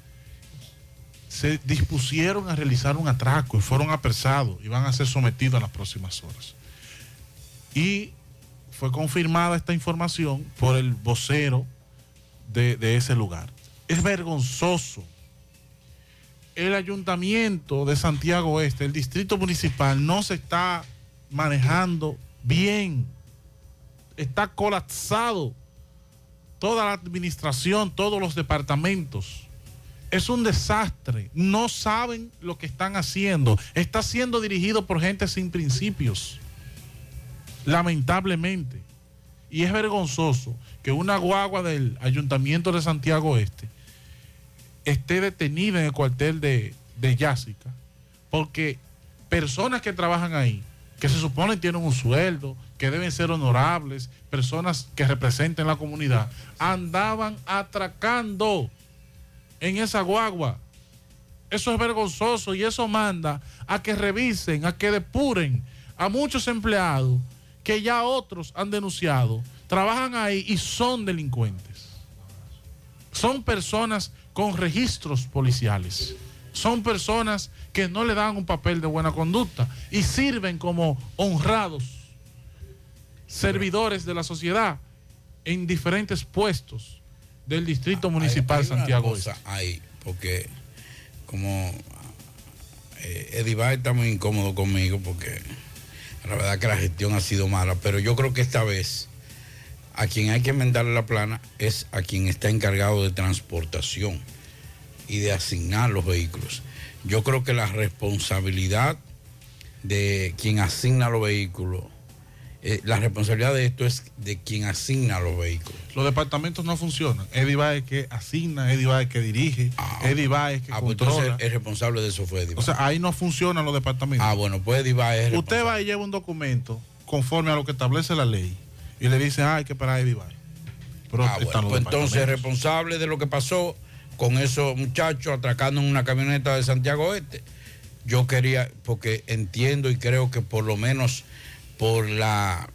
se dispusieron a realizar un atraco y fueron apresados y van a ser sometidos en las próximas horas. Y fue confirmada esta información por el vocero de, de ese lugar. Es vergonzoso. El ayuntamiento de Santiago Oeste, el distrito municipal, no se está manejando bien. Está colapsado toda la administración, todos los departamentos. Es un desastre. No saben lo que están haciendo. Está siendo dirigido por gente sin principios, lamentablemente. y es vergonzoso que una guagua del Ayuntamiento de Santiago Este esté detenida en el cuartel de, de Yásica, porque personas que trabajan ahí, que se supone tienen un sueldo, que deben ser honorables, personas que representen la comunidad, andaban atracando en esa guagua. Eso es vergonzoso y eso manda a que revisen, a que depuren a muchos empleados que ya otros han denunciado, trabajan ahí y son delincuentes. Son personas con registros policiales. Son personas que no le dan un papel de buena conducta y sirven como honrados servidores de la sociedad en diferentes puestos del Distrito Municipal hay, hay Santiago Este. Este. Ahí, porque como eh, Edibay está muy incómodo conmigo porque la verdad que la gestión ha sido mala, pero yo creo que esta vez a quien hay que enmendarle la plana es a quien está encargado de transportación y de asignar los vehículos. Yo creo que la responsabilidad de quien asigna los vehículos, eh, la responsabilidad de esto es de quien asigna los vehículos. Los departamentos no funcionan. Eddie Baez que asigna, Eddie Baez que dirige, ah, Eddie Baez que ah, pues controla. Entonces el responsable de eso fue Eddie Baez. O sea, ahí no funcionan los departamentos. Ah, bueno, pues Eddie Baez es Usted va y lleva un documento conforme a lo que establece la ley y le dice, ah, hay que parar a Eddie Baez. Pero ah, bueno, pues entonces el responsable de lo que pasó con esos muchachos atracando en una camioneta de Santiago Este, yo quería, porque entiendo y creo que por lo menos por la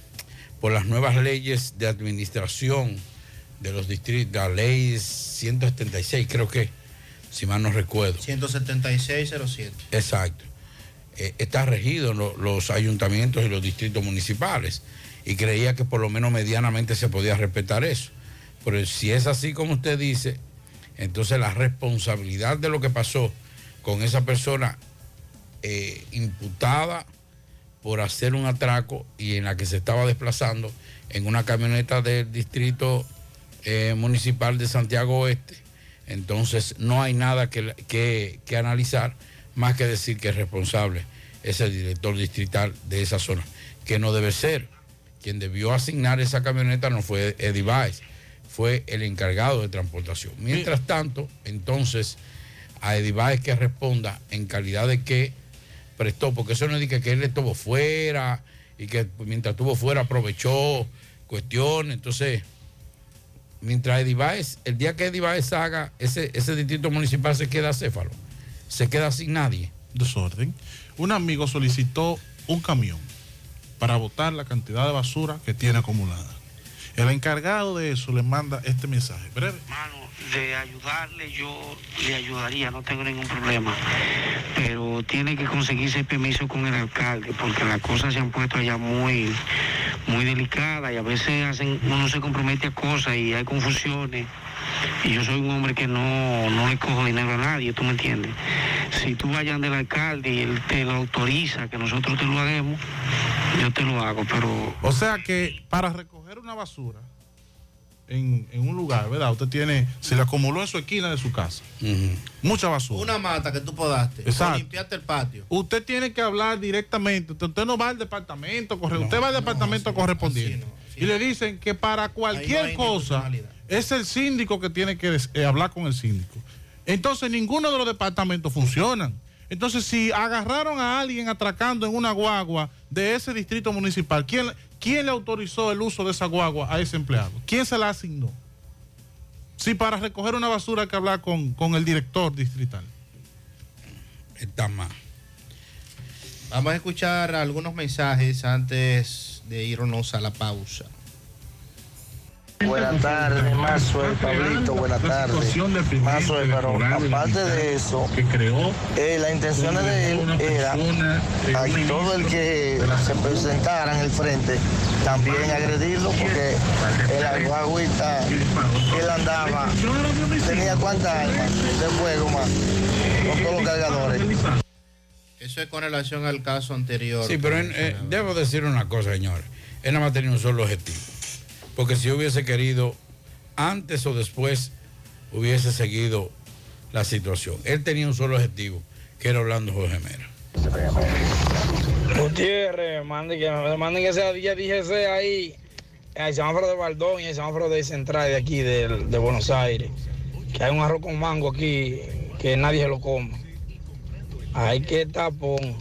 por las nuevas leyes de administración de los distritos, la ley ciento setenta y seis, creo que, si mal no recuerdo. ciento setenta y seis cero siete. Exacto. Eh, está regido en lo, los ayuntamientos y los distritos municipales, y creía que por lo menos medianamente se podía respetar eso. Pero si es así como usted dice, entonces la responsabilidad de lo que pasó con esa persona eh, imputada por hacer un atraco y en la que se estaba desplazando en una camioneta del distrito eh, municipal de Santiago Oeste, entonces no hay nada que, que, que analizar más que decir que el responsable es el director distrital de esa zona, que no debe ser. Quien debió asignar esa camioneta no fue Eddie Baez, fue el encargado de transportación. Mientras tanto, entonces, a Eddie Baez que responda en calidad de que prestó, porque eso no indica que él estuvo fuera y que mientras estuvo fuera aprovechó cuestiones. Entonces, mientras Eddie Baez, el día que Eddie Baez haga, ese, ese distrito municipal se queda acéfalo, se queda sin nadie. Desorden. Un amigo solicitó un camión para botar la cantidad de basura que tiene acumulada. El encargado de eso le manda este mensaje, breve. Mano, de ayudarle yo le ayudaría, no tengo ningún problema, pero tiene que conseguirse el permiso con el alcalde, porque las cosas se han puesto allá muy, muy delicadas y a veces hacen, uno se compromete a cosas y hay confusiones. Y yo soy un hombre que no, no le cojo dinero a nadie, ¿tú me entiendes? Si tú vayas del alcalde y él te lo autoriza, que nosotros te lo hagamos, yo te lo hago, pero... O sea que para recoger una basura en, en un lugar, ¿verdad? Usted tiene, se le acumuló en su esquina de su casa. Uh-huh. Mucha basura. Una mata que tú podaste. Exacto. Limpiaste el patio. Usted tiene que hablar directamente. Usted, usted no va al departamento, corre, no, usted va al no, departamento así, correspondiente. Así no, así y no. Le dicen que para cualquier no cosa es el síndico que tiene que eh, hablar con el síndico. Entonces ninguno de los departamentos funcionan. Entonces si agarraron a alguien atracando en una guagua de ese distrito municipal, ¿quién, quién le autorizó el uso de esa guagua a ese empleado? ¿Quién se la asignó? Si para recoger una basura hay que hablar con, con el director distrital. Está mal. Vamos a escuchar algunos mensajes antes de irnos a la pausa. Buenas tardes, Mazo el Pablito, buenas tardes. Mazo, pero aparte de eso, eh, las intenciones de él era a todo el que se presentara en el frente también agredirlo, porque el guaguita que él andaba tenía cuántas armas de fuego más, con todos los cargadores. Eso es con relación al caso anterior. Sí, pero en, eh, debo decir una cosa, señor. Él nada más tenía un solo objetivo. Porque si hubiese querido, antes o después, hubiese seguido la situación. Él tenía un solo objetivo, que era Orlando Jorge Mera. Gutiérrez, mande que, mande que sea día D G C ahí, en el semáforo de Baldón y el semáforo de Central de aquí, de, de Buenos Aires, que hay un arroz con mango aquí que nadie se lo come. Hay que tapón.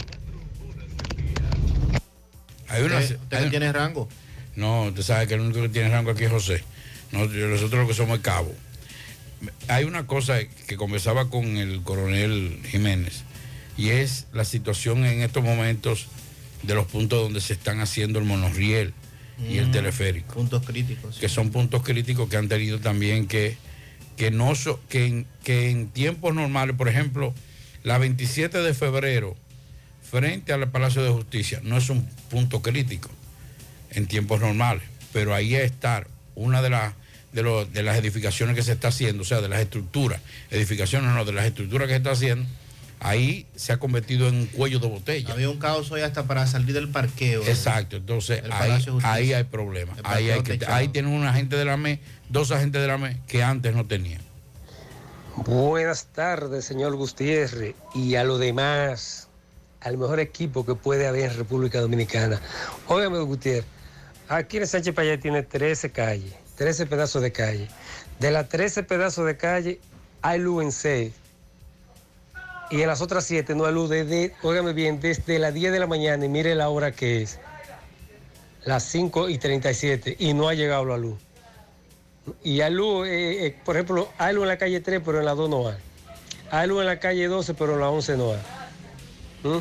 Hay una, ¿Usted, usted hay, tiene rango? No, usted sabe que el único que tiene rango aquí es José. Nosotros, nosotros lo que somos es cabo. Hay una cosa que conversaba con el coronel Jiménez, y es la situación en estos momentos de los puntos donde se están haciendo el monorriel mm, y el teleférico. Puntos críticos. Que son puntos críticos que han tenido también que, que, no so, que, en, que en tiempos normales, por ejemplo, la veintisiete de febrero, frente al Palacio de Justicia, no es un punto crítico en tiempos normales, pero ahí es estar una de las de, lo, de las edificaciones que se está haciendo, o sea, de las estructuras, edificaciones no, de las estructuras que se está haciendo, ahí se ha convertido en un cuello de botella. Había un caos hoy hasta para salir del parqueo. Exacto, entonces ahí, ahí hay problemas. Ahí, hay que, ahí tienen un agente de la M E, dos agentes de la M E que antes no tenían. Buenas tardes, señor Gutiérrez, y a lo demás, al mejor equipo que puede haber en República Dominicana. Óigame, Gutiérrez, aquí en Sánchez Payá tiene trece calles, trece pedazos de calle. De las trece pedazos de calle, hay luz en seis. Y en las otras siete no hay luz desde, óigame bien, desde las diez de la mañana, y mire la hora que es, las cinco y treinta y siete, y no ha llegado la luz. Y hay luz, eh, eh, por ejemplo, hay luz en la calle tres, pero en la dos no hay. Hay luz en la calle doce, pero en la once no hay. ¿Mm?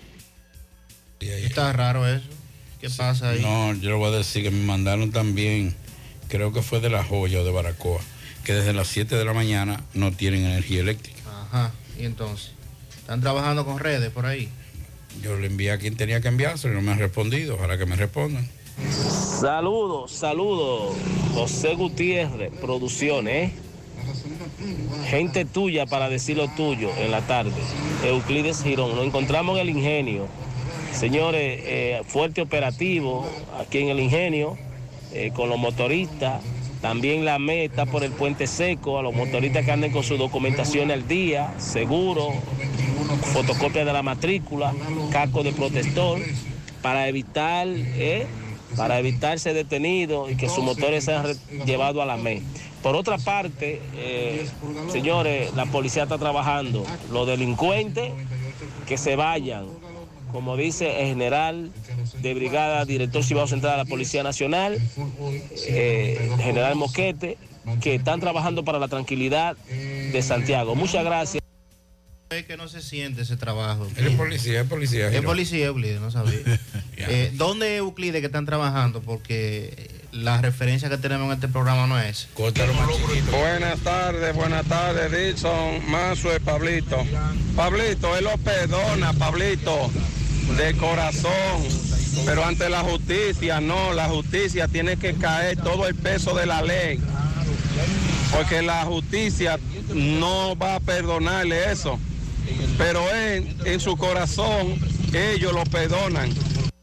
Está raro eso. ¿Qué sí. pasa ahí? No, yo le voy a decir que me mandaron también, creo que fue de La Joya o de Baracoa, que desde las siete de la mañana no tienen energía eléctrica. Ajá, y entonces, ¿están trabajando con redes por ahí? Yo le envié a quien tenía que enviarse y no me han respondido, ojalá que me respondan. Saludos, saludos, José Gutiérrez, producciones, ¿eh? Gente tuya para decir lo tuyo en la tarde. Euclides Girón, nos encontramos en el Ingenio. Señores, eh, fuerte operativo aquí en el Ingenio, eh, con los motoristas. También la M E está por el Puente Seco, a los motoristas que anden con su documentación al día, seguro, fotocopia de la matrícula, casco de protector, para evitar, eh, para evitar ser detenido y que sus motores sean llevados a la M E. Por otra parte, eh, señores, la policía está trabajando. Los delincuentes que se vayan, como dice el general de brigada, director Cibao Central de la Policía Nacional, eh, general Mosquete, que están trabajando para la tranquilidad de Santiago. Muchas gracias. Es que no se siente ese trabajo. Es policía, es policía. Es policía, Euclides, no sabía. eh, ¿Dónde es Euclides que están trabajando? Porque la referencia que tenemos en este programa no es. Buenas tardes, buenas tardes, Dixon, Mazo y Pablito. Pablito, él lo perdona, Pablito, de corazón. Pero ante la justicia, no, la justicia tiene que caer todo el peso de la ley. Porque la justicia no va a perdonarle eso. Pero él, en su corazón, ellos lo perdonan.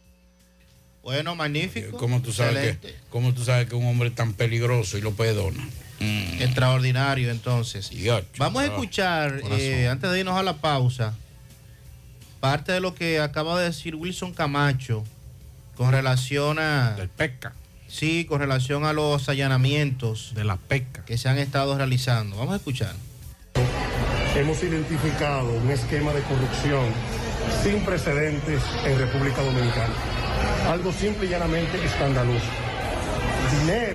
Bueno, magnífico. ¿Cómo tú sabes, que, ¿cómo tú sabes que un hombre tan peligroso y lo perdona? Mm. Extraordinario, entonces. Dios, Vamos a escuchar, eh, antes de irnos a la pausa, parte de lo que acaba de decir Wilson Camacho con relación a... Del pesca. Sí, con relación a los allanamientos de la pesca que se han estado realizando. Vamos a escuchar. Hemos identificado un esquema de corrupción sin precedentes en República Dominicana. Algo simple y llanamente escandaloso. Dinero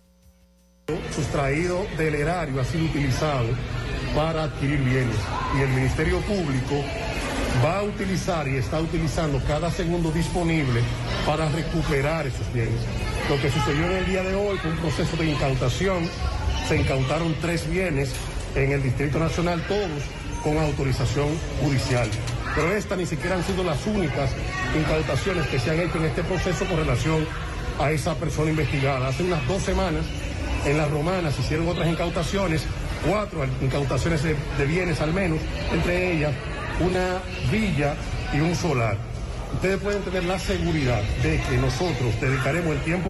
sustraído del erario ha sido utilizado para adquirir bienes y el Ministerio Público va a utilizar y está utilizando cada segundo disponible para recuperar esos bienes. Lo que sucedió en el día de hoy fue un proceso de incautación. Se incautaron tres bienes en el Distrito Nacional, todos con autorización judicial. Pero estas ni siquiera han sido las únicas incautaciones que se han hecho en este proceso con relación a esa persona investigada. Hace unas dos semanas, en Las Romanas, se hicieron otras incautaciones, cuatro incautaciones de, de bienes al menos, entre ellas una villa y un solar. Ustedes pueden tener la seguridad de que nosotros dedicaremos el tiempo.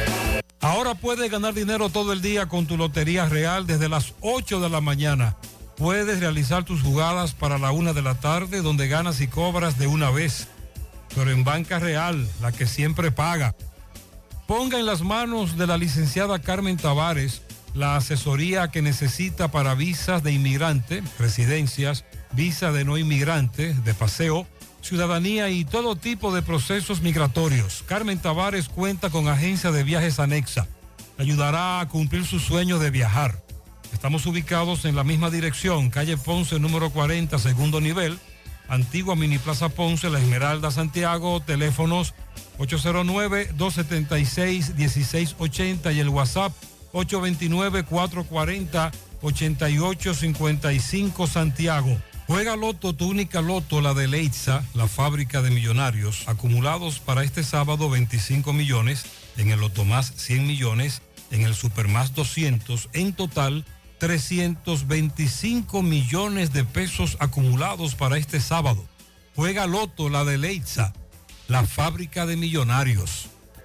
Ahora puedes ganar dinero todo el día con tu Lotería Real desde las ocho de la mañana. Puedes realizar tus jugadas para la una de la tarde, donde ganas y cobras de una vez. Pero en Banca Real, la que siempre paga. Ponga en las manos de la licenciada Carmen Tavares la asesoría que necesita para visas de inmigrante, residencias, visa de no inmigrante, de paseo, ciudadanía y todo tipo de procesos migratorios. Carmen Tavares cuenta con agencia de viajes anexa. Le ayudará a cumplir su sueño de viajar. Estamos ubicados en la misma dirección, calle Ponce, número cuarenta, segundo nivel, antigua Mini Plaza Ponce, La Esmeralda, Santiago, teléfonos ocho cero nueve, dos siete seis, uno seis ocho cero y el WhatsApp ocho dos nueve, cuatro cuatro cero, ocho ocho cinco cinco Santiago. Juega Loto, tu única Loto, la de Leitza, la fábrica de millonarios, acumulados para este sábado veinticinco millones, en el Loto Más cien millones, en el Super Más doscientos, en total trescientos veinticinco millones de pesos acumulados para este sábado. Juega Loto, la de Leitza, la fábrica de millonarios.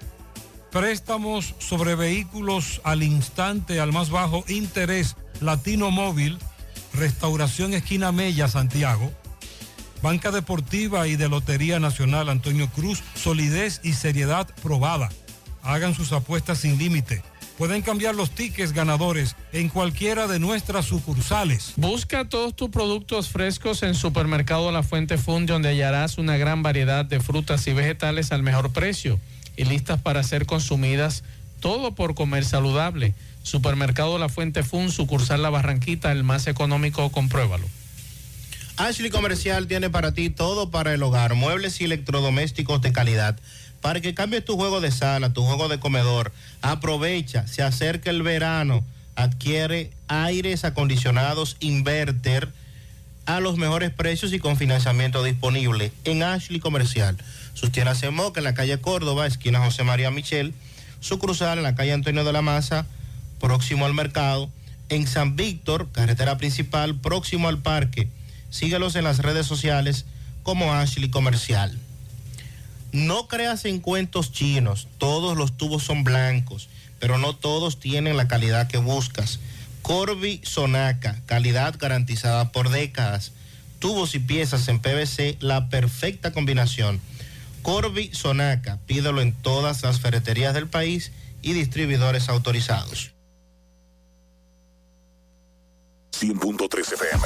Préstamos sobre vehículos al instante, al más bajo interés. Latino Móvil, Restauración Esquina Mella, Santiago. Banca Deportiva y de Lotería Nacional Antonio Cruz, solidez y seriedad probada. Hagan sus apuestas sin límite. Pueden cambiar los tickets ganadores en cualquiera de nuestras sucursales. Busca todos tus productos frescos en Supermercado La Fuente Fun, donde hallarás una gran variedad de frutas y vegetales al mejor precio y listas para ser consumidas, todo por comer saludable. Supermercado La Fuente Fun, sucursal La Barranquita, el más económico, compruébalo. Ashley Comercial tiene para ti todo para el hogar, muebles y electrodomésticos de calidad. Para que cambies tu juego de sala, tu juego de comedor, aprovecha, se acerca el verano, adquiere aires acondicionados Inverter a los mejores precios y con financiamiento disponible en Ashley Comercial. Sus tiendas en Moca, en la calle Córdoba, esquina José María Michel, sucursal en la calle Antonio de la Maza, próximo al mercado, en San Víctor, carretera principal, próximo al parque. Síguelos en las redes sociales como Ashley Comercial. No creas en cuentos chinos, todos los tubos son blancos, pero no todos tienen la calidad que buscas. Corby Sonaca, calidad garantizada por décadas. Tubos y piezas en P V C, la perfecta combinación. Corby Sonaca, pídelo en todas las ferreterías del país y distribuidores autorizados. cien punto tres F M.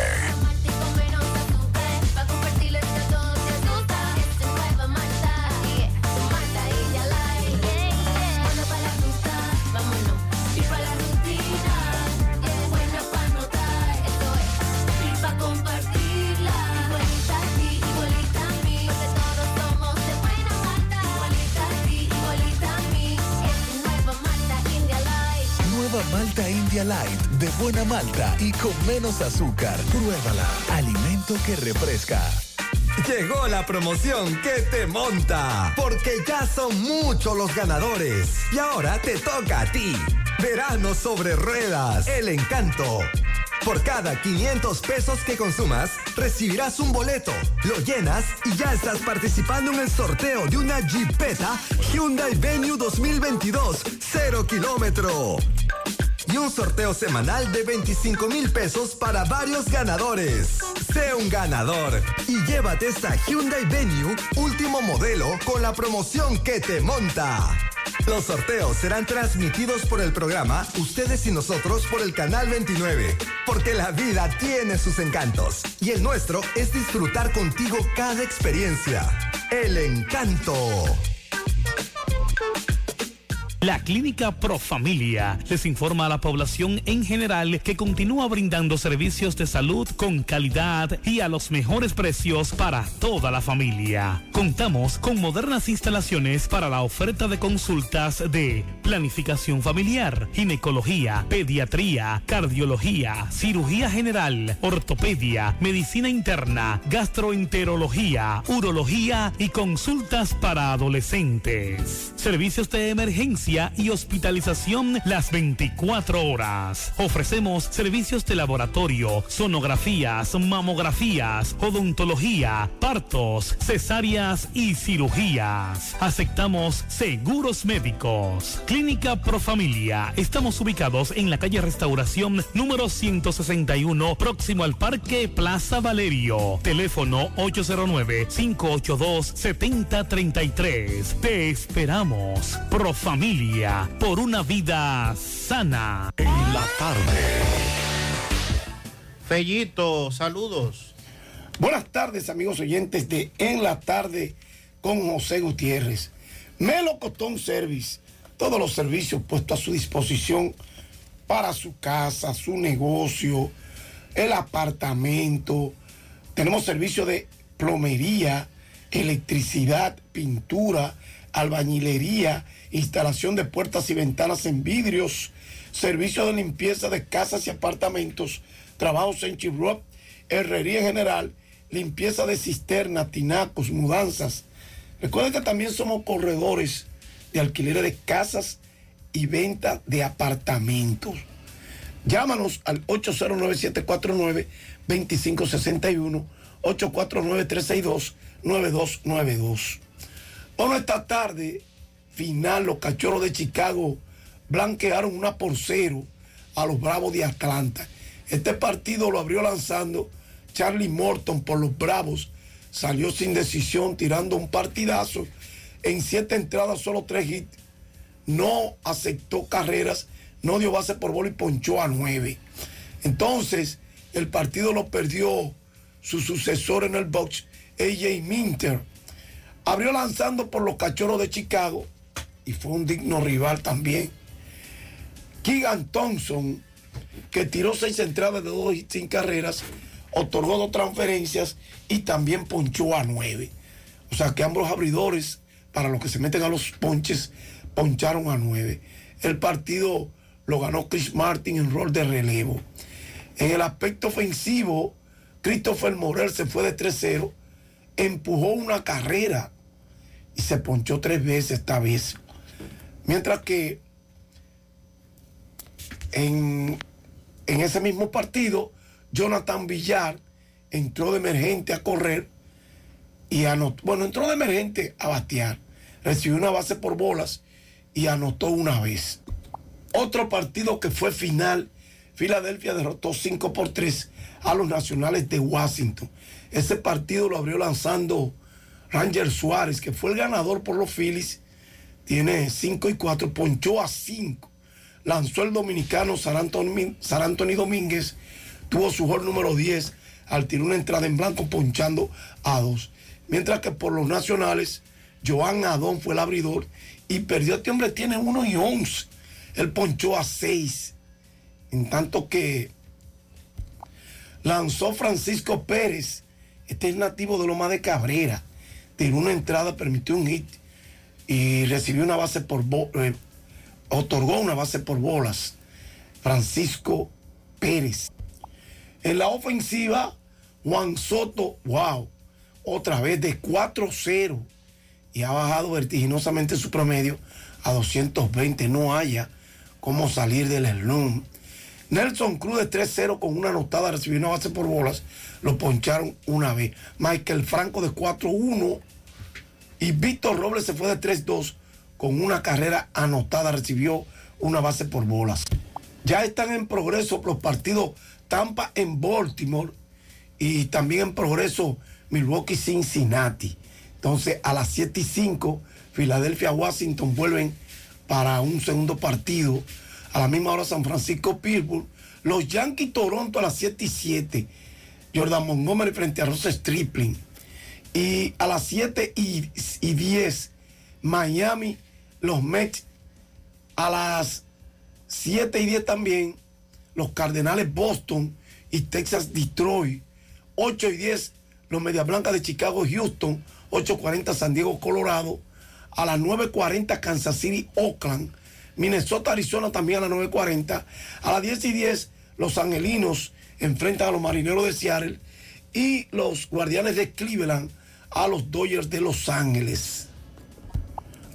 Malta India Light, de buena malta y con menos azúcar. Pruébala. Alimento que refresca. Llegó la promoción que te monta, porque ya son muchos los ganadores. Y ahora te toca a ti. Verano sobre ruedas, El Encanto. Por cada quinientos pesos que consumas, recibirás un boleto, lo llenas y ya estás participando en el sorteo de una Jeepeta Hyundai Venue dos mil veintidós, cero kilómetro. Y un sorteo semanal de veinticinco mil pesos para varios ganadores. Sé un ganador y llévate esta Hyundai Venue último modelo con la promoción que te monta. Los sorteos serán transmitidos por el programa Ustedes y Nosotros por el Canal veintinueve, porque la vida tiene sus encantos y el nuestro es disfrutar contigo cada experiencia. El Encanto. La Clínica Profamilia les informa a la población en general que continúa brindando servicios de salud con calidad y a los mejores precios para toda la familia. Contamos con modernas instalaciones para la oferta de consultas de planificación familiar, ginecología, pediatría, cardiología, cirugía general, ortopedia, medicina interna, gastroenterología, urología y consultas para adolescentes. Servicios de emergencia urgencia y hospitalización las veinticuatro horas. Ofrecemos servicios de laboratorio, sonografías, mamografías, odontología, partos, cesáreas y cirugías. Aceptamos seguros médicos. Clínica Profamilia. Estamos ubicados en la calle Restauración número ciento sesenta y uno, próximo al Parque Plaza Valerio. Teléfono ocho cero nueve, cinco ocho dos, siete cero tres tres. Te esperamos. Profamilia, por una vida sana. En la tarde. Fellito, saludos. Buenas tardes, amigos oyentes de En la Tarde con José Gutiérrez. Melocotón Service, todos los servicios puestos a su disposición para su casa, su negocio, el apartamento. Tenemos servicio de plomería, electricidad, pintura, albañilería, instalación de puertas y ventanas en vidrios, servicio de limpieza de casas y apartamentos, trabajos en chiprup, herrería general, limpieza de cisternas, tinacos, mudanzas. Recuerden que también somos corredores de alquileres de casas y venta de apartamentos. Llámanos al ocho cero nueve, siete cuatro nueve, dos cinco seis uno, ocho cuatro nueve, tres seis dos, nueve dos nueve dos. Bueno, esta tarde, final, los Cachorros de Chicago blanquearon una por cero a los Bravos de Atlanta. Este partido lo abrió lanzando Charlie Morton por los Bravos. Salió sin decisión, tirando un partidazo. En siete entradas, solo tres hits. No aceptó carreras, no dio base por bola y ponchó a nueve. Entonces, el partido lo perdió su sucesor en el box, A J Minter. Abrió lanzando por los Cachorros de Chicago y fue un digno rival también. Keegan Thompson, que tiró seis entradas de dos hits sin carreras, otorgó dos transferencias y también ponchó a nueve. O sea que ambos abridores, para los que se meten a los ponches, poncharon a nueve. El partido lo ganó Chris Martin en rol de relevo. En el aspecto ofensivo, Christopher Morel se fue de tres cero, empujó una carrera y se ponchó tres veces esta vez. Mientras que en, en ese mismo partido, Jonathan Villar entró de emergente a correr y anotó, bueno, entró de emergente a batear, recibió una base por bolas y anotó una vez. Otro partido que fue final, Filadelfia derrotó cinco por tres a los Nacionales de Washington. Ese partido lo abrió lanzando Ranger Suárez, que fue el ganador por los Phillies. Tiene cinco y cuatro, ponchó a cinco. Lanzó el dominicano San Antonio, San Antonio Domínguez, tuvo su gol número diez al tirar una entrada en blanco, ponchando a dos. Mientras que por los Nacionales, Joan Adón fue el abridor y perdió. Este hombre tiene uno y once. Él ponchó a seis. En tanto que lanzó Francisco Pérez. Este es nativo de Loma de Cabrera. Tiró una entrada, permitió un hit y recibió una base por bo eh, otorgó una base por bolas. Francisco Pérez. En la ofensiva, Juan Soto, wow, otra vez de cuatro cero y ha bajado vertiginosamente su promedio a doscientos veinte. No haya cómo salir del slump. Nelson Cruz de tres cero con una anotada, recibió una base por bolas, lo poncharon una vez. Michael Franco de cuatro uno y Víctor Robles se fue de tres dos con una carrera anotada, recibió una base por bolas. Ya están en progreso los partidos Tampa en Baltimore y también en progreso Milwaukee Cincinnati. Entonces a las siete y cinco Filadelfia Washington vuelven para un segundo partido. A la misma hora San Francisco Pittsburgh. Los Yankees Toronto a las siete y siete. Jordan Montgomery frente a Ross Stripling. Y a las siete y diez Miami, los Mets. A las siete y diez también los Cardenales Boston y Texas Detroit. ocho y diez los Medias Blancas de Chicago Houston. ocho cuarenta San Diego Colorado. A las nueve cuarenta Kansas City Oakland. Minnesota Arizona también a las nueve cuarenta. A las diez y diez los Angelinos enfrentan a los Marineros de Seattle y los Guardianes de Cleveland a los Dodgers de Los Ángeles.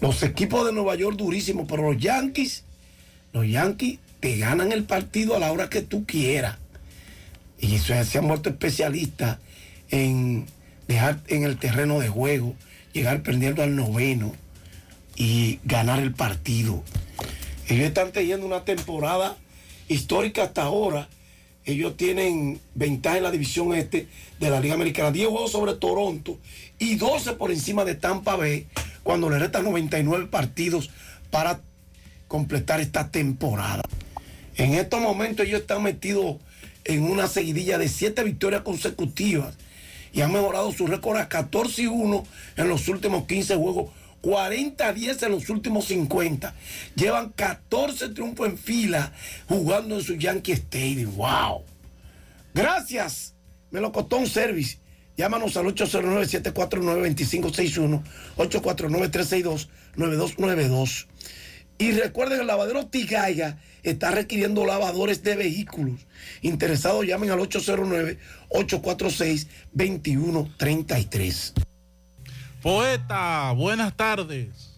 Los equipos de Nueva York durísimos, pero los Yankees, los Yankees te ganan el partido a la hora que tú quieras. Y eso, se han vuelto especialistas en dejar en el terreno de juego, llegar perdiendo al noveno y ganar el partido. Ellos están teniendo una temporada histórica hasta ahora. Ellos tienen ventaja en la división este de la Liga Americana. diez juegos sobre Toronto y doce por encima de Tampa Bay, cuando le restan noventa y nueve partidos para completar esta temporada. En estos momentos ellos están metidos en una seguidilla de siete victorias consecutivas y han mejorado su récord a catorce y uno en los últimos quince juegos, cuarenta a diez en los últimos cincuenta. Llevan catorce triunfos en fila jugando en su Yankee Stadium. ¡Wow! Gracias, Melocotón Service. Llámanos al ocho cero nueve, siete cuatro nueve, dos cinco seis uno, ocho cuatro nueve, tres seis dos, nueve dos nueve dos. Y recuerden, el lavadero Tigaiga está requiriendo lavadores de vehículos. Interesados, llamen al ocho cero nueve, ocho cuatro seis, dos uno tres tres. Poeta, buenas tardes.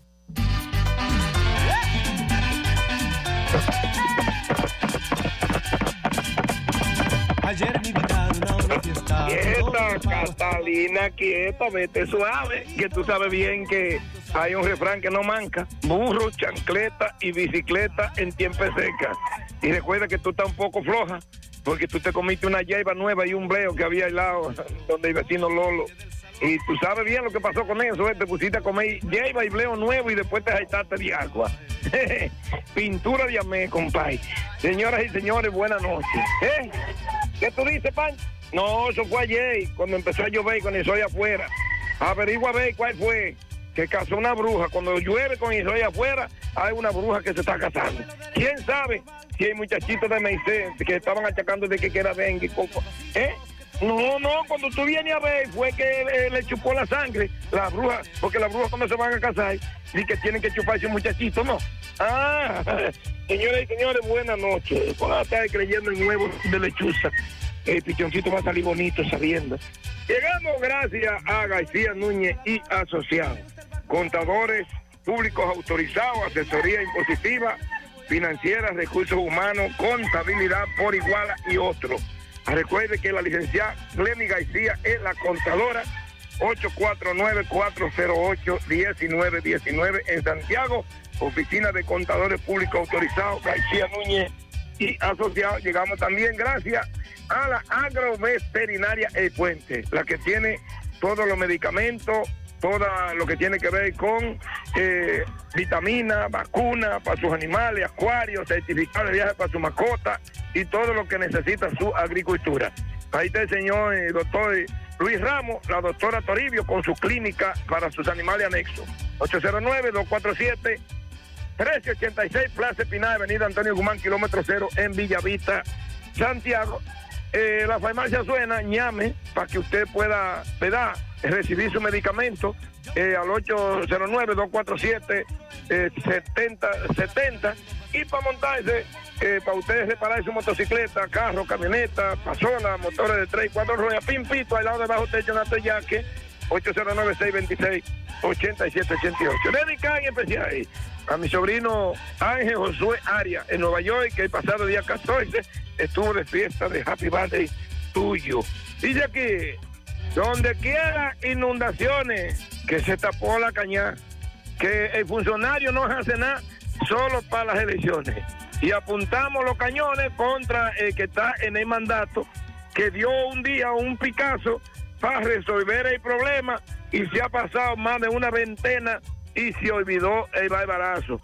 Ayer me invitaron a una fiesta. Quieta, Catalina, quieta, vete suave, que tú sabes bien que hay un refrán que no manca: burro, chancleta y bicicleta en tiempo seca. Y recuerda que tú estás un poco floja, porque tú te comiste una yaiba nueva y un bleo que había al lado, donde el vecino Lolo. Y tú sabes bien lo que pasó con eso, ¿eh? Te pusiste a comer yaiba y bleo nuevo y después te jaitaste de agua. Pintura de amé, compadre. Señoras y señores, buenas noches. ¿Eh? ¿Qué tú dices, Pan? No, eso fue ayer, cuando empezó a llover con eso allá afuera. Averigua a ver cuál fue, que casó una bruja. Cuando llueve con eso allá afuera, hay una bruja que se está casando. ¿Quién sabe si hay muchachitos de Meisés que estaban achacando de que era dengue? ¿Eh? No, no, cuando tú vienes a ver fue que eh, le chupó la sangre, la bruja, porque las brujas cuando se van a casar, sí que tienen que chuparse un muchachito, ¿no? Ah, señoras y señores, buenas noches. Van a estar creyendo en huevos de lechuza. El pichoncito va a salir bonito sabiendo. Llegamos gracias a García Núñez y Asociados, contadores públicos autorizados, asesoría impositiva, financiera, recursos humanos, contabilidad por igual y otros. Recuerde que la licenciada Glenny García es la contadora. Ocho cuatro nueve, cuatro cero ocho, uno nueve uno nueve en Santiago, oficina de contadores públicos autorizados García Núñez y Asociados. Llegamos también gracias a la agroveterinaria El Puente, la que tiene todos los medicamentos, todo lo que tiene que ver con eh, vitaminas, vacunas para sus animales, acuarios, certificados de viaje para su mascota y todo lo que necesita su agricultura. Ahí está el señor eh, doctor Luis Ramos, la doctora Toribio con su clínica para sus animales anexos. ocho cero nueve, dos cuatro siete, uno tres ocho seis, Plaza Pinar, Avenida Antonio Guzmán, kilómetro cero, en Villavista, Santiago. Eh, la farmacia Suena, llame para que usted pueda, ¿verdad?, recibir su medicamento eh, al ocho cero nueve, dos cuatro siete, setenta setenta y para montarse, eh, para ustedes reparar su motocicleta, carro, camioneta, pasola, motores de tres y cuatro ruedas, pimpito, al lado de bajo techo en Atoyaque, ocho cero nueve, seis dos seis, ocho siete ocho ocho. Dedicado en especial a mi sobrino Ángel Josué Arias en Nueva York, que el pasado día catorce estuvo de fiesta de Happy Birthday tuyo. Dice aquí: donde quiera inundaciones, que se tapó la cañada, que el funcionario no hace nada solo para las elecciones. Y apuntamos los cañones contra el que está en el mandato, que dio un día un Picasso para resolver el problema y se ha pasado más de una veintena y se olvidó el barbarazo.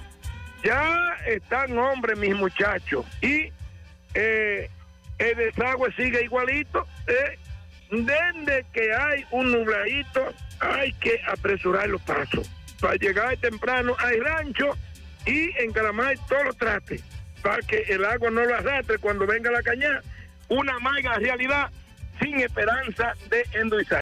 Ya están hombres, mis muchachos, y eh, el desagüe sigue igualito, ¿eh? Desde que hay un nubladito, hay que apresurar los pasos para llegar temprano al rancho y encaramar todos los trastes para que el agua no lo arrastre cuando venga la cañada. Una amarga realidad sin esperanza de endulzar.